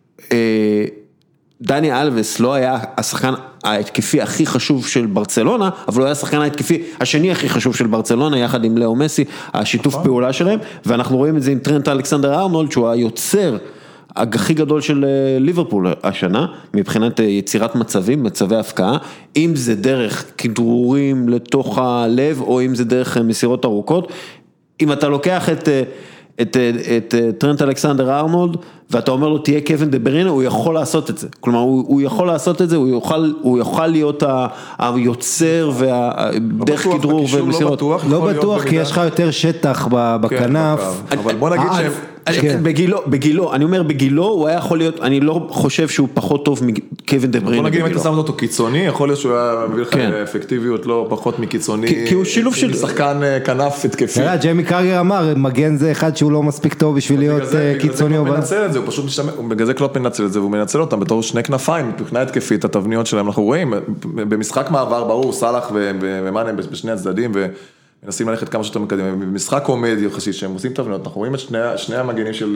דני אלבס לא היה השחקן ההתקפי הכי חשוב של ברצלונה, אבל הוא היה השחקן ההתקפי השני הכי חשוב של ברצלונה, יחד עם לאו מסי, השיתוף פעולה שלהם, ואנחנו רואים את זה עם טרנט אלכסנדר ארנולד, שהוא היוצר הכי גדול של ליברפול השנה, מבחינת יצירת מצבים, מצבי הפקעה, אם זה דרך כדרורים לתוך הלב, או אם זה דרך מסירות ארוכות, אם אתה לוקח את... את, את טרנט אלכסנדר ארנולד, ואתה אומר לו, תהיה קווין דה ברינה, הוא יכול לעשות את זה. כלומר, הוא, הוא יכול לעשות את זה, הוא יוכל, הוא יוכל להיות היוצר, והדרך כדרור ומסירות. לא בטוח, לא בטוח כי יש לך יותר שטח בכנף. אבל בוא נגיד שהם... בגילו, בגילו, אני אומר בגילו, הוא היה יכול להיות, אני לא חושב שהוא פחות טוב מקווין דה ברינה. בוא נגיד אם אתה שמת אותו קיצוני, יכול להיות שהוא היה מביא לך אפקטיביות לא פחות מקיצוני. כי הוא שילוב של... שחקן כנף התקפי. ג'יימי קרגר אמר, מגן זה אחד שהוא לא מספיק טוב בשביל להיות קיצוני. הוא מנצל את זה, הוא פשוט משתמש, בגלל זה קלופ מנצל את זה, והוא מנצל אותם בתור שני כנפיים, מבחינה התקפית, התבניות שלהם, אנחנו רואים, במשחק מעבר, ברור, סלאח ומאנה בשני הצדדים, מנסים ללכת כמה שיותר מקדימים, במשחק קומדי יחסית שהם עושים תבניות, אנחנו רואים את שני, שני המגנים של,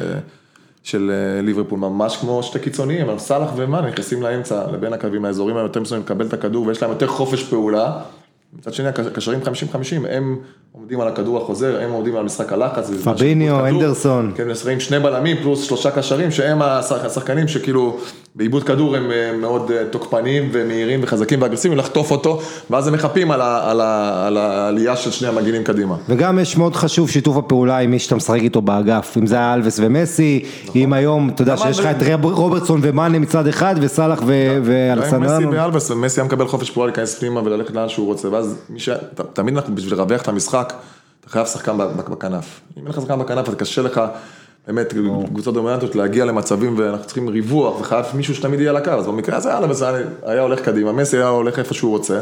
של ליברפול, ממש כמו שתי קיצוניים, אבל סלאח ומאנה נכנסים לאמצע, לבין הקווים, האזורים היותר מסוימים לקבל את הכדור, ויש להם יותר חופש פעולה, מצד שני, הקשרים חמישים חמישים, הם עומדים על הכדור החוזר, הם עומדים על משחק הלחץ. פביניו, אנדרסון. כן, נסרים שני בלמים, פלוס שלושה קשרים, שהם השחקנים שכאילו, בעיבוד כדור הם מאוד תוקפניים ומהירים וחזקים ואגרסיביים, לחטוף אותו, ואז הם מחפים על, על, על העלייה של שני המגינים קדימה. וגם יש מאוד חשוב שיתוף הפעולה עם מי שאתה משחק איתו באגף, אם זה היה אלבס ומסי, נכון. אם היום, אתה יודע שיש לך את רוברטסון ומאנה מצד אחד, וסלאח ואלכסנדר. מסי ואלבס, ומסי היה מקבל חופש פעולה להיכנס פנימה וללכת לאן שהוא רוצה, ואז ש... תמיד אנחנו בשביל לרווח את המשחק, אתה חייב שחקן בכנף. אם אין לך שחקן בכנף, אז קשה לך, באמת, קבוצות דומיננטיות, להגיע למצבים, ואנחנו צריכים ריווח, וחייב מישהו שתמיד יהיה על הקו, אז במקרה הזה, היה הולך קדימה, מסי היה הולך איפה שהוא רוצה.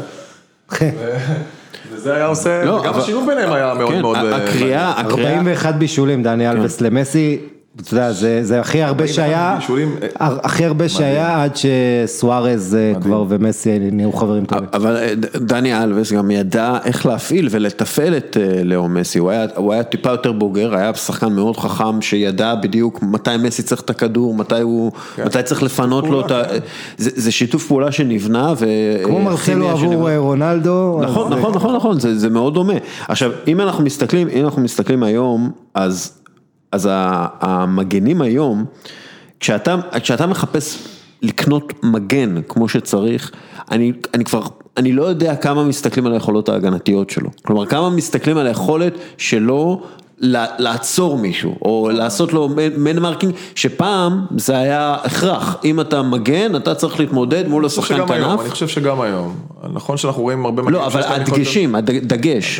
וזה היה עושה, גם השילוב ביניהם היה מאוד מאוד... ארבעים ואחד בישולים, דני אלבס למסי, אתה יודע, זה הכי הרבה שהיה, הכי הרבה שהיה עד שסוארז כבר ומסי נהיו חברים טובים. אבל דני אלווס גם ידע איך להפעיל ולתפעל את לאו מסי, הוא היה טיפה יותר בוגר, היה שחקן מאוד חכם שידע בדיוק מתי מסי צריך את הכדור, מתי צריך לפנות לו, זה שיתוף פעולה שנבנה. כמו מרסלו עבור רונלדו. נכון, נכון, נכון, נכון, זה מאוד דומה. עכשיו, אם אנחנו מסתכלים, אם אנחנו מסתכלים היום, אז אז המגנים היום, כשאתה, כשאתה מחפש לקנות מגן כמו שצריך, אני, אני כבר, אני לא יודע כמה מסתכלים על היכולות ההגנתיות שלו. כלומר, כמה מסתכלים על היכולת שלו לעצור מישהו, או לעשות לו מן מרקינג, שפעם זה היה הכרח. אם אתה מגן, אתה צריך להתמודד מול השחקן כנף. אני חושב שגם היום. נכון שאנחנו רואים הרבה מגנים. לא, אבל הדגשים, הדגש.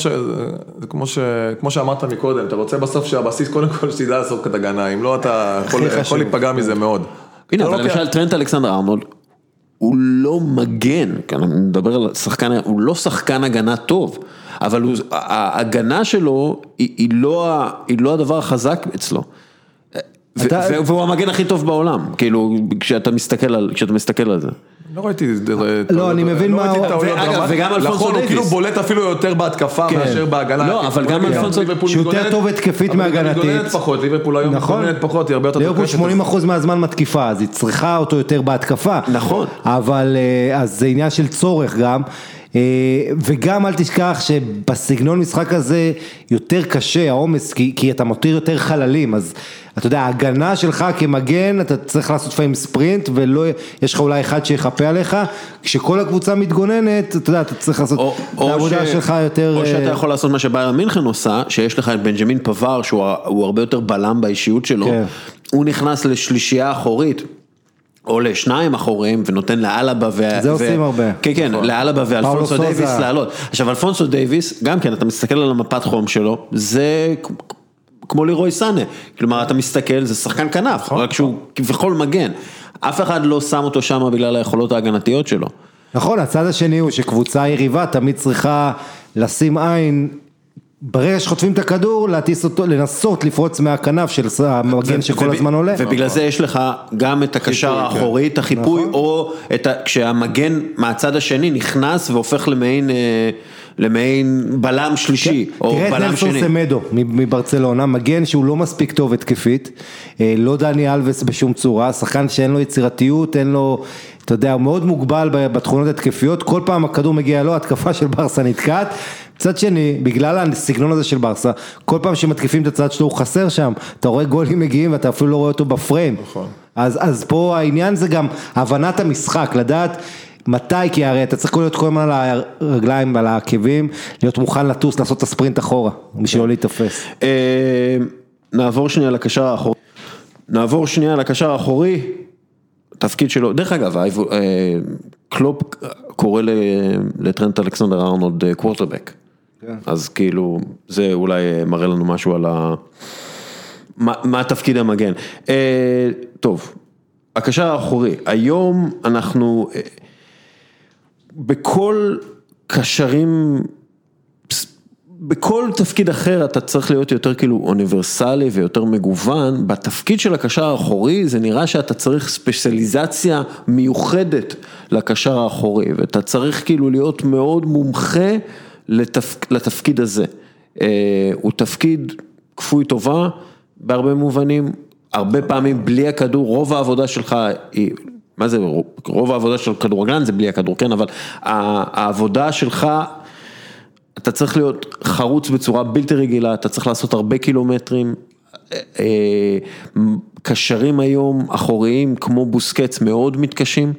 כמו שאמרת מקודם, אתה רוצה בסוף שהבסיס קודם כל שתדע לעשות כת הגנה, אם לא אתה יכול להיפגע מזה מאוד. הנה, אבל למשל טרנט אלכסנדר ארנולד, הוא לא מגן, אני מדבר על שחקן, הוא לא שחקן הגנה טוב, אבל הוא, ההגנה שלו היא, היא, לא, היא לא הדבר החזק אצלו. אתה... והוא המגן הכי טוב בעולם, כאילו, כשאתה מסתכל על, כשאתה מסתכל על זה. לא ראיתי, לא, אני מבין מה, וגם אלפונסו דייביס. כאילו בולט אפילו יותר בהתקפה מאשר בהגנה. לא, אבל גם אלפונסו דייביס. שיותר טוב התקפית מהגנתית. היא מתגוננת פחות, ליברפול היום מתגוננת פחות, היא הרבה יותר ליברפול שמונים אחוז מהזמן מתקיפה, אז היא צריכה אותו יותר בהתקפה. נכון. אבל, אז זה עניין של צורך גם. וגם אל תשכח שבסגנון משחק הזה יותר קשה העומס, כי, כי אתה מותיר יותר חללים, אז אתה יודע, ההגנה שלך כמגן, אתה צריך לעשות לפעמים ספרינט, ולא, יש לך אולי אחד שיחפה עליך, כשכל הקבוצה מתגוננת, אתה יודע, אתה צריך לעשות או, את העבודה ש... שלך יותר... או שאתה יכול לעשות מה שביירן מינכן עושה, שיש לך את בנג'מין פבר, שהוא הרבה יותר בלם באישיות שלו, כן. הוא נכנס לשלישייה אחורית, או לשניים אחוריהם, ונותן לאלבה ו... זה עושים הרבה. כן, כן, לאלבה ואלפונסו דייביס לעלות. עכשיו, אלפונסו דייביס, גם כן, אתה מסתכל על המפת חום שלו, זה כמו לירוי סאנה. כלומר, אתה מסתכל, זה שחקן כנף, רק שהוא כביכול מגן. אף אחד לא שם אותו שם בגלל היכולות ההגנתיות שלו. נכון, הצד השני הוא שקבוצה יריבה תמיד צריכה לשים עין, ברגע שחוטפים את הכדור, להטיס אותו, לנסות לפרוץ מהכנף של המגן שכל הזמן עולה. ובגלל זה יש לך גם את הקשר האחורי, את החיפוי, או כשהמגן מהצד השני נכנס והופך למעין, למעין בלם שלישי, או בלם שני. תראה את נלסון סמדו מברצלונה, מגן שהוא לא מספיק טוב התקפית, לא דני אלווס בשום צורה, שחקן שאין לו יצירתיות, אין לו... אתה יודע, הוא מאוד מוגבל בתכונות התקפיות, כל פעם הכדור מגיע לו, התקפה של ברסה נתקעת, צד שני, בגלל הסגנון הזה של ברסה, כל פעם שמתקיפים את הצד שלו הוא חסר שם, אתה רואה גולים מגיעים ואתה אפילו לא רואה אותו בפריים, נכון. אז, אז פה העניין זה גם הבנת המשחק, לדעת מתי, כי הרי אתה צריך להיות כל הזמן על הרגליים ועל העקבים, להיות מוכן לטוס, לעשות את הספרינט אחורה, בשביל לא להתאפס. נעבור שנייה לקשר האחורי, נעבור שנייה לקשר האחורי, תפקיד שלו, דרך אגב, קלופ קורא לטרנט אלכסנדר ארנולד קוורטרבק, אז כאילו זה אולי מראה לנו משהו על ה... מה התפקיד המגן. טוב, הקשר האחורי, היום אנחנו בכל קשרים, בכל תפקיד אחר אתה צריך להיות יותר כאילו אוניברסלי ויותר מגוון, בתפקיד של הקשר האחורי זה נראה שאתה צריך ספציאליזציה מיוחדת לקשר האחורי, ואתה צריך כאילו להיות מאוד מומחה לתפ... לתפקיד הזה. הוא תפקיד כפוי טובה בהרבה מובנים, הרבה פעמים בלי הכדור, רוב העבודה שלך היא, מה זה, רוב העבודה של כדורגלן זה בלי הכדור, כן, אבל העבודה שלך, אתה צריך להיות חרוץ בצורה בלתי רגילה, אתה צריך לעשות הרבה קילומטרים, קשרים היום אחוריים כמו בוסקץ מאוד מתקשים,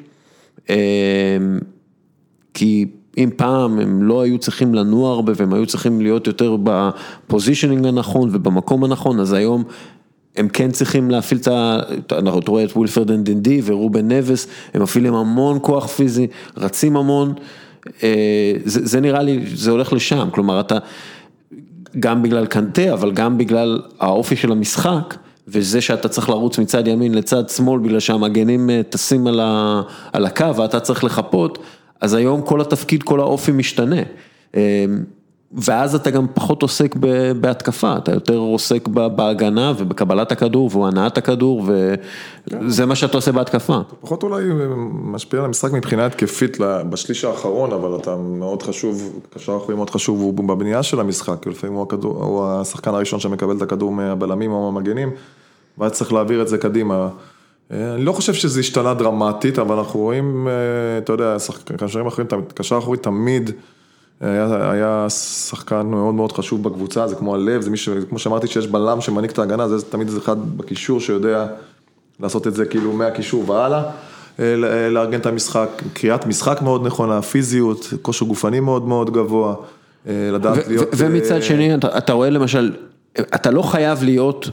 כי אם פעם הם לא היו צריכים לנוע הרבה, והם היו צריכים להיות יותר בפוזישנינג הנכון ובמקום הנכון, אז היום הם כן צריכים להפעיל את ה... אנחנו רואים את וילפרד אנדנדי ורובן נבס, הם מפעילים המון כוח פיזי, רצים המון, זה, זה נראה לי, זה הולך לשם, כלומר אתה, גם בגלל קנטה, אבל גם בגלל האופי של המשחק, וזה שאתה צריך לרוץ מצד ימין לצד שמאל, בגלל שהמגנים טסים על, ה, על הקו, ואתה צריך לחפות, אז היום כל התפקיד, כל האופי משתנה. ואז אתה גם פחות עוסק בהתקפה, אתה יותר עוסק בהגנה ובקבלת הכדור והנעת הכדור, וזה מה שאתה עושה בהתקפה. פחות אולי משפיע על המשחק מבחינה התקפית בשליש האחרון, אבל אתה מאוד חשוב, קשר אחרי מאוד חשוב, הוא בבנייה של המשחק, לפעמים הוא, הכדור, הוא השחקן הראשון שמקבל את הכדור מהבלמים או מהמגנים, ואז צריך להעביר את זה קדימה. אני לא חושב שזה השתנה דרמטית, אבל אנחנו רואים, אתה יודע, קשרים אחרים, קשר אחרי תמיד, היה, היה שחקן מאוד מאוד חשוב בקבוצה, זה כמו הלב, זה מי ש, כמו שאמרתי שיש בלם שמניק את ההגנה, זה תמיד זה אחד בקישור שיודע לעשות את זה כאילו מהקישור והלאה, לארגן את המשחק, קריאת משחק מאוד נכונה, פיזיות, כושר גופני מאוד מאוד גבוה, לדעת להיות... ומצד שני, אתה, אתה רואה למשל, אתה לא חייב להיות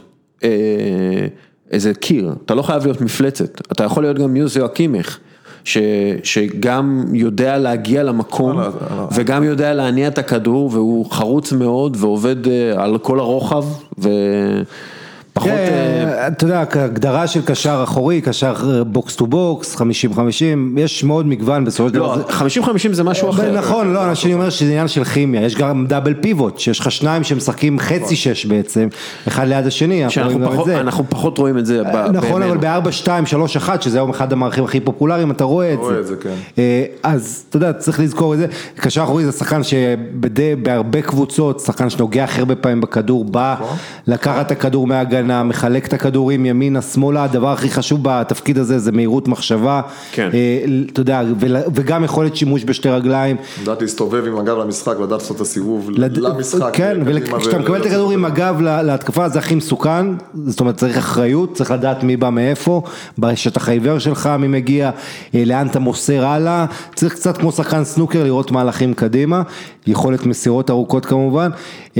איזה קיר, אתה לא חייב להיות מפלצת, אתה יכול להיות גם יוזיו אקימיך, ש, שגם יודע להגיע למקום, וגם יודע להניע את הכדור, והוא חרוץ מאוד, ועובד על כל הרוחב, ופחות... אתה יודע, הגדרה של קשר אחורי, קשר בוקס טו בוקס, חמישים חמישים, יש מאוד מגוון בסופו של דבר. לא, חמישים חמישים זה משהו אחר. נכון, לא, אני אומר שזה עניין של כימיה, יש גם דאבל פיבוט, שיש לך שניים שמשחקים חצי שש בעצם, אחד ליד השני, אנחנו פחות רואים את זה. נכון, אבל ב-ארבע שתיים שלוש אחת, שזה היום אחד המערכים הכי פופולריים, אתה רואה את זה. אז אתה יודע, צריך לזכור את זה, קשר אחורי זה שחקן שבהרבה קבוצות, שחקן שנוגע הכי הרבה פעמים בכדור, בא לקחת את הכדור מההגנה, מחלק את הכדורים ימינה, שמאלה, הדבר הכי חשוב בתפקיד הזה זה מהירות מחשבה, אתה יודע, וגם יכולת שימוש בשתי רגליים. לדעת להסתובב עם הגב למשחק, לדעת לעשות את הסיבוב למשחק. כן, וכשאתה מקבל את הכדור עם הגב להתקפה, זה הכי מסוכן, זאת אומרת צריך אחריות, צריך לדעת מי בא מאיפה, בשטח העיוור שלך, מי מגיע, לאן אתה מוסר הלאה, צריך קצת כמו שחקן סנוקר לראות מהלכים קדימה, יכולת מסירות ארוכות כמובן,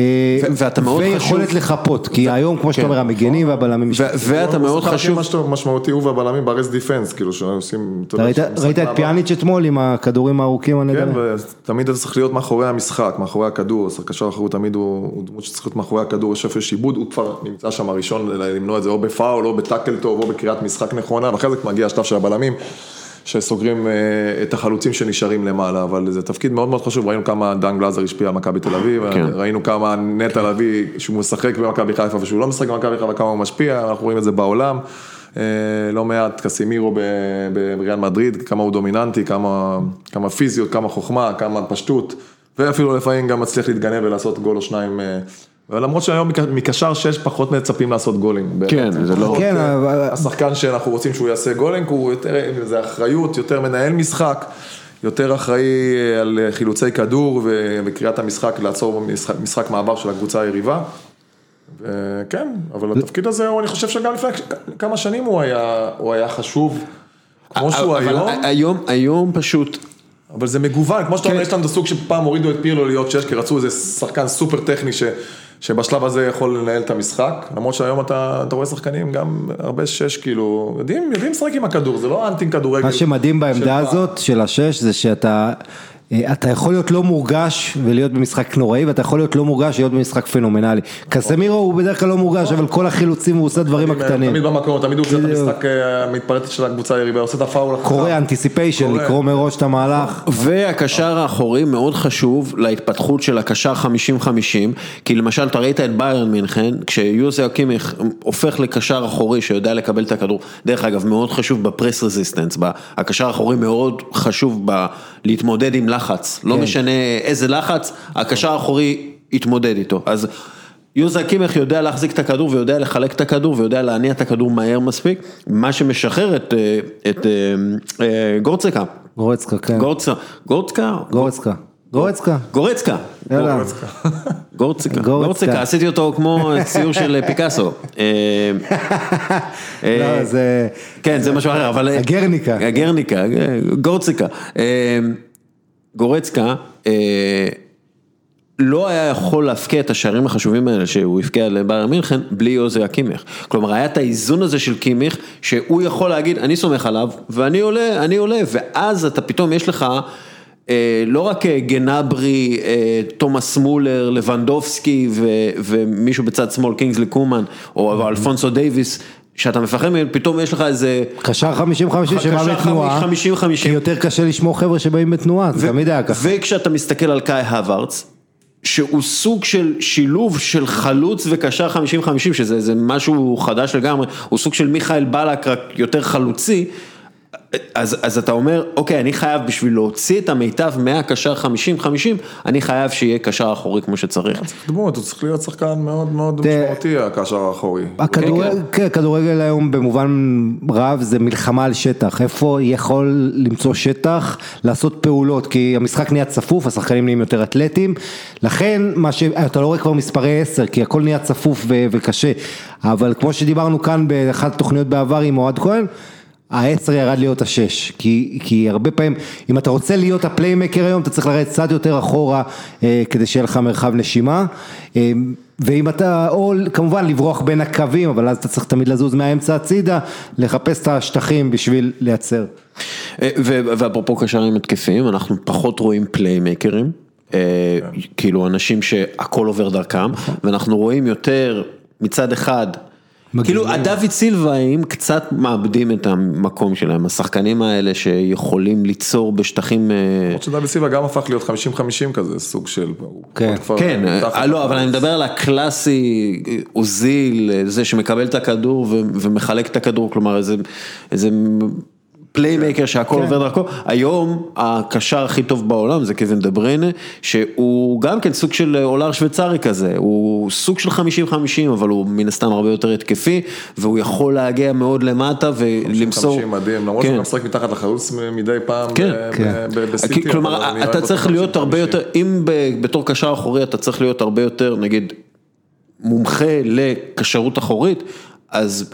ויכולת לחפות, כי היום כמו שאתה אומר, המגנים והבלמים, ואתה מאוד חשוב, משמעותי הוא והבלמים ברס דיפנס, כאילו שעושים, ראית את פיאניץ' אתמול עם הכדורים הארוכים הנדלים? כן, ותמיד אתה צריך להיות מאחורי המשחק, מאחורי הכדור, קשר אחרי תמיד הוא דמות שצריך להיות מאחורי הכדור, יש איפה שיבוד, הוא כבר נמצא שם הראשון למנוע את זה, או בפאול, או בטאקל טוב, או בקריאת משחק נכונה, ואחרי זה מגיע השלב של הבלמים, שסוגרים את החלוצים שנשארים למעלה, אבל זה תפקיד מאוד מאוד חשוב, ראינו כמה דן גלאזר השפיע על מכבי תל אביב, ראינו כמה נטע לביא שהוא משחק במכבי חיפה ושהוא לא משחק במכבי חיפה, כמה הוא משפיע, אנחנו רואים את זה בעולם, לא מעט קסימירו בריאל מדריד, כמה הוא דומיננטי, כמה, כמה פיזיות, כמה חוכמה, כמה פשטות, ואפילו לפעמים גם מצליח להתגנב ולעשות גול או שניים, ולמרות שהיום מקשר שש פחות מצפים לעשות גולים. כן, זה לא... השחקן שאנחנו רוצים שהוא יעשה גולים, הוא יותר, זה אחריות, יותר מנהל משחק, יותר אחראי על חילוצי כדור וקריאת המשחק, לעצור משחק מעבר של הקבוצה היריבה. כן, אבל התפקיד הזה, אני חושב שגם לפני כמה שנים הוא היה, הוא היה חשוב, כמו שהוא היום. היום, היום פשוט... אבל זה מגוון, כמו שאתה אומר, יש לנו את הסוג שפעם הורידו את פירלו להיות שש, כי רצו איזה שחקן סופר טכני ש... שבשלב הזה יכול לנהל את המשחק, למרות שהיום אתה, אתה רואה שחקנים גם הרבה שש, כאילו, יודעים, יודעים לשחק עם הכדור, זה לא אנטין כדורגל. מה שמדהים בעמדה הזאת של השש, זה שאתה, אתה יכול להיות לא מורגש ולהיות במשחק נוראי, ואתה יכול להיות לא מורגש ולהיות במשחק פנומנלי. קסמירו הוא בדרך כלל לא מורגש, אבל כל החילוצים הוא עושה דברים הקטנים. תמיד במקום, תמיד הוא עושה את המשחק המתפרטת של הקבוצה היריבה, עושה את הפאול. קורא אנטיסיפיישן, לקרוא מראש את המהלך. והקשר האחורי מאוד חשוב להתפתחות של הקשר חמישים חמישים, כי למשל אתה ראית את ביירן מינכן, כשיוזיו אקימיך הופך לקשר אחורי שיודע לקבל את הכדור, דרך אגב מאוד חשוב בפרס רזיסטנס, הקשר האחורי מאוד חשוב להתמודד עם לחץ, לא משנה איזה לחץ, הקשר האחורי יתמודד איתו, אז יוזיו אקימיך יודע להחזיק את הכדור, ויודע לחלק את הכדור, ויודע להניע את הכדור מהר מספיק, מה שמשחרר את, את גורצקה. גורצקה, כן. גורצקה. גורצקה? גורצקה. גורצקה. גורצקה. גורצקה. גורצקה, עשיתי אותו כמו ציור של פיקאסו. לא, זה... כן, זה משהו אחר, אבל... הגרניקה. הגרניקה, גורצקה. גורצקה, לא היה יכול להפקיע את השערים החשובים האלה שהוא הפקיע לביירן מינכן בלי יוזיו אקימיך. כלומר, היה את האיזון הזה של קימיך, שהוא יכול להגיד, אני סומך עליו, ואני עולה, אני עולה, ואז אתה פתאום יש לך, לא רק גנברי, תומאס מולר, לבנדובסקי, ומישהו בצד שמאל, קינגסלי קומן, או אלפונסו דייביס, שאתה מפחד מהם, פתאום יש לך איזה... קשר חמישים חמישים שבא בתנועה, כי יותר קשה לשמור חבר'ה שבאים בתנועה, זה תמיד היה ככה. וכשאתה מסתכל על קאי הווארץ, שהוא סוג של שילוב של חלוץ וקשר חמישים חמישים, שזה זה משהו חדש לגמרי, הוא סוג של מיכאל בלק רק יותר חלוצי, אז, אז אתה אומר, אוקיי, אני חייב בשביל להוציא את המיטב מהקשר חמישים חמישים, אני חייב שיהיה קשר אחורי כמו שצריך. צריך דמות, הוא צריך להיות שחקן מאוד מאוד משמעותי, הקשר האחורי. הכדורגל היום במובן רב זה מלחמה על שטח, איפה יכול למצוא שטח, לעשות פעולות, כי המשחק נהיה צפוף, השחקנים נהיים יותר אתלטיים, לכן מה ש... אתה לא רואה כבר מספרי עשר, כי הכל נהיה צפוף ו... וקשה, אבל כמו שדיברנו כאן באחת התוכניות בעבר עם אוהד כהן, העשר ירד להיות השש, כי, כי הרבה פעמים, אם אתה רוצה להיות הפליימקר היום, אתה צריך לרדת קצת יותר אחורה, אה, כדי שיהיה לך מרחב נשימה, אה, ואם אתה, או כמובן לברוח בין הקווים, אבל אז אתה צריך תמיד לזוז מהאמצע הצידה, לחפש את השטחים בשביל לייצר. ואפרופו קשרים התקפיים, אנחנו פחות רואים פליימקרים, כאילו אנשים שהכל עובר דרכם, ואנחנו רואים יותר מצד אחד, כאילו הדוד סילבאים קצת מאבדים את המקום שלהם, השחקנים האלה שיכולים ליצור בשטחים... עוד שדוד סילבה גם הפך להיות חמישים חמישים כזה, סוג של... כן, כן, לא, אבל אני מדבר על הקלאסי, אוזיל, זה שמקבל את הכדור ומחלק את הכדור, כלומר איזה... פליימקר שהכל עובר דרכו, היום הקשר הכי טוב בעולם זה קווין דה בריינה, שהוא גם כן סוג של אולר שוויצרי כזה, הוא סוג של חמישים חמישים, אבל הוא מן הסתם הרבה יותר התקפי, והוא יכול להגיע מאוד למטה ולמסור... חמישים חמישים מדהים, למרות שהוא משחק מתחת לחלוץ מדי פעם בסיטי. כלומר, אתה צריך להיות הרבה יותר, אם בתור קשר אחורי אתה צריך להיות הרבה יותר, נגיד, מומחה לקשרות אחורית, אז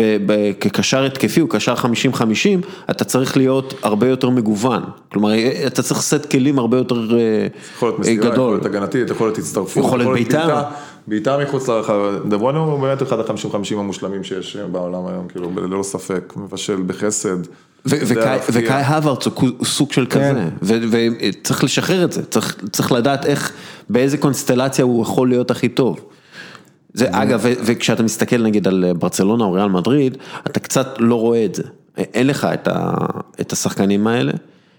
כקשר התקפי או קשר חמישים חמישים, אתה צריך להיות הרבה יותר מגוון. כלומר, אתה צריך סט כלים הרבה יותר גדול. יכול להיות מסירה, יכול להיות הגנתית, יכול להיות הצטרפות. יכול להיות ביתה. ביתה מחוץ לרחב. דברנו הוא באמת אחד ה-חמישים חמישים המושלמים שיש בעולם היום, כאילו, ללא ספק, מבשל בחסד. וקאי הווארץ הוא סוג של כזה, וצריך לשחרר את זה, צריך לדעת איך, באיזה קונסטלציה הוא יכול להיות הכי טוב. זה, אגב, וכשאתה מסתכל נגיד על ברצלונה או ריאל מדריד, אתה קצת לא רואה את זה. אין לך את, ה, את השחקנים האלה.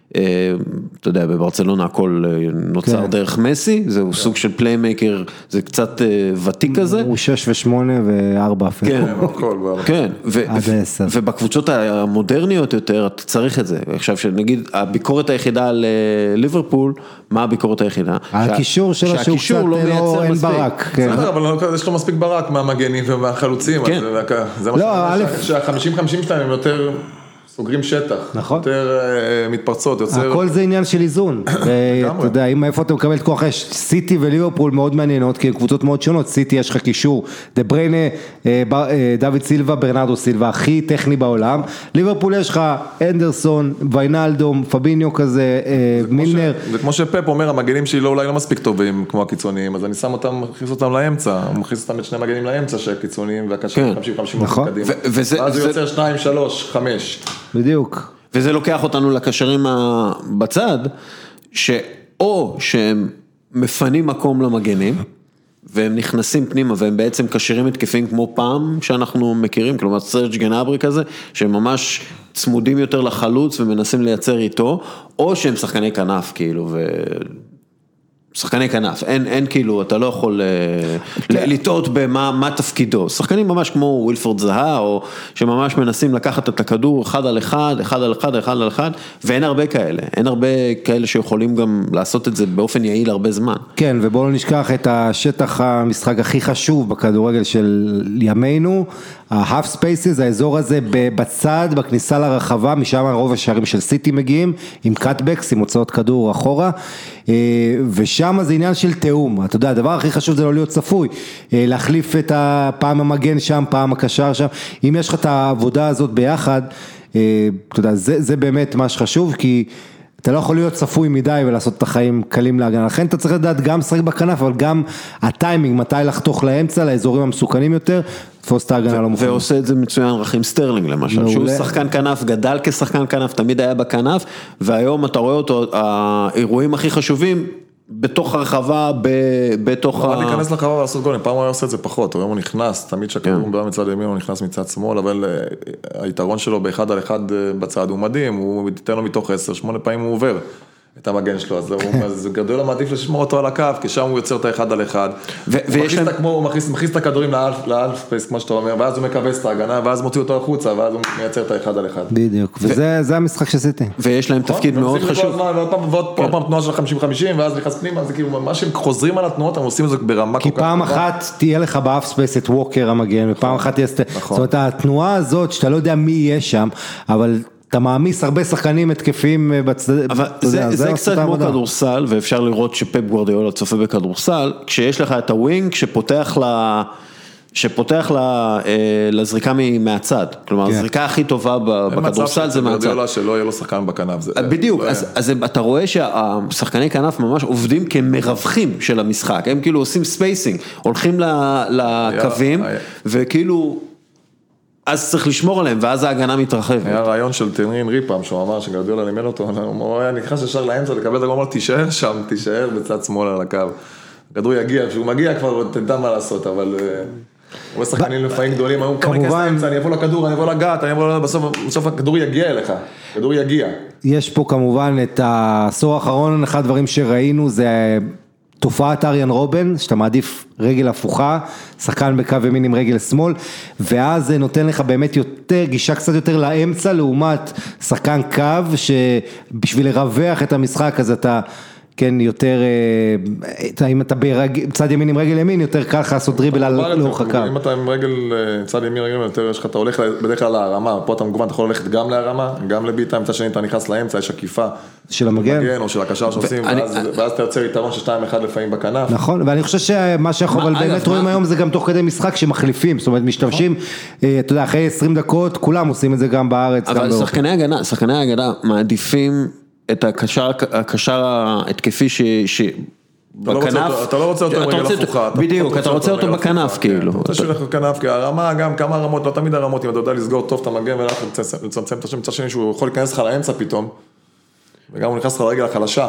אתה יודע, בברצלונה הכל נוצר כן. דרך מסי, זהו כן. סוג של פליימקר, זה קצת ותיק כזה. הוא שש ושמונה וארבע אפילו. כן, כן. ו- ו- ובקבוצות המודרניות יותר, אתה צריך את זה. עכשיו שנגיד, הביקורת היחידה על ליברפול, מה הביקורת היחידה? הקישור שלו שהוא קצת לא אין ברק. בסדר, אבל יש לו מספיק ברק מהמגנים ומהחלוצים. כן. זה מה שהחמישים חמישים שלהם הם יותר... סוגרים שטח, נכון. יותר מתפרצות, יוצר... הכל זה עניין של איזון, ואתה יודע, אם איפה אתה מקבל את כוח, יש סיטי וליברפול מאוד מעניינות, כי הן קבוצות מאוד שונות, סיטי יש לך קישור, דה בריינה, דוד סילבה, ברנרדו סילבה, הכי טכני בעולם, ליברפול יש לך אנדרסון, ויינלדום, פביניו כזה, מילנר. זה כמו שפפ אומר, המגנים שלי לא אולי לא מספיק טובים כמו הקיצוניים, אז אני שם אותם, מכניס אותם לאמצע, הוא מכניס אותם את שני מגנים לאמצע שהקיצוניים והקשר חמישים חמישים קדימה. ואז הוא יוצר שתיים, שלוש, חמש. בדיוק. וזה לוקח אותנו לקשרים בצד, שאו שהם מפנים מקום למגנים, והם נכנסים פנימה, והם בעצם קשרים התקפים כמו פעם שאנחנו מכירים, כלומר סרג' גנברי כזה, שהם ממש צמודים יותר לחלוץ ומנסים לייצר איתו, או שהם שחקני כנף כאילו, ו... שחקני כנף, אין, אין כאילו, אתה לא יכול לטעות במה, מה תפקידו. שחקנים ממש כמו ווילפורד זהה, או שממש מנסים לקחת את הכדור אחד על אחד, אחד על אחד, אחד על אחד, ואין הרבה כאלה. אין הרבה כאלה שיכולים גם לעשות את זה באופן יעיל הרבה זמן. כן, ובואו לא נשכח את השטח המשחק הכי חשוב בכדורגל של ימינו, ה-half spaces, האזור הזה בצד, בכניסה לרחבה, משם רוב השערים של סיטי מגיעים, עם קאטבקס, עם הוצאות כדור אחורה, ושם זה עניין של תאום, אתה יודע, הדבר הכי חשוב זה לא להיות צפוי, להחליף את הפעם המגן שם, פעם הקשר שם, אם יש לך את העבודה הזאת ביחד, אתה יודע, זה, זה באמת מה שחשוב, כי אתה לא יכול להיות צפוי מדי ולעשות את החיים קלים להגנה, לכן אתה צריך לדעת גם שחק בכנף, אבל גם הטיימינג, מתי לחתוך לאמצע, לאזורים המסוכנים יותר, תפוס את ההגנה לא מוכן. ועושה את זה מצוין רכים סטרלינג למשל, שהוא שחקן כנף, גדל כשחקן כנף, תמיד היה בכנף, והיום אתה רואה אותו, האירועים הכי חשובים, בתוך הרחבה, בתוך ה... לא, אני אכנס לרחבה ולעשות גולים, פעם הוא היה עושה את זה פחות, היום הוא נכנס, תמיד שהכדור בא מצד ימין, הוא נכנס מצד שמאל, אבל היתרון שלו באחד על אחד בצד הוא מדהים, הוא ייתן לו מתוך עשר, שמונה פעמים הוא עובר. את המגן שלו, אז גדול מעדיף לשמור אותו על הקו, כי שם הוא יוצר את האחד על אחד. הוא מכניס את הכדורים לאלף ספייס, כמו שאתה אומר, ואז הוא מקבס את ההגנה, ואז מוציא אותו החוצה, ואז הוא מייצר את האחד על אחד. בדיוק, וזה המשחק שעשיתי. ויש להם תפקיד מאוד חשוב. ועוד פעם תנועה של חמישים חמישים, ואז נכנס פנימה, זה כאילו, מה שהם חוזרים על התנועות, הם עושים את זה ברמה כל כך. כי פעם אחת תהיה לך באף ספייס את ווקר המגן, ופעם אחת תהיה... זאת אומרת, התנועה הזאת, שאתה לא יודע מי יהיה שם, אבל אתה מעמיס הרבה שחקנים התקפים בצדדים. אבל זה, זה קצת כמו כדורסל, ואפשר לראות שפפ גוארדיולה צופה בכדורסל, כשיש לך את הווינג שפותח ל... שפותח לה, לזריקה מהצד, כלומר, הזריקה הכי טובה בכדורסל זה מהצד. גוארדיולה שלא יהיה לו שחקן בכנף. בדיוק, אז אתה רואה שהשחקני כנף ממש עובדים כמרווחים של המשחק, הם כאילו עושים ספייסינג, הולכים לקווים, וכאילו... אז צריך לשמור עליהם, ואז ההגנה מתרחבת. היה רעיון של טרנין ריפם, שהוא אמר שגרדיולה לימד אותו, הוא היה נכנס ישר לאמצע, לקבל את הגמר, תישאר שם, תישאר בצד שמאל על הקו. הכדור יגיע, כשהוא מגיע כבר תדע מה לעשות, אבל הוא שחקנים לפעמים גדולים, הוא כבר נכנס לאמצע, אני אבוא לכדור, אני אבוא לגעת, אני אבוא בסוף הכדור יגיע אליך, הכדור יגיע. יש פה כמובן את העשור האחרון, אחד הדברים שראינו זה... תופעת אריאן רובן, שאתה מעדיף רגל הפוכה, שחקן בקו ימין עם רגל שמאל, ואז זה נותן לך באמת יותר, גישה קצת יותר לאמצע, לעומת שחקן קו, שבשביל לרווח את המשחק, אז אתה, כן, יותר, אם אתה בצד ימין עם רגל ימין, יותר קל לך לעשות דריבל על לאורך הקו. אם אתה עם רגל, צד ימין רגל, יותר יש לך, אתה הולך בדרך כלל להרמה, פה אתה מגוון, אתה יכול ללכת גם להרמה, גם לביטה, מצד שני אתה נכנס לאמצע, יש עקיפה. של המגן. או של הקשר שעושים, ואז אתה יוצר יתרון של שתיים אחד לפעמים בכנף. נכון, ואני חושב שמה שאנחנו באמת רואים היום זה גם תוך כדי משחק שמחליפים, זאת אומרת משתמשים, אתה יודע, אחרי עשרים דקות, כולם עושים את זה גם בארץ. אבל שחקני הגנה, שחקני הגנה מעדיפים את הקשר, הקשר ההתקפי ש... בכנף, אתה לא רוצה אותו עם רגל הפוכה. בדיוק, אתה רוצה אותו בכנף כאילו. אתה רוצה שילך בכנף, כי הרמה גם כמה רמות, לא תמיד הרמות, אם אתה יודע לסגור טוב את המגן ולכן לצמצם את השם, מצד שני שהוא יכול להיכנס לך לאמצע פתאום, וגם הוא נכנס לך לרגל החלשה,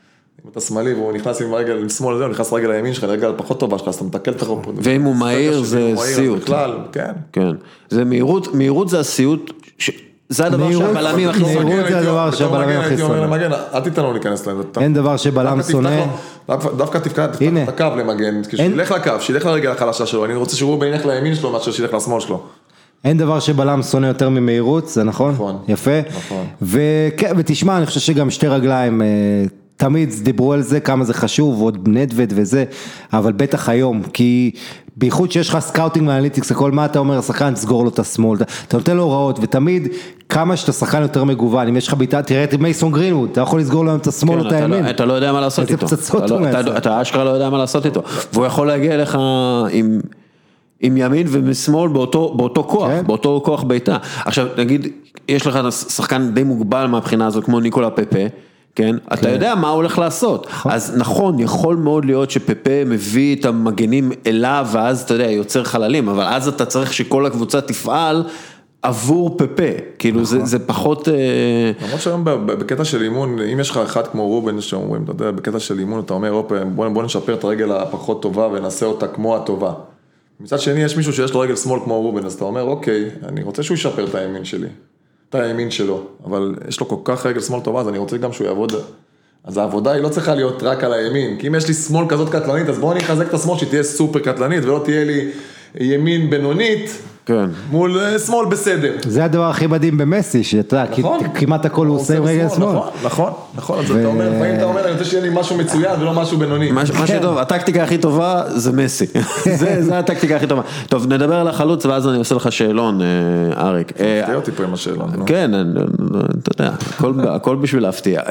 אם אתה שמאלי והוא נכנס עם הרגל עם שמאל הזה, הוא נכנס לרגל הימין שלך, לרגל פחות טובה שלך, אז אתה מתקל את הרוב. ואם הוא מהיר זה סיוט. בכלל, כן. כן. זה מהירות, מהירות זה הסיוט, זה הדבר שהבלמים הכי שונא. מהירות זה הדבר שהבלמים הכי שונא. אל תיתן לו להיכנס להם. אין דבר שבלם שונא. דווקא תפתח את הקו למגן, שילך לקו, שילך לרגל החלשה שלו, אני רוצה שהוא ילך לימין שלו, מאשר שילך לשמאל שלו. אין דבר שבלם שונא יותר ממהירות, זה נכון? נכון. יפה. נכון. ותשמע, אני חושב שגם שתי רגליים, תמיד דיברו על זה, כמה זה חשוב, עוד נדווד וזה, אבל בטח היום, כי בייחוד שיש לך סקאוטינג מאנליטיקס, הכל מה אתה אומר, השחקן תסגור לו את השמאל, אתה נותן לו הוראות, ותמיד כמה שאתה שחקן יותר מגוון, אם יש לך ביטה, תראה את מייסון גרינווד, אתה יכול לסגור לו את השמאל או את הימין. אתה לא יודע מה לעשות איתו. אתה אשכרה לא יודע מה לעשות איתו, והוא יכול להגיע אליך עם... עם ימין ומשמאל באותו, באותו כוח, כן. באותו כוח ביתה. עכשיו, נגיד, יש לך שחקן די מוגבל מהבחינה הזו, כמו ניקולה פפה, כן? כן. אתה יודע מה הוא הולך לעשות. נכון. אז נכון, יכול מאוד להיות שפפה מביא את המגנים אליו, ואז אתה יודע, יוצר חללים, אבל אז אתה צריך שכל הקבוצה תפעל עבור פפה. כאילו, נכון. זה, זה פחות... למרות שהיום בקטע של אימון, אם יש לך אחד כמו רובן, שאומרים, אתה יודע, בקטע של אימון, אתה אומר, בוא, בוא נשפר את הרגל הפחות טובה, ונעשה אותה כמו הטובה. מצד שני, יש מישהו שיש לו רגל שמאל כמו רובן, אז אתה אומר, אוקיי, אני רוצה שהוא ישפר את הימין שלי, את הימין שלו, אבל יש לו כל כך רגל שמאל טובה, אז אני רוצה גם שהוא יעבוד, אז העבודה היא לא צריכה להיות רק על הימין, כי אם יש לי שמאל כזאת קטלנית, אז בואו אני אחזק את השמאל שהיא תהיה סופר קטלנית, ולא תהיה לי ימין בינונית, כן. מול שמאל בסדר. זה הדבר הכי מדהים במסי, שאתה נכון, כמעט הכל הוא עושה עם רגל שמאל. נכון, נכון, נכון, אז אתה אומר, לפעמים אתה אומר, אני רוצה שיהיה לי משהו מצויין ולא משהו בינוני. מה שטוב, הטקטיקה הכי טובה זה מסי. זה הטקטיקה הכי טובה. טוב, נדבר על החלוץ ואז אני עושה לך שאלון, אריק. תפתיע אותי פה עם השאלון. כן, אתה יודע, הכל בשביל להפתיע.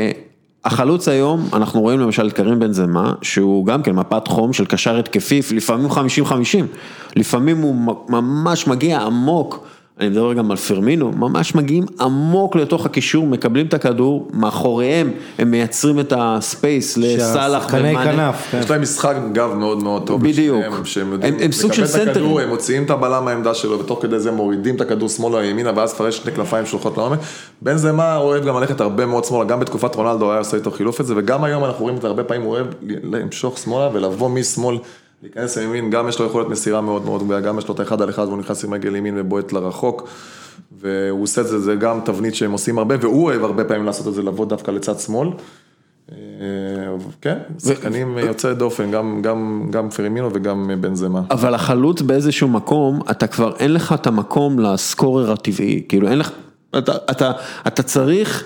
החלוץ היום, אנחנו רואים למשל את קרים בן זמה, שהוא גם כן מפת חום של קשר התקפי, לפעמים חמישים חמישים, לפעמים הוא ממש מגיע עמוק, אני מדבר גם על פרמינו, ממש מגיעים עמוק לתוך הקישור, מקבלים את הכדור, מאחוריהם הם מייצרים את הספייס לסלח ומאנה. יש להם משחק גב מאוד מאוד טוב. בדיוק. הם סוג של סנטרים. הם מוציאים את הבלם העמדה שלו, ותוך כדי זה מורידים את הכדור שמאלה או ימינה, ואז פרש שני כנפיים שלוחות לעומק. בן זמה אוהב גם ללכת הרבה מאוד שמאלה, גם בתקופת רונלדו היה עושה איתו חילוף את זה, וגם היום אנחנו רואים את זה הרבה פעמים, הוא אוהב למשוך שמאלה ולבוא משמאל להיכנס לימין, גם יש לו יכולת מסירה מאוד מאוד גבוהה, גם יש לו את האחד על אחד, והוא נכנס עם רגל ימין ובועט לרחוק, והוא עושה את זה, זה גם תבנית שהם עושים הרבה, והוא אוהב הרבה פעמים לעשות את זה, לבוא דווקא לצד שמאל, כן, שחקנים יוצא דופן, גם פרימינו וגם בנזמה. אבל החלוץ באיזשהו מקום, אתה כבר אין לך את המקום לסקורר הטבעי, כאילו אין לך, אתה צריך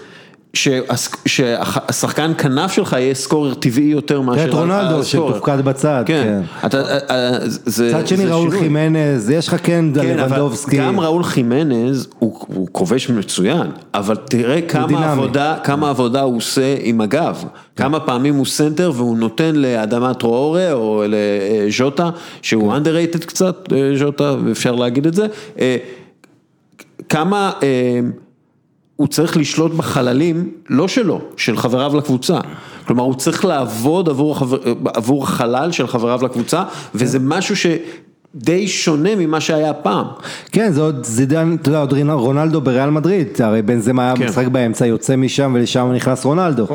שהשחקן כנף שלך יהיה סקורר טבעי יותר מאשר את רונלדו שתופקד בצד, כן. צד שני ראול חימנז, יש לך כן לבנדובסקי. גם ראול חימנז הוא כובש מצוין, אבל תראה כמה עבודה הוא עושה עם הגב, כמה פעמים הוא סנטר והוא נותן לאדמה טראורה או לז'וטה, שהוא underrated קצת, ז'וטה, אפשר להגיד את זה, כמה הוא צריך לשלוט בחללים, לא שלו, של חבריו לקבוצה. כלומר, הוא צריך לעבוד עבור, עבור החלל של חבריו לקבוצה, וזה משהו שדי שונה ממה שהיה פעם. כן, זה עוד זידן, אתה יודע, עוד רונלדו בריאל מדריד, הרי בנזמה היה משחק באמצע, יוצא משם ולשם נכנס רונלדו.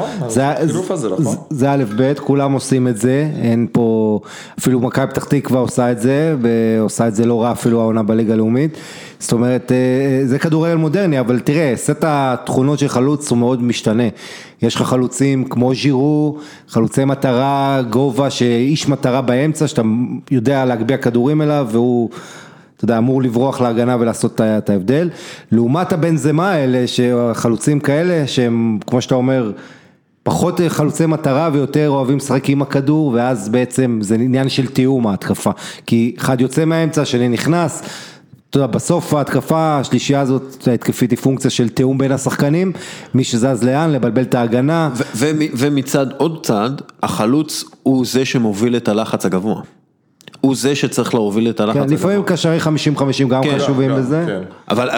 זה א' ב', כולם עושים את זה, אין פה, אפילו מכבי פתח תקווה עושה את זה, ועושה את זה לא רע אפילו העונה בליגה הלאומית. זאת אומרת, זה כדורגל מודרני, אבל תראה, סט התכונות של חלוץ הוא מאוד משתנה. יש לך חלוצים כמו ז'ירו, חלוצי מטרה, גובה, שאיש מטרה באמצע, שאתה יודע להגביע כדורים אליו, והוא, אתה יודע, אמור לברוח להגנה ולעשות את ההבדל. לעומת הבנזמה האלה, שחלוצים כאלה, שהם, כמו שאתה אומר, פחות חלוצי מטרה ויותר אוהבים לשחק עם הכדור, ואז בעצם זה עניין של תיאום ההתקפה. כי אחד יוצא מהאמצע, שני נכנס, אתה יודע, בסוף ההתקפה השלישייה הזאת, ההתקפית היא פונקציה של תיאום בין השחקנים, מי שזז לאן, לבלבל את ההגנה. ומצד עוד צד, החלוץ הוא זה שמוביל את הלחץ הגבוה. הוא זה שצריך להוביל את הלחץ הגבוה. לפעמים קשרי חמישים חמישים גם חשובים בזה. אבל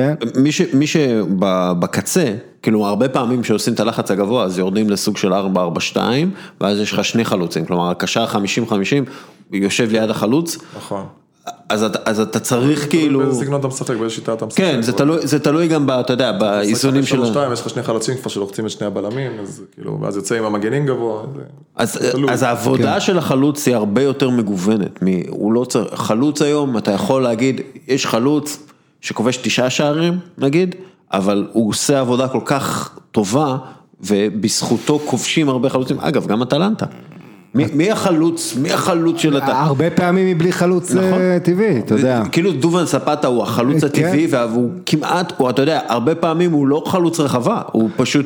מי שבקצה, כאילו הרבה פעמים שעושים את הלחץ הגבוה, אז יורדים לסוג של ארבע ארבע שתיים, ואז יש לך שני חלוצים, כלומר הקשר חמישים חמישים, יושב ליד החלוץ. נכון. אז אתה, אז אתה צריך כאילו... באיזה סגנון אתה משחק, באיזה שיטה אתה משחק. כן, זה תלוי, זה תלוי גם, אתה יודע, באיזונים של... יש לך שני חלוצים כבר שלוחצים את שני הבלמים, אז כאילו, ואז יוצא עם המגנים גבוה. אז, אז העבודה של החלוץ היא הרבה יותר מגוונת. הוא לא צריך, חלוץ היום, אתה יכול להגיד, יש חלוץ שכובש תשעה שערים, נגיד, אבל הוא עושה עבודה כל כך טובה, ובזכותו כובשים הרבה חלוצים. אגב, גם אטלנטה. מי החלוץ, מי החלוץ של אתה? הרבה פעמים היא בלי חלוץ טבעי, אתה יודע. כאילו דובן ספטה הוא החלוץ הטבעי, והוא כמעט, אתה יודע, הרבה פעמים הוא לא חלוץ רחבה, הוא פשוט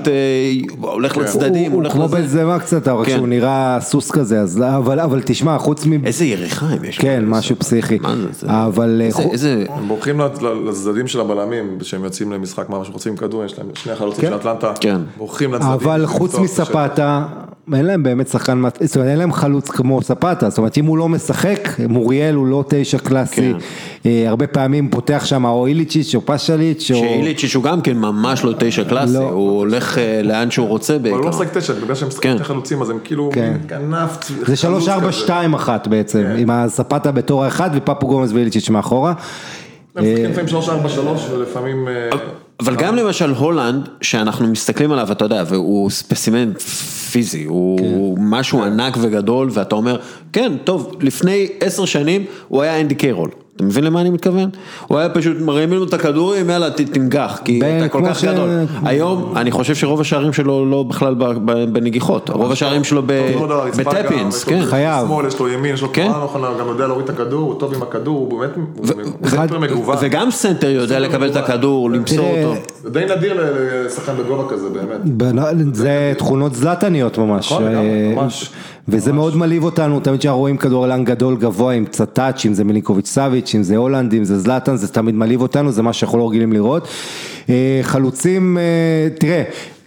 הולך לצדדים, הוא כמו בנזמה קצת, רק שהוא נראה סוס כזה, אבל תשמע, חוץ מ... איזה יריחה אם יש. כן, משהו פסיכי. אבל... הם בורחים לצדדים של הבלמים, שהם יוצאים למשחק ממש רוצים כדור, יש להם שני חלוצים של אטלנטה, בורחים לצדדים. אבל חוץ מספטה, אין להם באמת שחקן, זאת אומרת, אין להם חלוץ כמו ספטה, זאת אומרת, אם הוא לא משחק, מוריאל הוא לא תשע קלאסי, הרבה פעמים פותח שם או איליצ'יץ' או פשליץ' שאיליצ'יץ' הוא גם כן ממש לא תשע קלאסי, הוא הולך לאן שהוא רוצה בעיקר. אבל הוא לא משחק תשע, בגלל שהם משחקים חלוצים, אז הם כאילו כנף. זה שלוש ארבע שתיים אחת בעצם, עם הספטה בתור האחד, ופפו גומז ואיליצ'יץ' מאחורה. הם משחקים לפעמים שלוש ארבע שלוש, ולפעמים... אבל גם למשל הולנד, שאנחנו מסתכלים עליו, אתה יודע, והוא ספסימן פיזי, הוא משהו ענק וגדול, ואתה אומר, כן, טוב, לפני עשר שנים הוא היה אנדי קיירול. אתה מבין למה אני מתכוון? הוא היה פשוט מראים לנו את הכדורים, יאללה, תנגח, כי אתה כל כך גדול. היום, אני חושב שרוב השערים שלו לא בכלל בנגיחות, רוב השערים שלו בטאפינס, כן. חייב. שמאל, יש לו ימין, יש לו תנועה נכונה, גם יודע להוריד את הכדור, הוא טוב עם הכדור, הוא באמת סופר מגוון. וגם סנטר יודע לקבל את הכדור, למסור אותו. זה די נדיר לשחקן בגובה כזה, באמת. זה תכונות זלטניות ממש. וזה מאוד מליב אותנו, תמיד שרואים כדורגלן גדול גבוה עם צטאץ', אם זה מילינקוביץ' סאביץ', אם זה הולנד, אם זה זלטן, זה תמיד מליב אותנו, זה מה שאנחנו לא רגילים לראות. חלוצים, תראה,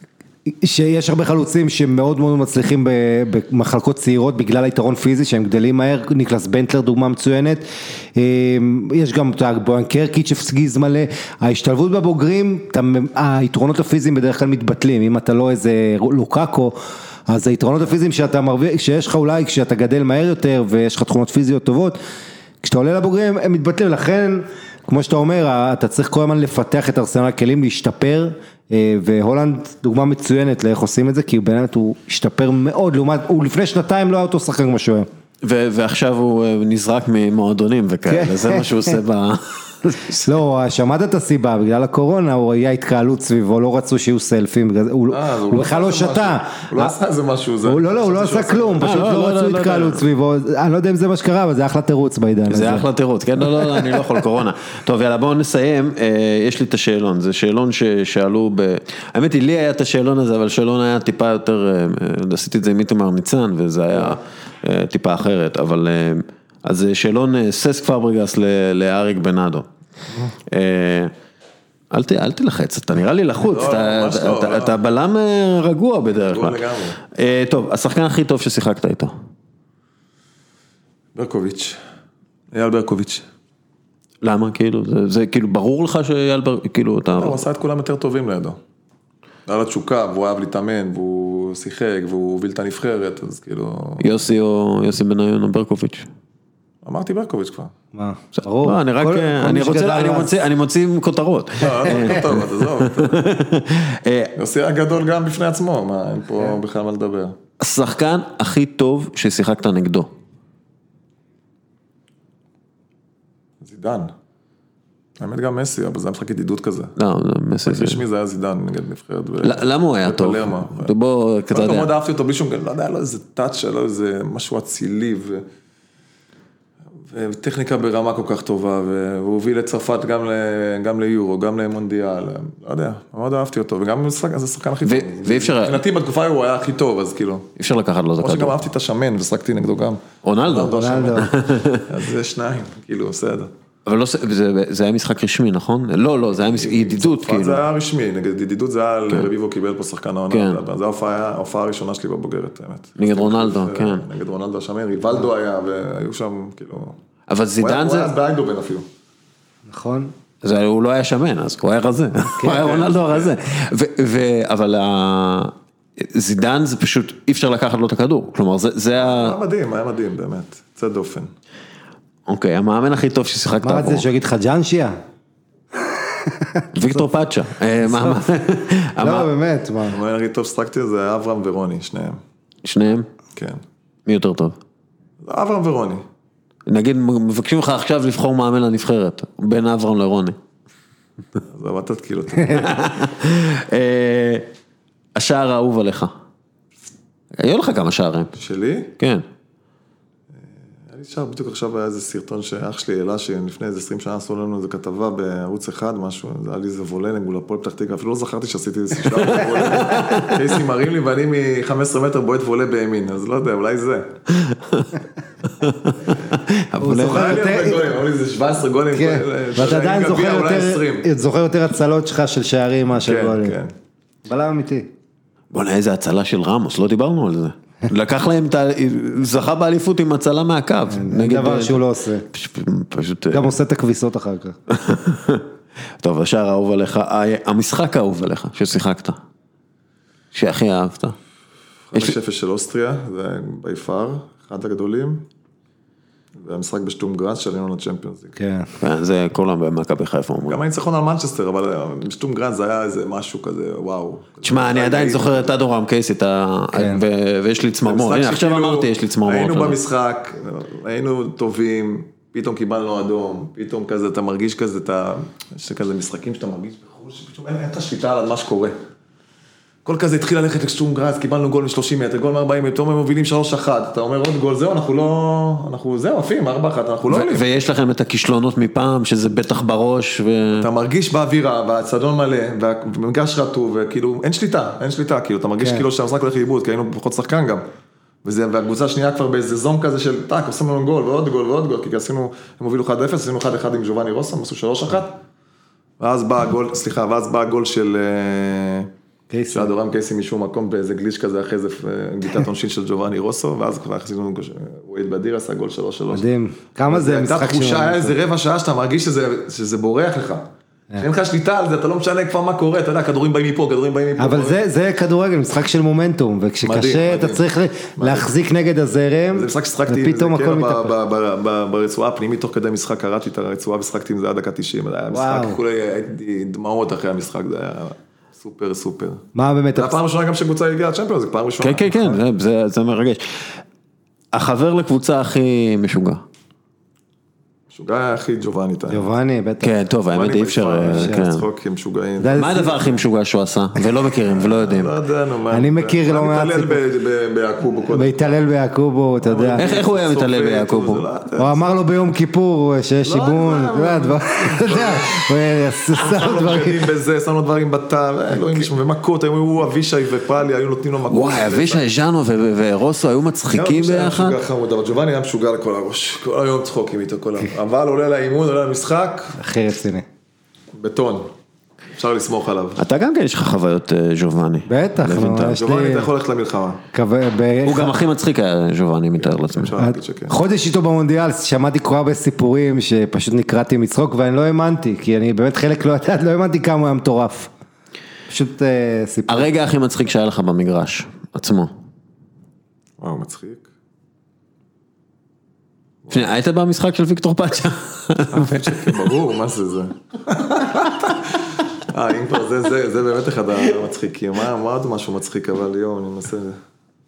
שיש הרבה חלוצים שמאוד מאוד מצליחים במחלקות צעירות בגלל היתרון פיזי שהם גדלים מהר, ניקלס בנטלר דוגמה מצוינת, יש גם בויאן קרקיץ' הפסגיז מלא, ההשתלבות בבוגרים, היתרונות הפיזיים בדרך כלל מתבטלים, אם אתה לא איזה לוקאקו, אז היתרונות הפיזיים שאתה מרוויח, שיש לך אולי כשאתה גדל מהר יותר ויש לך תכונות פיזיות טובות, כשאתה עולה לבוגרים הם מתבטלים, לכן כמו שאתה אומר, אתה צריך כל הזמן לפתח את ארסנל הכלים, להשתפר, והולנד דוגמה מצוינת לאיך עושים את זה, כי באמת הוא השתפר מאוד, לעומת, הוא לפני שנתיים לא היה אותו שחקן כמו שהוא היה. ועכשיו הוא נזרק ממועדונים וכאלה, זה מה שהוא עושה לא, שמעת את הסיבה, בגלל הקורונה הוא היה התקהלות סביבו, לא רצו שיהיו סלפים, הוא בכלל לא שתה. הוא לא עשה איזה משהו. לא, לא, הוא לא עשה כלום, פשוט לא רצו התקהלות סביבו, אני לא יודע אם זה מה שקרה, אבל זה אחלה תירוץ בעידן הזה. זה אחלה תירוץ, כן, לא, לא, אני לא יכול קורונה. טוב, יאללה, בואו נסיים, יש לי את השאלון, זה שאלון ששאלו, האמת היא, לי היה את השאלון הזה, אבל שאלון היה טיפה יותר, עשיתי את זה עם איתמר ניצן, וזה היה טיפה אחרת, אבל... אז שאלון ססק פאברגס לאריק בנאדו. אל תלחץ, אתה נראה לי לחוץ, אתה בלם רגוע בדרך כלל. טוב, השחקן הכי טוב ששיחקת איתו? ברקוביץ', אייל ברקוביץ'. למה? כאילו, זה כאילו ברור לך שאייל ברקוביץ', כאילו אתה... הוא עשה את כולם יותר טובים לידו. היה לו תשוקה, והוא אהב להתאמן, והוא שיחק, והוא הוביל את הנבחרת, אז כאילו... יוסי או יוסי בניון או ברקוביץ'? אמרתי ברקוביץ' כבר. מה? ברור. אני רק, אני רוצה, אני מוציא, אני מוציא כותרות. לא, לא, טוב, תעזוב. יוסי היה גדול גם בפני עצמו, מה, אין פה בכלל מה לדבר. השחקן הכי טוב ששיחקת נגדו? זידן. האמת גם מסי, אבל זה היה משחק ידידות כזה. לא, מסי זה... בשמי זה היה זידן נגד נבחרת. למה הוא היה טוב? בוא, אתה יודע. מאוד אהבתי אותו בלי שום, לא יודע, היה לו איזה טאץ', היה לו איזה משהו אצילי, וטכניקה ברמה כל כך טובה, והוא הוביל את צרפת גם ליורו, גם למונדיאל, לא יודע, מאוד אהבתי אותו, וגם זה שחקן הכי טוב. ואי אפשר... מבחינתי בתקופה הוא היה הכי טוב, אז כאילו. אי אפשר לקחת לו את הכדור. או שגם אהבתי את השמן, ושחקתי נגדו גם. רונלדו. אז זה שניים, כאילו, בסדר. אבל לא, זה היה משחק רשמי, נכון? לא, לא, זה היה ידידות, כאילו. זה היה רשמי, נגד ידידות זה היה, רביבו קיבל פה שחקן העונה, זה ההופעה הראשונה שלי בבוגרת, האמת. נגד רונלדו, כן. נגד רונלדו השמן, ריבלדו היה, והיו שם, כאילו... אבל זידן זה... הוא היה אז באיינדובן אפילו. נכון. הוא לא היה שמן, אז הוא היה רזה. הוא היה רונלדו הרזה. אבל זידן זה פשוט, אי אפשר לקחת לו את הכדור. כלומר, זה ה... היה מדהים, היה מדהים, באמת. צד דופן. אוקיי, המאמן הכי טוב ששיחקת עבור. מה זה, שיגיד לך ג'אנשיה? ויקטור פאצ'ה. לא, באמת. המאמן הכי טוב ששיחקתי זה אברהם ורוני, שניהם. שניהם? כן. מי יותר טוב? אברהם ורוני. נגיד, מבקשים לך עכשיו לבחור מאמן לנבחרת, בין אברהם לרוני. אז עבדת תקיל אותי. השער האהוב עליך. היו לך כמה שערים. שלי? כן. אני שער, בדיוק עכשיו היה איזה סרטון שאח שלי העלה, שלפני איזה עשרים שנה עשו לנו איזה כתבה בערוץ אחד, משהו, זה היה לי איזה וולנג מול הפועל פתח תקווה, אפילו לא זכרתי שעשיתי איזה שער וולנג. קייסי מראים לי ואני מ-חמישה עשר מטר בועט וולה בימין, אז לא יודע, אולי זה. הוא זוכר יותר... אמרו לי זה שבע עשרה גולים. ואתה עדיין זוכר יותר הצלות שלך של שערים מה של גולים. כן, כן. בלם אמיתי. בוא נראה איזה הצלה של רמוס, לא דיברנו על זה. לקח להם, זכה באליפות עם הצלה מהקו. דבר שהוא לא עושה. גם עושה את הכביסות אחר כך. טוב, השער האהוב עליך, המשחק האהוב עליך, ששיחקת. שהכי אהבת. חמש אפס של אוסטריה, זה ביפר, אחד הגדולים. והמשחק בשטום גראס שעלינו לצ'מפיונס ליג. כן. זה כל העם במכבי חיפה אומרים. גם הניצחון על מנצ'סטר, אבל בשטום גראס זה היה איזה משהו כזה, וואו. תשמע, אני עדיין זוכר את אדורם קייסי, ויש לי צמרמורת. הנה, עכשיו אמרתי, יש לי צמרמורת. היינו במשחק, היינו טובים, פתאום קיבלנו אדום, פתאום כזה, אתה מרגיש כזה, יש כזה משחקים שאתה מרגיש בחוץ, שפתאום אין לך שליטה על מה שקורה. כל כזה התחיל ללכת לשטום גראס, קיבלנו גול מ-שלושים מטר, גול מ-ארבעים מטר, פתאום הם מובילים שלוש אחת, אתה אומר עוד גול, זהו, אנחנו לא, אנחנו זהו, עפים, ארבע אחת, אנחנו לא עולים. ויש לכם את הכישלונות מפעם, שזה בטח בראש, ו... אתה מרגיש באווירה, והצדון מלא, והמגרש רטוב, וכאילו, אין שליטה, אין שליטה, כאילו, אתה מרגיש כאילו שהמשחק הולך לאיבוד, כי היינו פחות שחקן גם. והקבוצה השנייה כבר באיזה זום כזה של, טאק, עושים לנו גול, ועוד גול, ועוד גול, כי עשינו, הם הובילו אחד אפס, עשינו אחד אחד עם ג'ובאני רוסו, עשו שלוש אחת. ואז בא הגול, סליחה, ואז בא הגול של שאדורם קייסי משום מקום באיזה גליש כזה אחרי זה בעיטת עונשין של ג'ובאני רוסו, ואז כבר עשינו וייד בדיר עשה גול שלוש שלוש. מדהים. כמה זה משחק שלנו? הייתה תחושה, היה איזה רבע שעה שאתה מרגיש שזה בורח לך. אין לך שליטה על זה, אתה לא משנה כבר מה קורה, אתה יודע, כדורים באים מפה, כדורים באים מפה. אבל זה כדורגל, משחק של מומנטום, וכשקשה אתה צריך להחזיק נגד הזרם, זה משחק ששחקתי, זה ברצועה הפנימית, תוך כדי משחק קראתי את הרצועה ושחקתי עם זה עד דקה תשעים, זה היה משחק, כולי הייתי דמעות אחרי המשחק, זה היה סופר סופר. מה באמת? זה הפעם ראשונה גם שקבוצה הגיעה לצ'מפיונס, זה פעם ראשונה. כן, כן, כן, זה מרגש. החבר לקבוצה הכי משוגע. משוגע היה הכי ג'ובאני. ג'ובאני, בטח. כן, טוב, האמת אי אפשר. צחוק עם משוגעים. מה הדבר הכי משוגע שהוא עשה? ולא מכירים ולא יודעים. לא יודע, נו, מה. אני מכיר לא מעט סיפור. מתעלל ביעקובו קודם. מתעלל ביעקובו, אתה יודע. איך הוא היה מתעלל ביעקובו? הוא אמר לו ביום כיפור שיש שיבון. אתה יודע, הוא שם דברים. בזה, שם לו דברים בתא, ומכות, הוא אבישי ופאלי, היו נותנים לו מכות. וואי, אבישי, ז'אנו ורוסו היו מצחיקים ביחד. ג'ובאני היה משוגע לכל הראש, כל היום צחוקים איתו, כל היום. אבל עולה לאימון, עולה למשחק. הכי רציני. בטון, אפשר לסמוך עליו. אתה גם כן יש לך חוויות ג'ובאני. בטח, ג'ובאני אתה יכול ללכת למלחמה. הוא גם הכי מצחיק היה ג'ובאני, מתאר לעצמי. חודש איתו במונדיאל, שמעתי כל הרבה סיפורים שפשוט נקראתי מצחוק, ואני לא האמנתי, כי אני באמת חלק לא יודעת, לא האמנתי כמה הוא היה מטורף. פשוט סיפור. הרגע הכי מצחיק שהיה לך במגרש, עצמו. וואו, מצחיק. היית במשחק של ויקטור פאצ'ה? ברור, מה זה זה? אה, אם כבר, זה באמת אחד המצחיקים. מה עוד משהו מצחיק, אבל יום, אני מנסה... אין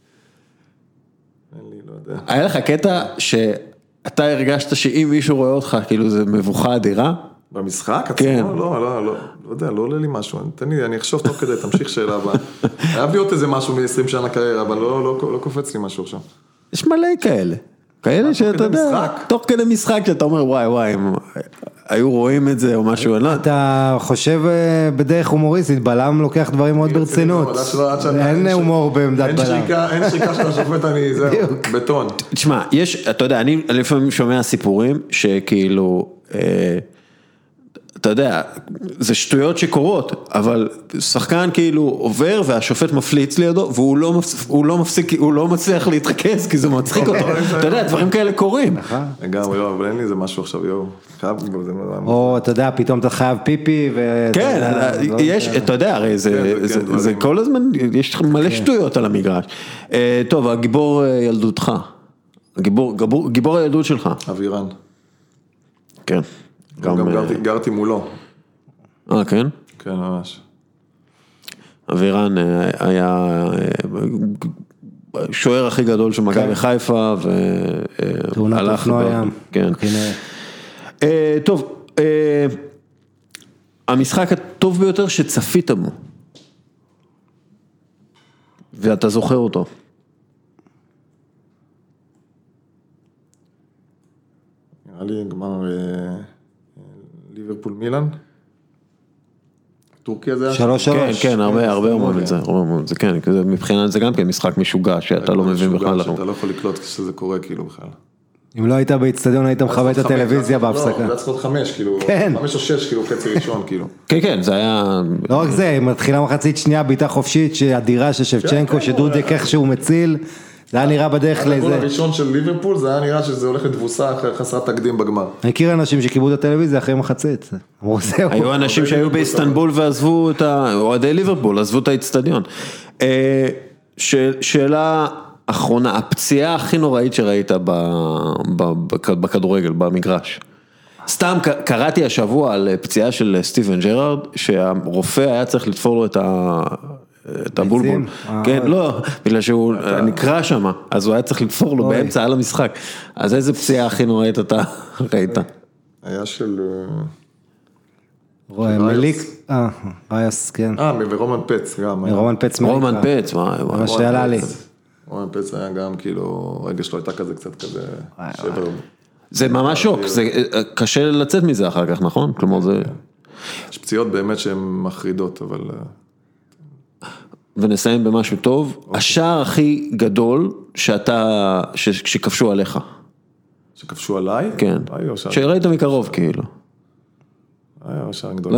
לי, לא יודע. היה לך קטע שאתה הרגשת שאם מישהו רואה אותך, כאילו זה מבוכה אדירה? במשחק? כן. לא, לא, לא, לא יודע, לא עולה לי משהו. תן לי, אני אחשוב תוך כדי, תמשיך שאלה הבאה. היה להיות איזה משהו מ-עשרים שנה קריירה, אבל לא קופץ לי משהו עכשיו. יש מלא כאלה. כאלה שאתה יודע, תוך כדי משחק שאתה אומר וואי וואי, היו רואים את זה או משהו, אתה חושב בדרך הומוריסטית, בלם לוקח דברים מאוד ברצינות, אין הומור בעמדת בלם. אין שריקה של השופט, אני זהו, בטון. תשמע, יש, אתה יודע, אני לפעמים שומע סיפורים שכאילו, אתה יודע, זה שטויות שקורות, אבל שחקן כאילו עובר והשופט מפליץ לידו, והוא לא מפסיק, הוא לא מפסיק, הוא לא מצליח להתרכז, כי זה מצחיק אותו. אתה יודע, דברים כאלה קורים. לגמרי, לא, אבל אין לי זה משהו עכשיו, יואו. או, אתה יודע, פתאום אתה חייב פיפי, כן, יש, אתה יודע, הרי זה כל הזמן, יש מלא שטויות על המגרש. טוב, הגיבור ילדותך. גיבור הילדות שלך. אבירן. כן. גם גרתי מולו. אה, כן? כן, ממש. אבירן היה שוער הכי גדול של מכבי חיפה, תאונת אופנוע ים. כן. טוב, המשחק הטוב ביותר שצפית בו, ואתה זוכר אותו. נראה לי גמר... ליברפול מילאן? טורקיה זה היה? שלוש שלוש. כן, כן, הרבה, הרבה אומרים את זה, הרבה אומרים את זה, כן, מבחינת זה גם כן משחק משוגע, שאתה לא מבין בכלל. שאתה לא יכול לקלוט כשזה קורה, כאילו, בכלל. אם לא היית באצטדיון, היית מכבה את הטלוויזיה בהפסקה. לא, זה צריך חמש, כאילו, חמש או שש, כאילו, חצי ראשון, כאילו. כן, כן, זה היה... לא רק זה, מתחילה מחצית שנייה, בעיטה חופשית, שהדירה של שבצ'נקו, שדודק איך שהוא מציל, זה היה נראה בדרך לזה. הגול הראשון של ליברפול, זה היה נראה שזה הולך לתבוסה חסרת תקדים בגמר. אני מכיר אנשים שקיבלו את הטלוויזיה אחרי מחצית. היו אנשים שהיו באיסטנבול ועזבו את ה... אוהדי ליברפול, עזבו את האיצטדיון. שאלה אחרונה, הפציעה הכי נוראית שראית בכדורגל, במגרש. סתם קראתי השבוע על פציעה של סטיבן ג'רארד, שהרופא היה צריך לתפור לו את ה... את הבולבול, כן, לא, בגלל שהוא נקרא שם, אז הוא היה צריך לתפור לו באמצע על המשחק, אז איזה פציעה הכי נוראית אתה ראית? היה של... מליק, אה, רייס, כן. אה, ורומן פץ גם. רומן פץ מליק. רומן פץ, מה שעלה לי. רומן פץ היה גם כאילו, רגע שלו הייתה כזה קצת כזה שבר. זה ממש שוק, זה קשה לצאת מזה אחר כך, נכון? כלומר זה... יש פציעות באמת שהן מחרידות, אבל... ונסיים במשהו טוב, השער הכי גדול שאתה, שכבשו עליך. שכבשו עליי? כן, שראית מקרוב כאילו. היה שער גדול.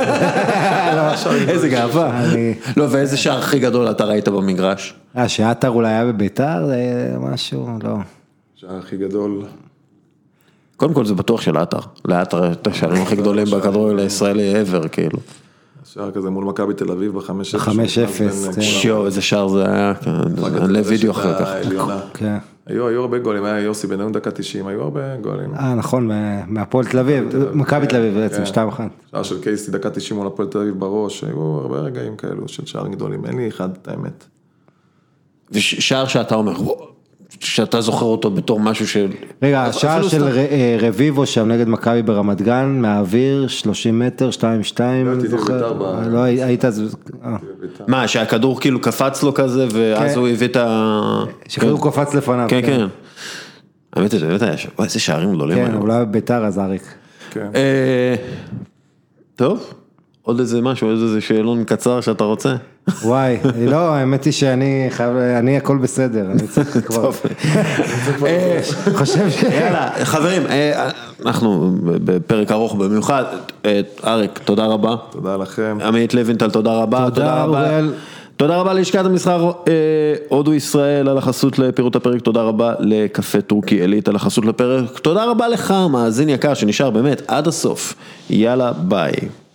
איזה גאווה. לא, ואיזה שער הכי גדול אתה ראית במגרש? אה, שעטר אולי היה בביתר, זה משהו, לא. שער הכי גדול. קודם כל זה בטוח של עטר, לעטר את השערים הכי גדולים בכדורגל הישראלי ever כאילו. שער כזה מול מכבי תל אביב ב-חמש אפס. ב-חמש אפס. שיו, איזה שער זה היה, אני לוידאו אחר כך. היו הרבה גולים, היה יוסי בניון דקה תשעים, היו הרבה גולים. אה, נכון, מהפועל תל אביב, מכבי תל אביב בעצם, שתיים אחת. שער של קייסי דקה תשעים מול הפועל תל אביב בראש, היו הרבה רגעים כאלו של שערים גדולים, אין לי אחד את האמת. ושער שאתה אומר, שאתה זוכר אותו בתור משהו של... רגע, השער של רביבו שם נגד מכבי ברמת גן, מהאוויר, שלושים מטר, שתיים שתיים, אני זוכר. לא, היית... מה, שהכדור כאילו קפץ לו כזה, ואז הוא הביא את ה... שכדור קפץ לפניו. כן, כן. האמת, זה באמת היה, איזה שערים גדולים. כן, אולי ביתר אז אריק. טוב, עוד איזה משהו, איזה שאלון קצר שאתה רוצה? וואי, לא, האמת היא שאני חייב, אני הכל בסדר, אני צריך כבר. חושב ש... יאללה, חברים, אנחנו בפרק ארוך במיוחד, אריק, תודה רבה. תודה לכם. עמית לוינטל, תודה רבה. תודה אוריאל. תודה רבה ללשכת המסחר הודו ישראל על החסות לפירוט הפרק, תודה רבה לקפה טורקי עילית על החסות לפרק, תודה רבה לך, מאזין יקר שנשאר באמת עד הסוף, יאללה ביי.